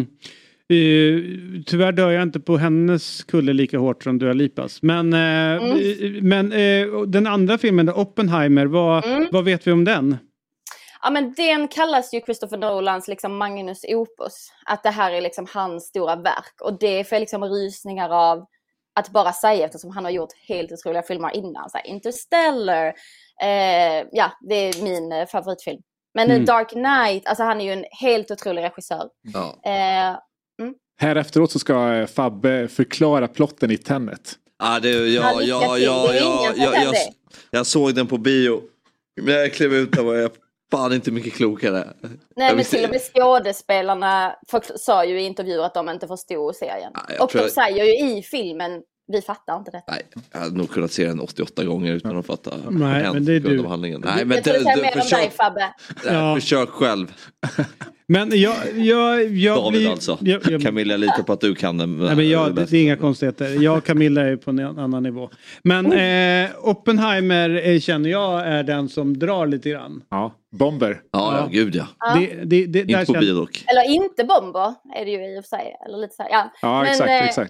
Uh, tyvärr dör jag inte på hennes kulle lika hårt som Dua Lipas. Men, uh, mm. men uh, den andra filmen, Oppenheimer, vad, mm. vad vet vi om den? Ja, men den kallas ju Christopher Nolans liksom Magnus Opus. Att det här är liksom hans stora verk. Och det får liksom rysningar av att bara säga, eftersom han har gjort helt otroliga filmer innan. Så här, Interstellar. Eh, ja, det är min eh, favoritfilm. Men mm. Dark Knight, alltså han är ju en helt otrolig regissör. Ja. Eh, mm. Här efteråt så ska Fabbe förklara plotten i Tenet. Ja, det, ja, ja, ja, ja, ja, ja, jag, jag såg den på bio. Men jag klev ut och var jag fan inte mycket klokare. Nej, men till och med skådespelarna sa ju i intervjuer att de inte förstod serien. Ja, och de jag... säger ju i filmen, vi fattar inte detta. Nej, jag hade nog kunnat se den åttioåtta gånger utan att fatta. Nej, men det är du. Nej, men jag tror du säger mer om dig, Fabbe. Ja. Försök själv. Men jag, jag, jag David blir, alltså. Jag, jag, Camilla litar på att du kan den. Nej, men jag, det är inga konstigheter. Jag och Camilla är på en annan nivå. Men eh, Oppenheimer känner jag är den som drar lite grann. Ja, bomber. Ja, ja gud ja. ja. Det, det, det, inte på känner... bio dock. Eller inte bomber är det ju i och för sig. Eller lite så här, ja. Ja, men, exakt, eh, exakt.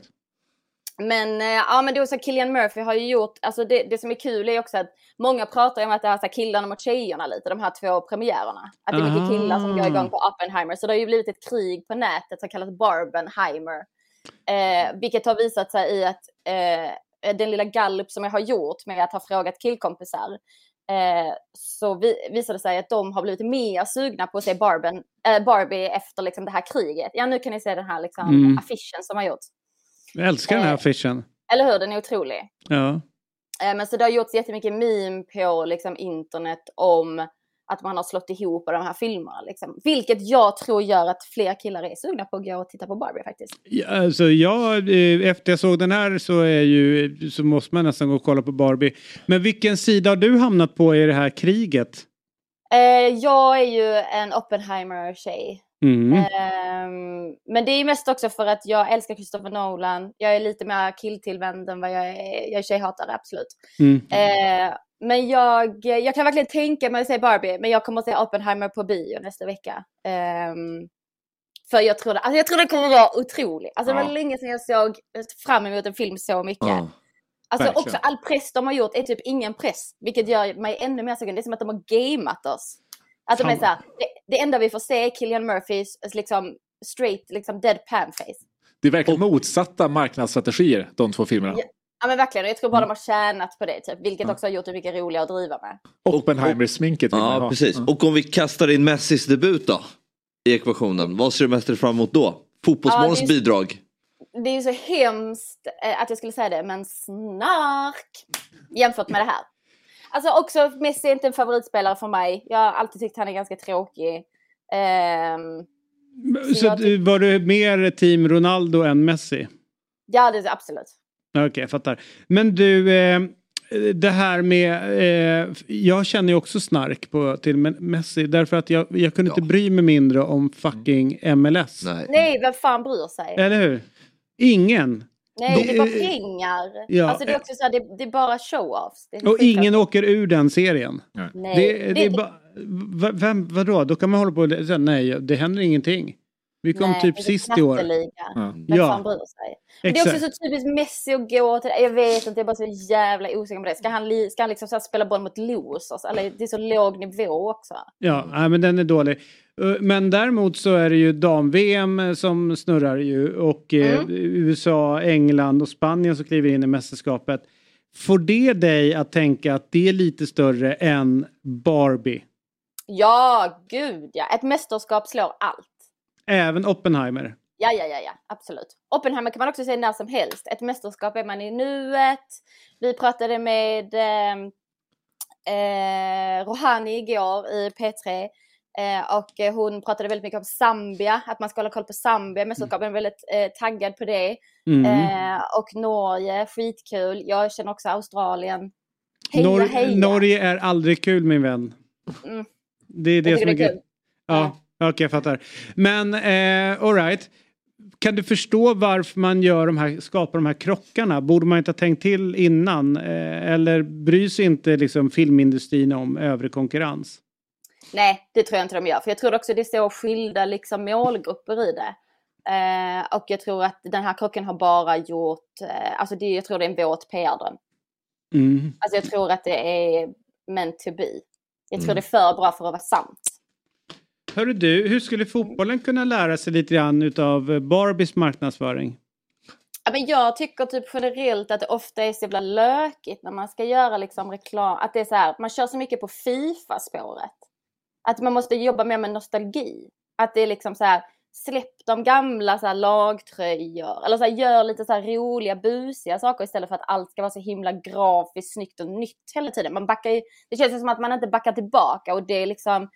Men ja, men det är så Cillian Murphy har ju gjort, alltså det, det som är kul är också att många pratar om att det är så här killarna mot tjejerna lite, de här två premiärerna. Att det är mycket killar som går igång på Oppenheimer. Så det har ju blivit ett krig på nätet som kallas Barbenheimer. Eh, vilket har visat sig i att eh, den lilla gallup som jag har gjort med att ha frågat killkompisar, eh, så vi, visade det sig att de har blivit mer sugna på att se Barben, äh, Barbie efter liksom det här kriget. Ja, nu kan ni se den här liksom, mm. affischen som har gjort. Jag älskar den här affischen. Eller hur, den är otrolig. Ja. Men så det har gjorts jättemycket meme på liksom, internet om att man har slått ihop de här filmerna. Liksom. Vilket jag tror gör att fler killar är sugna på att gå och titta på Barbie faktiskt. Ja, alltså jag, efter jag såg den här så, är ju, så måste man nästan gå och kolla på Barbie. Men vilken sida har du hamnat på i det här kriget? Eh, jag är ju en Oppenheimer-tjej. Mm. Um, men det är mest också för att jag älskar Christopher Nolan. Jag är lite mer killtillvänd än vad jag är. Jag är tjejhatare, absolut. Mm. Uh, men jag, jag kan verkligen tänka mig att säga Barbie. Men jag kommer att se Oppenheimer på bio nästa vecka. Um, för jag tror, det, alltså jag tror det kommer att vara otroligt. Alltså ja. Det var länge sedan jag såg fram emot en film så mycket. Ja. Alltså verkligen. Också all press de har gjort är typ ingen press. Vilket gör mig ännu mer sugen. Det är som att de har gameat oss. Alltså de är så här, det, det enda vi får se är Cillian Murphys liksom straight liksom deadpan face. Det är verkligen och, motsatta marknadsstrategier, de två filmerna. Ja, ja men verkligen, jag tror bara mm. de har tjänat på det typ, vilket ja. också har gjort det mycket roligare att driva med. Oppenheimer-sminket. Ja, precis. Mm. Och om vi kastar in Messis debut då i ekvationen, vad ser du mest fram emot då? Fotbollsmålens ja, bidrag. Det är ju så hemskt eh, att jag skulle säga det, men snark jämfört med det här. Alltså också, Messi är inte en favoritspelare för mig. Jag har alltid tyckt han är ganska tråkig. Um, så så tyck- var du mer team Ronaldo än Messi? Ja, det är absolut. Okej, okay, jag fattar. Men du, eh, det här med... Eh, jag känner ju också snark på, till Messi. Därför att jag, jag kunde ja. inte bry mig mindre om fucking M L S. Nej, Nej vem fan bryr sig? Eller hur? Ingen. Nej, det är bara pengar. Ja. Alltså det är också så här, det, det är bara show-offs. Det är och ingen åker ur den serien. Nej. Det, det, det är bara... Vem, vadå? Då kan man hålla på och säga, nej, det händer ingenting. Vi kom nej, typ sist i år. Ja. Vem fan bryr sig? Men det är också så typiskt Messi att gå till det. Jag vet inte, jag är bara så jävla osäker på det. Ska han, li, ska han liksom så här spela boll mot losers? Eller det är så låg nivå också. Ja, nej, men den är dålig. Men däremot så är det ju dam-V M som snurrar ju. Och mm. eh, U S A, England och Spanien som kliver in i mästerskapet. Får det dig att tänka att det är lite större än Barbie? Ja, gud ja. Ett mästerskap slår allt. Även Oppenheimer? Ja, ja, ja, ja. Absolut. Oppenheimer kan man också säga när som helst. Ett mästerskap är man i nuet. Vi pratade med eh, eh, Rohani igår i P tre. Eh, och hon pratade väldigt mycket om Zambia. Att man ska hålla koll på Zambia. Mästerskapen är väldigt eh, taggad på det. Mm. Eh, och Norge, skitkul. Jag känner också Australien. Heja, Nor- heja. Norge är aldrig kul, min vän. Mm. Det är det jag som är det är kul. Ja, okej, okay, jag fattar. Men, eh, all right. Kan du förstå varför man gör de här, skapar de här krockarna? Borde man inte ha tänkt till innan? Eh, eller bryr sig inte liksom, filmindustrin om övrig konkurrens? Nej, det tror jag inte de gör. För jag tror också det är så skilda liksom, målgrupper i det. Eh, och jag tror att den här krocken har bara gjort... Eh, alltså det, jag tror det är en våt P R-dröm. Mm. Alltså jag tror att det är meant to be. Jag tror mm. det är för bra för att vara sant. Hörru du, hur skulle fotbollen kunna lära sig lite grann utav Barbies marknadsföring? Ja, men jag tycker typ generellt att det ofta är så jävla lökigt när man ska göra liksom reklam. Att det är så här, man kör så mycket på FIFA-spåret. Att man måste jobba mer med nostalgi. Att det är liksom så här, släpp de gamla så här lagtröjor. Eller så här, gör lite så här roliga, busiga saker istället för att allt ska vara så himla grafiskt, snyggt och nytt hela tiden. Man backar ju, det känns som att man inte backar tillbaka och det är liksom...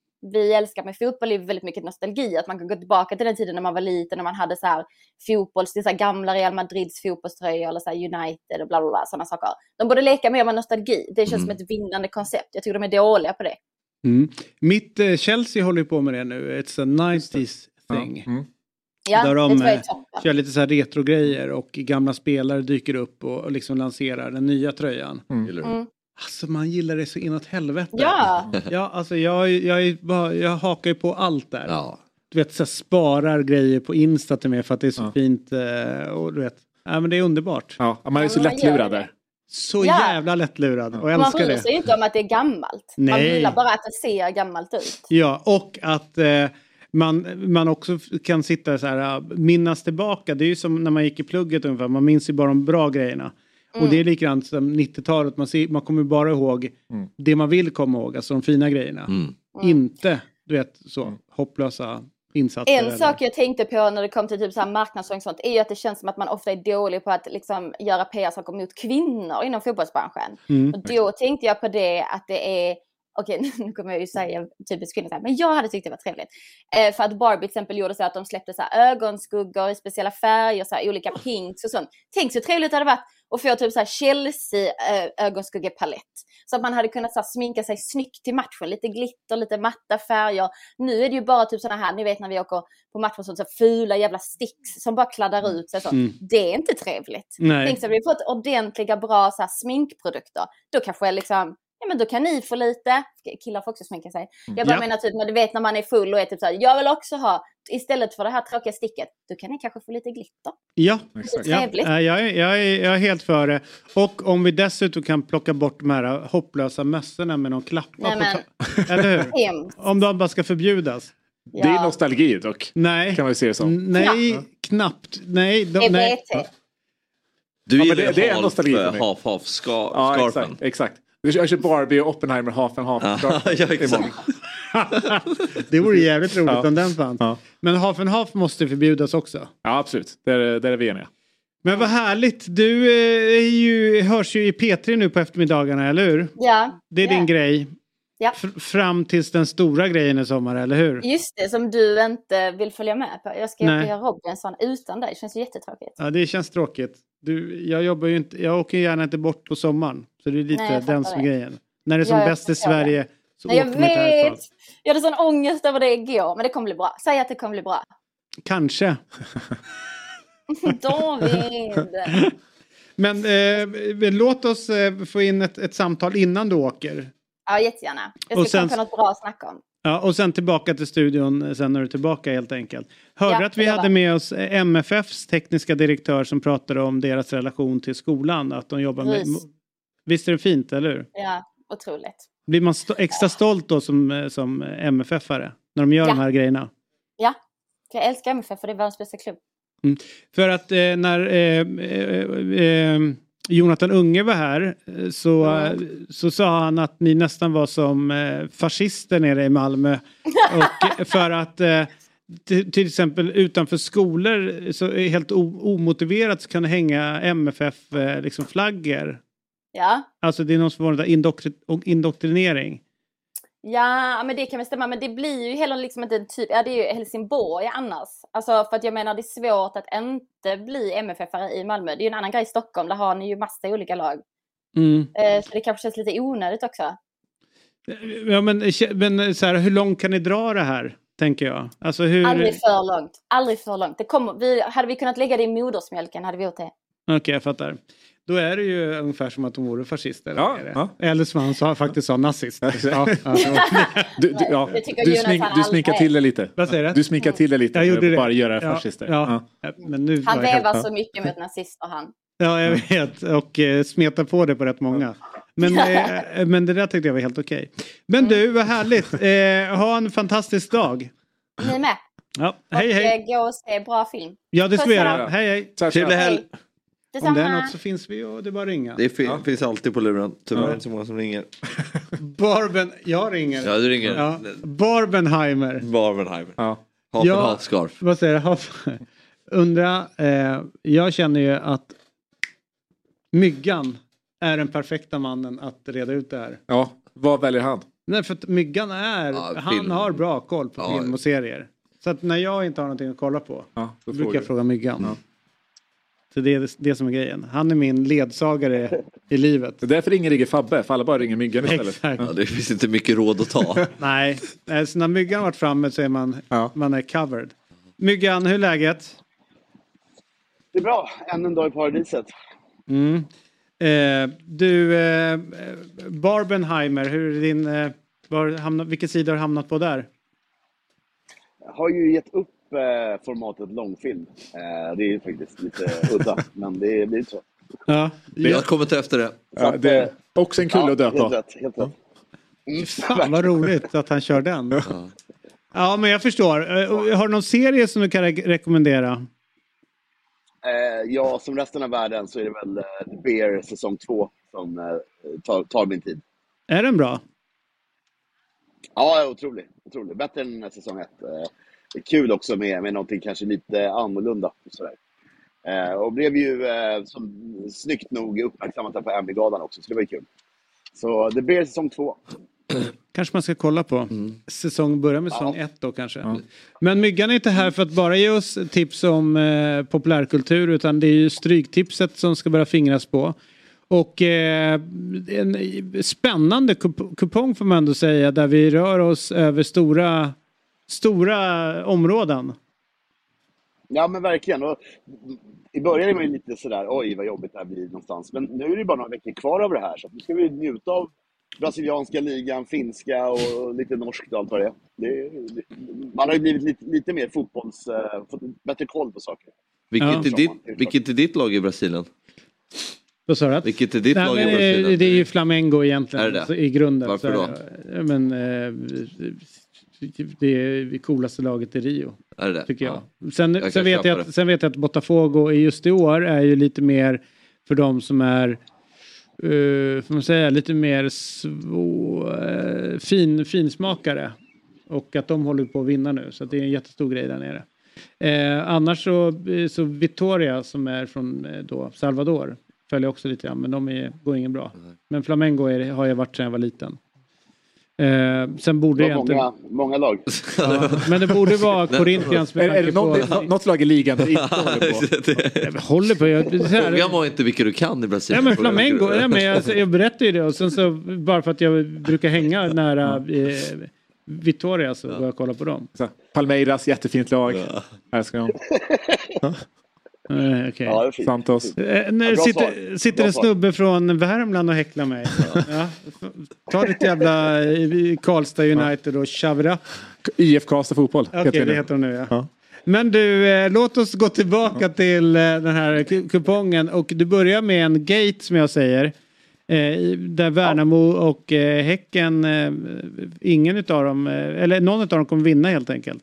Vi älskar med fotboll är väldigt mycket nostalgi. Att man kan gå tillbaka till den tiden när man var liten. När man hade så här fotboll, så här gamla Real Madrids fotbollströjor. Eller så här United och bla bla bla. Sådana saker. De borde leka mer med nostalgi. Det känns mm. som ett vinnande koncept. Jag tycker de är dåliga på det. Mm. Mitt eh, Chelsea håller på med det nu. It's a nineties thing. Mm. Ja, där de det tror jag är toppen. kör lite så här retrogrejer. Och gamla spelare dyker upp och, och liksom lanserar den nya tröjan. Mm. Mm. Alltså man gillar det så inåt helvete. Ja. Ja, alltså jag, jag, jag, bara, jag hakar ju på allt där. Ja. Du vet, så sparar grejer på Insta till mig för att det är så ja. fint. Och du vet, ja, men det är underbart. Ja, man är så ja, lättlurad där. Så ja. jävla lättlurad. Och man älskar det. Man bryr sig inte om att det är gammalt. Nej. Man gillar bara att det ser gammalt ut. Ja, och att... Eh, Man, man också kan sitta så här, minnas tillbaka. Det är ju som när man gick i plugget ungefär. Man minns ju bara de bra grejerna. Mm. Och det är likadant som nittiotalet. Man, ser, man kommer bara ihåg mm. det man vill komma ihåg. Alltså de fina grejerna. Mm. Inte, du vet, så hopplösa insatser. En eller. sak jag tänkte på när det kom till typ så här marknadsföring och sånt. Är ju att det känns som att man ofta är dålig på att liksom göra P R-saker mot kvinnor inom fotbollsbranschen. Mm. Och då tänkte jag på det att det är... Okej, nu kommer jag ju säga typiskt kvinnor så här, men jag hade tyckt det var trevligt. Eh, för att Barbie till exempel gjorde så att de släppte så här ögonskuggor i speciella färger, så här olika pinks och sånt. Tänk så trevligt det hade varit att få typ så här Chelsea äh, ögonskuggepalett. Så att man hade kunnat så här, sminka sig snyggt till matchen. Lite glitter, lite matta färger. Nu är det ju bara typ sådana här, ni vet när vi åker på matchen så, så fula jävla sticks som bara kladdar ut sig så. Mm. Det är inte trevligt. Nej. Tänk så att vi fått ordentliga bra så här, sminkprodukter. Då kanske jag liksom... Ja, men då kan ni få lite. Killar får också sminka sig. Jag bara ja. menar typ när du vet när man är full och är typ så här, jag vill också ha, istället för det här tråkiga sticket, då kan ni kanske få lite glitter. Ja, trevligt. Ja. Jag, är, jag, är, jag är helt för det. Och om vi dessutom kan plocka bort de här hopplösa mössorna med någon klappar. Nej, på men... ta- Eller hur? Om de bara ska förbjudas. Ja. Det är nostalgi dock. Nej. Kan man se det som. Nej, knappt. knappt. Nej, de, nej. Du ja, gillar det, det är half, nostalgi för mig. half, half ska, ja, scarfen. Exakt, exakt. Jag kör Barbie och Oppenheimer half and half. Ja, exakt. Det vore jävligt roligt ja. om den fanns. Ja. Men half and half måste förbjudas också. Ja, absolut. Där, där är vi eniga. Men vad härligt. Du är ju, hörs ju i P tre nu på eftermiddagarna, eller hur? Ja. Det är ja. din grej. Ja. F- fram tills den stora grejen i sommar, eller hur? Just det, som du inte vill följa med på. Jag ska göra Robinson utan dig. Det känns ju jättetråkigt. Ja, det känns tråkigt. Du, jag jobbar ju inte, jag åker gärna inte bort på sommaren. Så det är lite Nej, den som är grejen. När det är som ja, bäst i Sverige så Nej, åker man inte härifrån. Jag hade sån ångest över det igår, men det kommer bli bra. Säg att det kommer bli bra. Kanske. David! Men eh, låt oss eh, få in ett, ett samtal innan du åker. Ja, jättegärna. Jag ska sen, komma på något bra att snacka om. Ja, och sen tillbaka till studion sen när du är tillbaka helt enkelt. Hörde ja, att vi hade var. med oss M F F:s tekniska direktör som pratade om deras relation till skolan. Att de jobbar med... Visst är det fint, eller hur? Ja, otroligt. Blir man sto- extra stolt då som, som M F F-are när de gör ja. de här grejerna? Ja, jag älskar M F F för det är världens bästa klubb. Mm. För att eh, när eh, eh, eh, Jonathan Unge var här så, mm. så sa han att ni nästan var som eh, fascister nere i Malmö. Och för att eh, till, till exempel utanför skolor så är helt o- omotiverat så kan det hänga M F F eh, liksom flaggor. Ja. Alltså det är någon form av indoktri- indoktrinering. Ja, men det kan väl stämma. Men det blir ju heller liksom inte en typ... Ja, det är ju Helsingborg annars. Alltså för att jag menar det är svårt att inte bli M F F-are i Malmö. Det är ju en annan grej i Stockholm. Där har ni ju massa olika lag. Mm. Eh, så det kanske känns lite onödigt också. Ja, men, men så här, hur långt kan ni dra det här? Tänker jag. Alltså, hur... Aldrig för långt. Aldrig för långt. Det kommer, vi, hade vi kunnat lägga det i modersmjölken hade vi gjort det. Okej, okay, jag fattar. Då är det ju ungefär som att de vore fascister. Ja, ja. Eller som han sa, faktiskt sa nazist. Ja, ja. Du, du, ja. du, smink, du sminkar till det lite. Vad säger du? Du sminkar till det lite. Jag gjorde det. Bara göra ja, fascister. Ja, ja. Men nu han vevar helt... så mycket mot nazister han. Ja, jag vet. Och eh, smetar på det på rätt många. Men, eh, men det där tyckte jag var helt okej. Men du, vad härligt. Eh, ha en fantastisk dag. Ni med. Ja, hej hej. Och gå och se bra film. Ja, det ska vi Puss, göra. hej. Hej hej. Trevlig helg. Om det är något så finns vi och det är bara att ringa. Det fin- ja. finns alltid på luren. Tyvärr är det så många som ringer. Barben, jag ringer. Ja, du ringer. Ja. Barbenheimer. Barbenheimer. Ja. Hat Ja, och hatskarf. Vad säger du? Undra, eh, jag känner ju att Myggan är den perfekta mannen att reda ut det här. Ja, vad väljer han? Nej, för att Myggan är, Ja, han film. har bra koll på Ja. film och serier. Så att när jag inte har någonting att kolla på, Ja, då brukar frågar jag du. fråga Myggan. Ja. Så det är det som är grejen. Han är min ledsagare i livet. Det är därför ingen ringer Fabbe, för alla bara ringer Myggan istället. Exakt. Ja, det finns inte mycket råd att ta. Nej, så när Myggan har varit framme så är man, Ja. man är covered. Myggan, hur är läget? Det är bra, än en dag i paradiset. Mm. Eh, du, eh, Barbenheimer, hur är din, eh, var hamnat, vilken sida har du hamnat på där? Jag har ju gett upp eh, formatet långfilm. Eh, det är ju faktiskt lite udda, men det blir så. Ja, Vi har kommit efter det. Ja, det är också en kul ja, att dö på. Helt rätt, helt rätt. Mm. Fan vad roligt att han kör den. Ja, ja men jag förstår. Eh, Har du någon serie som du kan re- rekommendera? Eh, ja, som resten av världen så är det väl eh, The Bear säsong två som eh, tar, tar min tid. Är den bra? Ja, otrolig. otrolig. Bättre än säsong ett. Eh, det är kul också med, med någonting kanske lite annorlunda. Sådär. Eh, och blev ju eh, som, snyggt nog uppmärksammat här på Emmy-galan också, så det var ju kul. Så The Bear säsong två. Kanske man ska kolla på. Säsong börjar med säsong Ja. ett då kanske. Men Myggan är inte här för att bara ge oss tips om eh, populärkultur, utan det är ju stryktipset som ska börja fingras på. Och eh, en spännande kup- kupong får man ändå säga, där vi rör oss över stora, stora områden. Ja, men verkligen. Och i början är man ju lite sådär, oj vad jobbigt det här blir någonstans. Men nu är det bara några veckor kvar av det här, så nu ska vi njuta av brasilianska ligan, finska och lite norskt och allt vad det är. Det, det, man har ju blivit lite, lite mer fotbolls, uh, fått bättre koll på saker. Vilket, Ja. är ditt, vilket är ditt lag i Brasilien? Vad sa du? Vilket är ditt Nej, lag i men, Brasilien? eh, det är ju Flamengo egentligen. Är det det? Så i grunden. Varför så då? är det- Men, eh, det är det coolaste laget i Rio. Är det det? Tycker jag. Ja. Sen, Jag kan sen, vet köpa jag det. att, sen vet jag att Botafogo i just i år är ju lite mer för de som är uh, får man säga, lite mer svå, uh, fin, finsmakare. Och att de håller på att vinna nu. Så att det är en jättestor grej där nere. Eh, annars så, så Vitoria som är från eh, då Salvador följer också lite grann, men de är, går ingen bra. Men Flamengo är, har jag varit sedan jag var liten. Eh, sen borde Det jag var inte... många, många lag. Ja, men det borde vara Corinthians med Är, är tanke det på... något, något lag i ligan du inte håller på? Jag håller på... Jag, så här, Frågan var inte vilka du kan i Brasilien. ja, men Flamengo, ja, men jag, jag berättar ju det. Och sen så, bara för att jag brukar hänga nära eh, Vitoria så går jag och kollar på dem. Så, Palmeiras, jättefint lag. Ja. Älskar dem. Eh, okay. Ja, det är fint. Santos. Eh, när bra sitter, svar. sitter Bra en svar. snubbe från Värmland och häcklar mig. Ja. Ta ditt jävla eh, Karlstad United och Chavra. I F Karlstad fotboll. Okej, okay, det heter de nu, ja. Ja. Men du, eh, låt oss gå tillbaka ja. till eh, den här ku- kupongen. Och du börjar med en gate som jag säger. Eh, där Värnamo ja. och eh, Häcken, eh, ingen utav dem, eh, eller någon utav dem kommer vinna helt enkelt.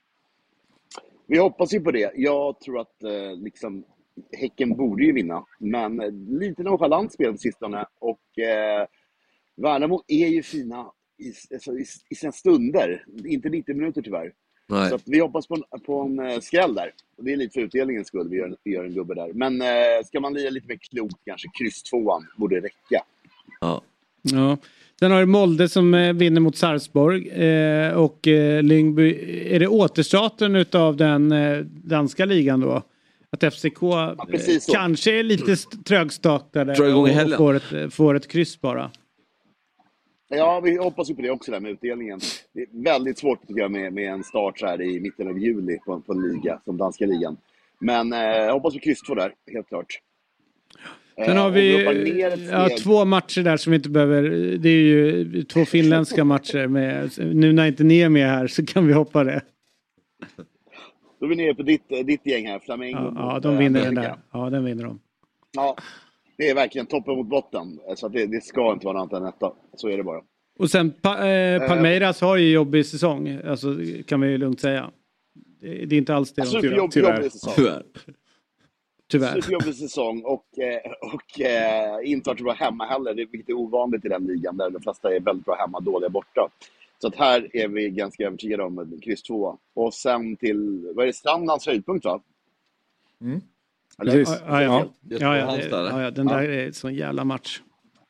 Vi hoppas ju på det. Jag tror att eh, liksom, Häcken borde ju vinna. Men eh, lite nonchalant spel på sistone. Och eh, Värnamo är ju fina i, alltså, i, i sina stunder. Inte nittio minuter tyvärr. Nej. Så att vi hoppas på en, på en uh, skräll där. Och det är lite för utdelningens skull vi gör, vi gör en gubbe där. Men uh, ska man lira lite mer klokt kanske, kryss tvåan borde räcka. Ja. Ja. Sen har du Molde som eh, vinner mot Sarpsborg. Eh, och eh, Lyngby, är det återstarten utav den eh, danska ligan då? Att F C K Ja, eh, så. kanske är lite st- trögstartade Drar igång i och, och helgen. får ett, får ett kryss bara. Ja, vi hoppas ju på det också där med utdelningen. Det är väldigt svårt tycker jag med, med en start så här i mitten av juli på, på en liga som danska ligan. Men eh, jag hoppas på kryss två där, helt klart. Sen har Eh, vi och vi hoppar ner ett ja, steg. två matcher där som vi inte behöver. Det är ju två finländska matcher. Med, nu när inte ni är med här så kan vi hoppa det. Då är vi nere på ditt, ditt gäng här, Flamengo. Ja, mot, ja de eh, vinner den Amerika. där. Ja, den vinner de. Ja, det är verkligen toppen mot botten. Så att det, det ska inte vara något annat än etta. Så är det bara. Och sen pa, eh, Palmeiras har ju jobbig säsong. Alltså kan man ju lugnt säga. Det, det är inte alls det. Superjobb, jobbig säsong. Tyvärr. Tyvärr. Superjobbig säsong och, och, och eh, inte varit så bra hemma heller. Det är vilket är ovanligt i den ligan där de flesta är väldigt bra hemma, dåliga borta. Så att här är vi ganska övertygade om kryss två. Och sen till, vad är det, Strandans höjdpunkt va? Mm. Eller? Precis. Ja, ja, ja. Ja, ja, det, ja, ja den där är en sån jävla match.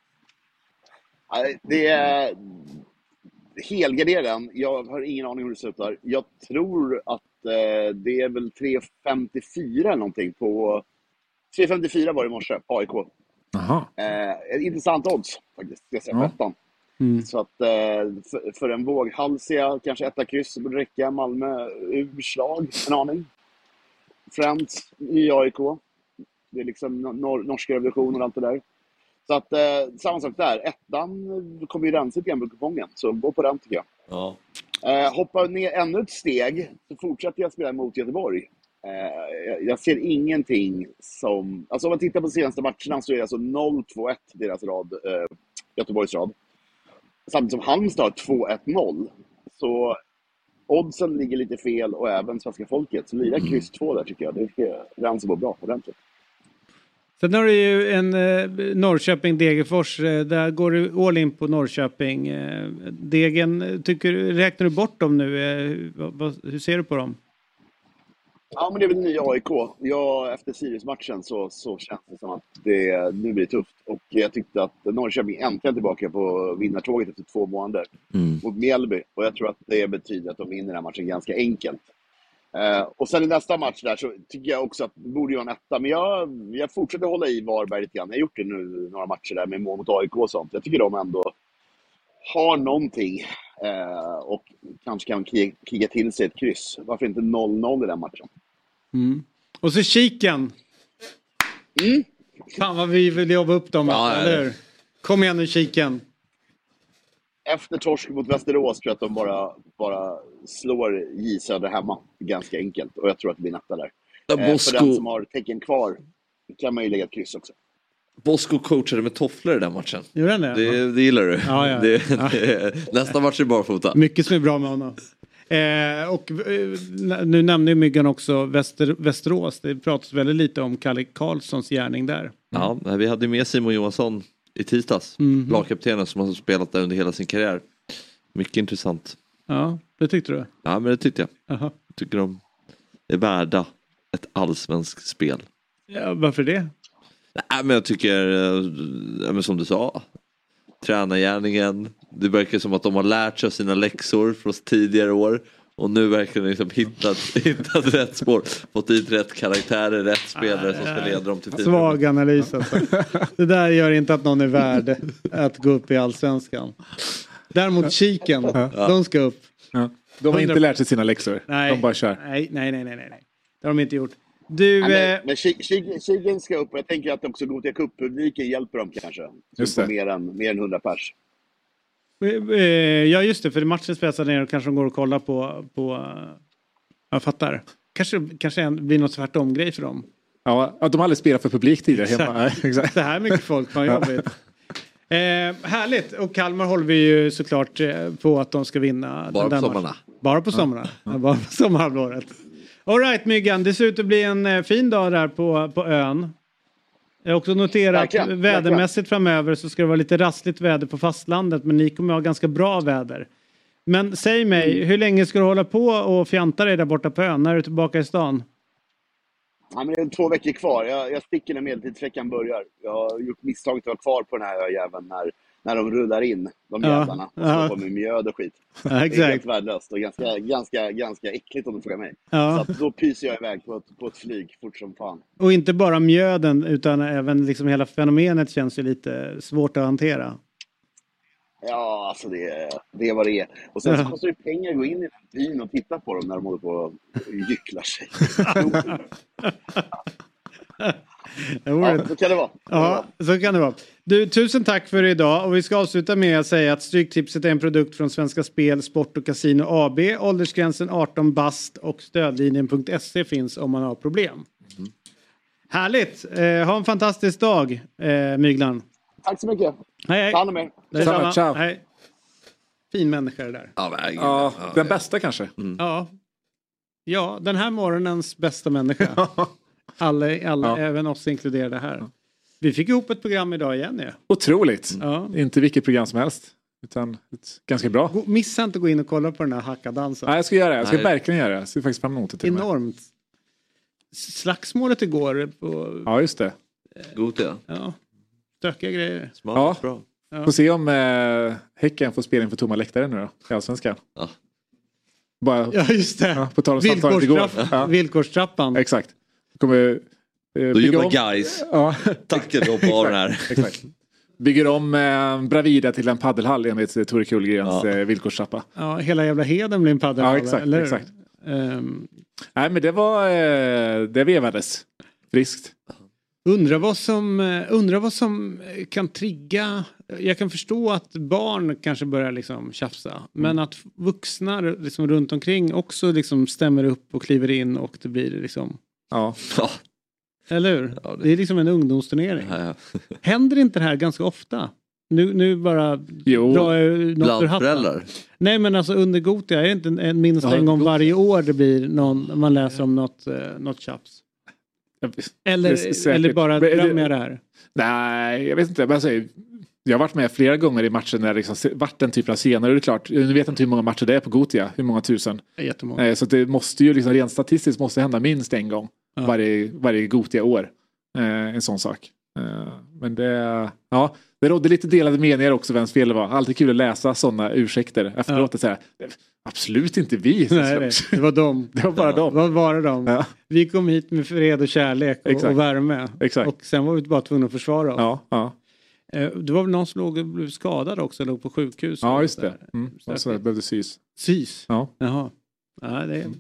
Ja, det är helgarderen. Jag har ingen aning hur det slutar. Jag tror att eh, det är väl tre femtiofyra eller någonting på... tre femtiofyra var det i morse, A I K. Jaha. Eh, intressant odds faktiskt, ska jag säga, på ettan. Mm. Så att eh, för, för en våghalsiga, kanske etta kryss, borde räcka. Malmö urslag, en aning. Friends i A I K. Det är liksom nor- norska revolutionen och allt det där. Så att eh, samma sak där. Ettan kommer ju rensa igen på kupongen. Så gå på den tycker jag. Ja. Eh, hoppa ner ännu ett steg. Så fortsätter jag spela mot Göteborg. Eh, jag, jag ser ingenting som... Alltså om man tittar på de senaste matcherna så är det alltså noll två ett deras rad. Eh, Göteborgs rad. Samtidigt som Halmstad har två ett noll. Så oddsen ligger lite fel och även svenska folket. Så lira kryss två där tycker jag. Det ska rensa på bra ordentligt. Sen har du ju en eh, Norrköping-Degerfors. Eh, där går du all in på Norrköping. Eh, Degen, tycker, räknar du bort dem nu? Eh, vad, vad, hur ser du på dem? Ja, men det är väl nya A I K. Ja, efter Sirius-matchen så, så känns det som att det nu blir tufft. Och jag tyckte att Norrköping äntligen tillbaka på vinnartåget efter två månader Mm. mot Mjällby. Och jag tror att det betyder att de vinner den här matchen ganska enkelt. Uh, och sen i nästa match där så tycker jag också att det borde göra en etta. Men jag, jag fortsätter hålla i Varberg lite grann. Jag har gjort det nu några matcher där med mål mot A I K och sånt. Jag tycker de ändå har någonting. Uh, och kanske kan kriga, kriga till sig ett kryss. Varför inte noll noll i den matchen? Mm. Och så Kiken. Mm. Fan vad vi vill jobba upp dem. Ja, eller hur? Kom igen nu Kiken. Efter torsk mot Västerås tror jag att de bara, bara slår J Söder hemma. Ganska enkelt. Och jag tror att det blir natta där. Ja, Eh, Bosko, för den som har tecken kvar kan man ju lägga ett kryss också. Bosko coachade med tofflor i den matchen. Gjorde han det? Det, det gillar du. Ja, ja. Det, Ja. det, nästa match är barfota. Mycket som är bra med honom. Eh, och eh, nu nämner ju Myggan också Väster, Västerås. Det pratas väldigt lite om Kalle Karlssons gärning där. Ja, vi hade med Simon Johansson i tisdags. Mhm. Lagkaptenen som har spelat där under hela sin karriär. Mycket intressant. Ja, det tyckte du? Ja, men det tyckte jag. Aha. Jag tycker de är värda ett allsvenskt spel. Ja, varför det? Nej, men jag tycker, eh, ja, men som du sa, tränargärningen. Det verkar som att de har lärt sig sina läxor från tidigare år. Och nu verkar de liksom hittat, hittat rätt spår. Fått dit rätt karaktärer, rätt spelare som ska leda dem till tiden. Svag analys alltså. Det där gör inte att någon är värd att gå upp i allsvenskan. Däremot Kiken, Ja. de ska upp. Ja. De har inte lärt sig sina läxor. Nej. De bara kör. Nej, nej, nej, nej, nej. Det har de inte gjort. Du... Nej, eh, men men Ki- Ki- Kigen ska upp. Jag tänker att också Gothia Cup-publiken hjälper dem kanske. Just Så det. på mer än, mer än hundra pers. eh, ja, just det. För matchen spelas där nere och kanske de går och kollar på... på eh, jag fattar. Kanske, kanske en, blir något tvärtom-grej för dem. Ja, att de aldrig spelat för publik tidigare hemma. Nej, exakt. Så här mycket folk har jobbigt. Eh, härligt. Och Kalmar håller vi ju såklart eh, på att de ska vinna. Bara den där på sommarna. matchen. Bara på sommarna. Ja. Bara på sommarhalvåret. All right, Myggan. Det ser ut att bli en eh, fin dag där på, på ön. Jag har också noterat att Verkligen, vädermässigt framöver så ska det vara lite rastligt väder på fastlandet. Men ni kommer ha ganska bra väder. Men säg mig, Mm. hur länge ska du hålla på och fjanta dig där borta på ön? När är du tillbaka i stan? Ja, men det är två veckor kvar. Jag, jag sticker när medeltidsveckan börjar. Jag har gjort misstaget att vara kvar på den här öjäveln när, när de rullar in, de Ja, jävlarna. Och ja. stoppar med mjöd och skit. Ja, Det är exakt. helt värdelöst och ganska, ganska, ganska äckligt om du frågar mig. Ja. Så att då pyser jag iväg på ett, på ett flyg fort som fan. Och inte bara mjöden utan även liksom hela fenomenet känns ju lite svårt att hantera. Ja, alltså det, är- det är vad det är. Och sen så Ja. kostar det pengar att gå in i den byn och titta på dem när de håller på och gycklar sig. Ja, så kan det vara. Ja, så kan det vara. Du, tusen tack för idag och vi ska avsluta med att säga att Stryktipset är en produkt från Svenska Spel, Sport och Casino A B. Åldersgränsen arton bast och stödlinjen punkt se finns om man har problem. Härligt. Eh, ha en fantastisk dag, eh, Myglan. Tack så mycket. Hej, hej. Ta hand om er. Samma, ciao. Hej. Fin människa det där. Ja, men, Ja, den bästa kanske. Mm. Ja. Ja, den här morgonens bästa människa. alla, alla Ja. även oss inkluderade här. Vi fick ihop ett program idag igen. Ja. Otroligt. Ja. Inte vilket program som helst. Utan ett ganska bra. Gå- Missa inte att gå in och kolla på den här hackadansen. Nej, jag ska göra det. Jag ska Nej. verkligen göra det. Jag ser faktiskt fram emot det till och med. Enormt. Slagsmålet igår på... Ja, just det. God ja. Ja. Stökiga grejer. Smart, Ja. bra. Ja. Får se om eh, Häcken får spela inför tomma läktare nu då. I Allsvenskan. Ja. Bara, Ja, just det. ja, på tal om samtalet igår. Villkorstrapp, Ja, Villkorstrappan. exakt. Kommer, eh, Då bygga jobbar om- guys. Ja, Tack att du har den här. exakt. Bygger om eh, Bravida till en paddelhall enligt eh, Tore Kullgrens Ja. eh, villkorstrappa. Ja, hela jävla Heden blir en paddelhall. Ja, exakt, eller hur? exakt. Ehm, Nej, men det var... Eh, det vevades. Friskt. undrar vad som eh, undrar vad som eh, kan trigga. Jag kan förstå att barn kanske börjar liksom tjafsa, men att vuxna liksom runt omkring också liksom stämmer upp och kliver in och det blir liksom, Ja. Ja. eller hur? Ja, det- det... är liksom en ungdomsturnering. Ja, ja. Händer inte det här ganska ofta? Nu, nu bara Jo. drar jag något ur Bland hatten. föräldrar. Nej, men alltså under Gothia är det inte en- en minst Ja, en gång Gothia. varje år det blir någon, man läser om något, eh, något tjafs. Eller, Det är säkert. eller bara Men är det- drömmer jag det här? Nej, jag vet inte. Men jag, säger, jag har varit med flera gånger i matchen när det liksom se- varit den typen av scener. Och det är klart, nu vet jag inte hur många matcher det är på Gothia. Hur många tusen. Jättemånga. Eh, Så att det måste ju liksom, rent statistiskt måste hända minst en gång. Ja. Varje, varje Gothia-år. Eh, en sån sak. Eh, men det... Ja, det rådde lite delade meningar också vems fel det var. Alltid kul att läsa sådana ursäkter efteråt. Ja. Så här, absolut inte vi. Nej, nej, det var dem. Det var bara dem. Det var bara dem. Ja. Vi kom hit med fred och kärlek och, Exakt. och värme. Exakt. Och sen var vi bara tvungna att försvara oss. Ja, ja. Eh, Det var väl någon som låg och blev skadad också, låg på sjukhus. ja, och just så det. där. Mm. Så Och så att- behövde sys. Sys? Ja. Jaha. Ja, det, är,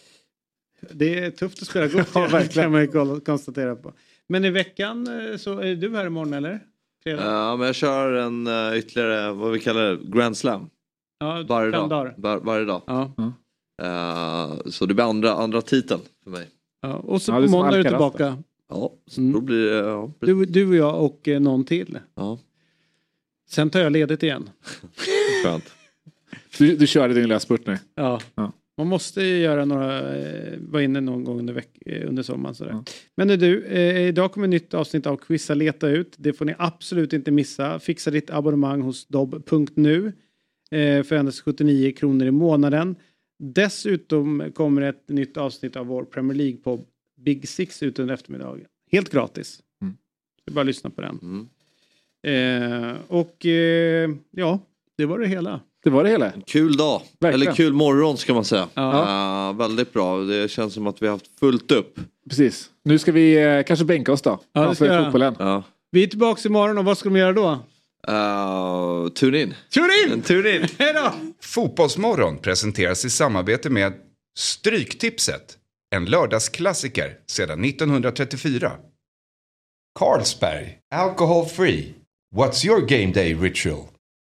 det är tufft att spela gott. Ja, Ja, verkligen. kan man ju kolla- konstatera på. Men i veckan eh, så är du här imorgon eller? Fredag? Ja, men jag kör en uh, ytterligare, vad vi kallar det, Grand Slam. Ja, Varje fem dag. dagar. Var, varje dag. Ja. Eh, så det blir andra, andra titeln för mig. Ja. Och så Ja, det på är som måndag är du Alcaraz tillbaka. Ja, så Mm. då blir det... Ja, precis. Du, du och jag och eh, någon till. Ja, Sen tar jag ledigt igen. skönt. Du, du körde din lösspurt nu. Ja. Ja. Man måste ju göra några, eh, vara inne någon gång under, veck, eh, under sommaren. Sådär. Ja. Men är du, eh, idag kommer ett nytt avsnitt av Quizza leta ut. Det får ni absolut inte missa. Fixa ditt abonnemang hos dobb punkt nu eh, för endast sjuttionio kronor i månaden. Dessutom kommer ett nytt avsnitt av vår Premier League på Big Six ut under eftermiddagen. Helt gratis. Mm. Så bara lyssna på den. Mm. Eh, och eh, ja, det var det hela. Det var det hela. Kul dag. Verkligen. Eller kul morgon ska man säga. Ja. Eh, väldigt bra. Det känns som att vi har haft fullt upp. Precis. Nu ska vi eh, kanske bänka oss då. Ja, det för ska jag göra. fotbollen. Ja. Vi är tillbaka imorgon och vad ska de göra då? Uh, tune in. Tune in! Tune in! Hej då! Fotbollsmorgon presenteras i samarbete med Stryktipset. En lördagsklassiker sedan nittonhundratrettiofyra. Carlsberg. Alcohol free. What's your game day ritual?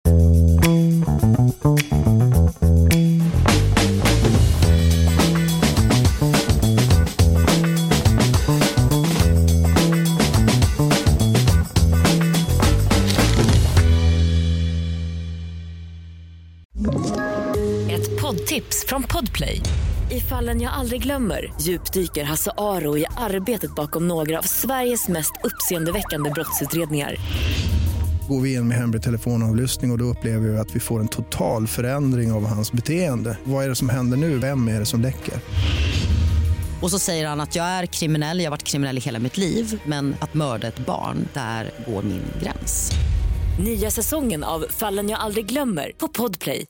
Ett poddtips från Podplay. I Fallen jag aldrig glömmer djupdyker Hasse Aro i arbetet bakom några av Sveriges mest uppseendeväckande brottsutredningar. Går vi in med hemlig telefonavlyssning och, och då upplever vi att vi får en total förändring av hans beteende. Vad är det som händer nu? Vem är det som läcker? Och så säger han att jag är kriminell, jag har varit kriminell i hela mitt liv. Men att mörda ett barn, där går min gräns. Nya säsongen av Fallen jag aldrig glömmer på Podplay.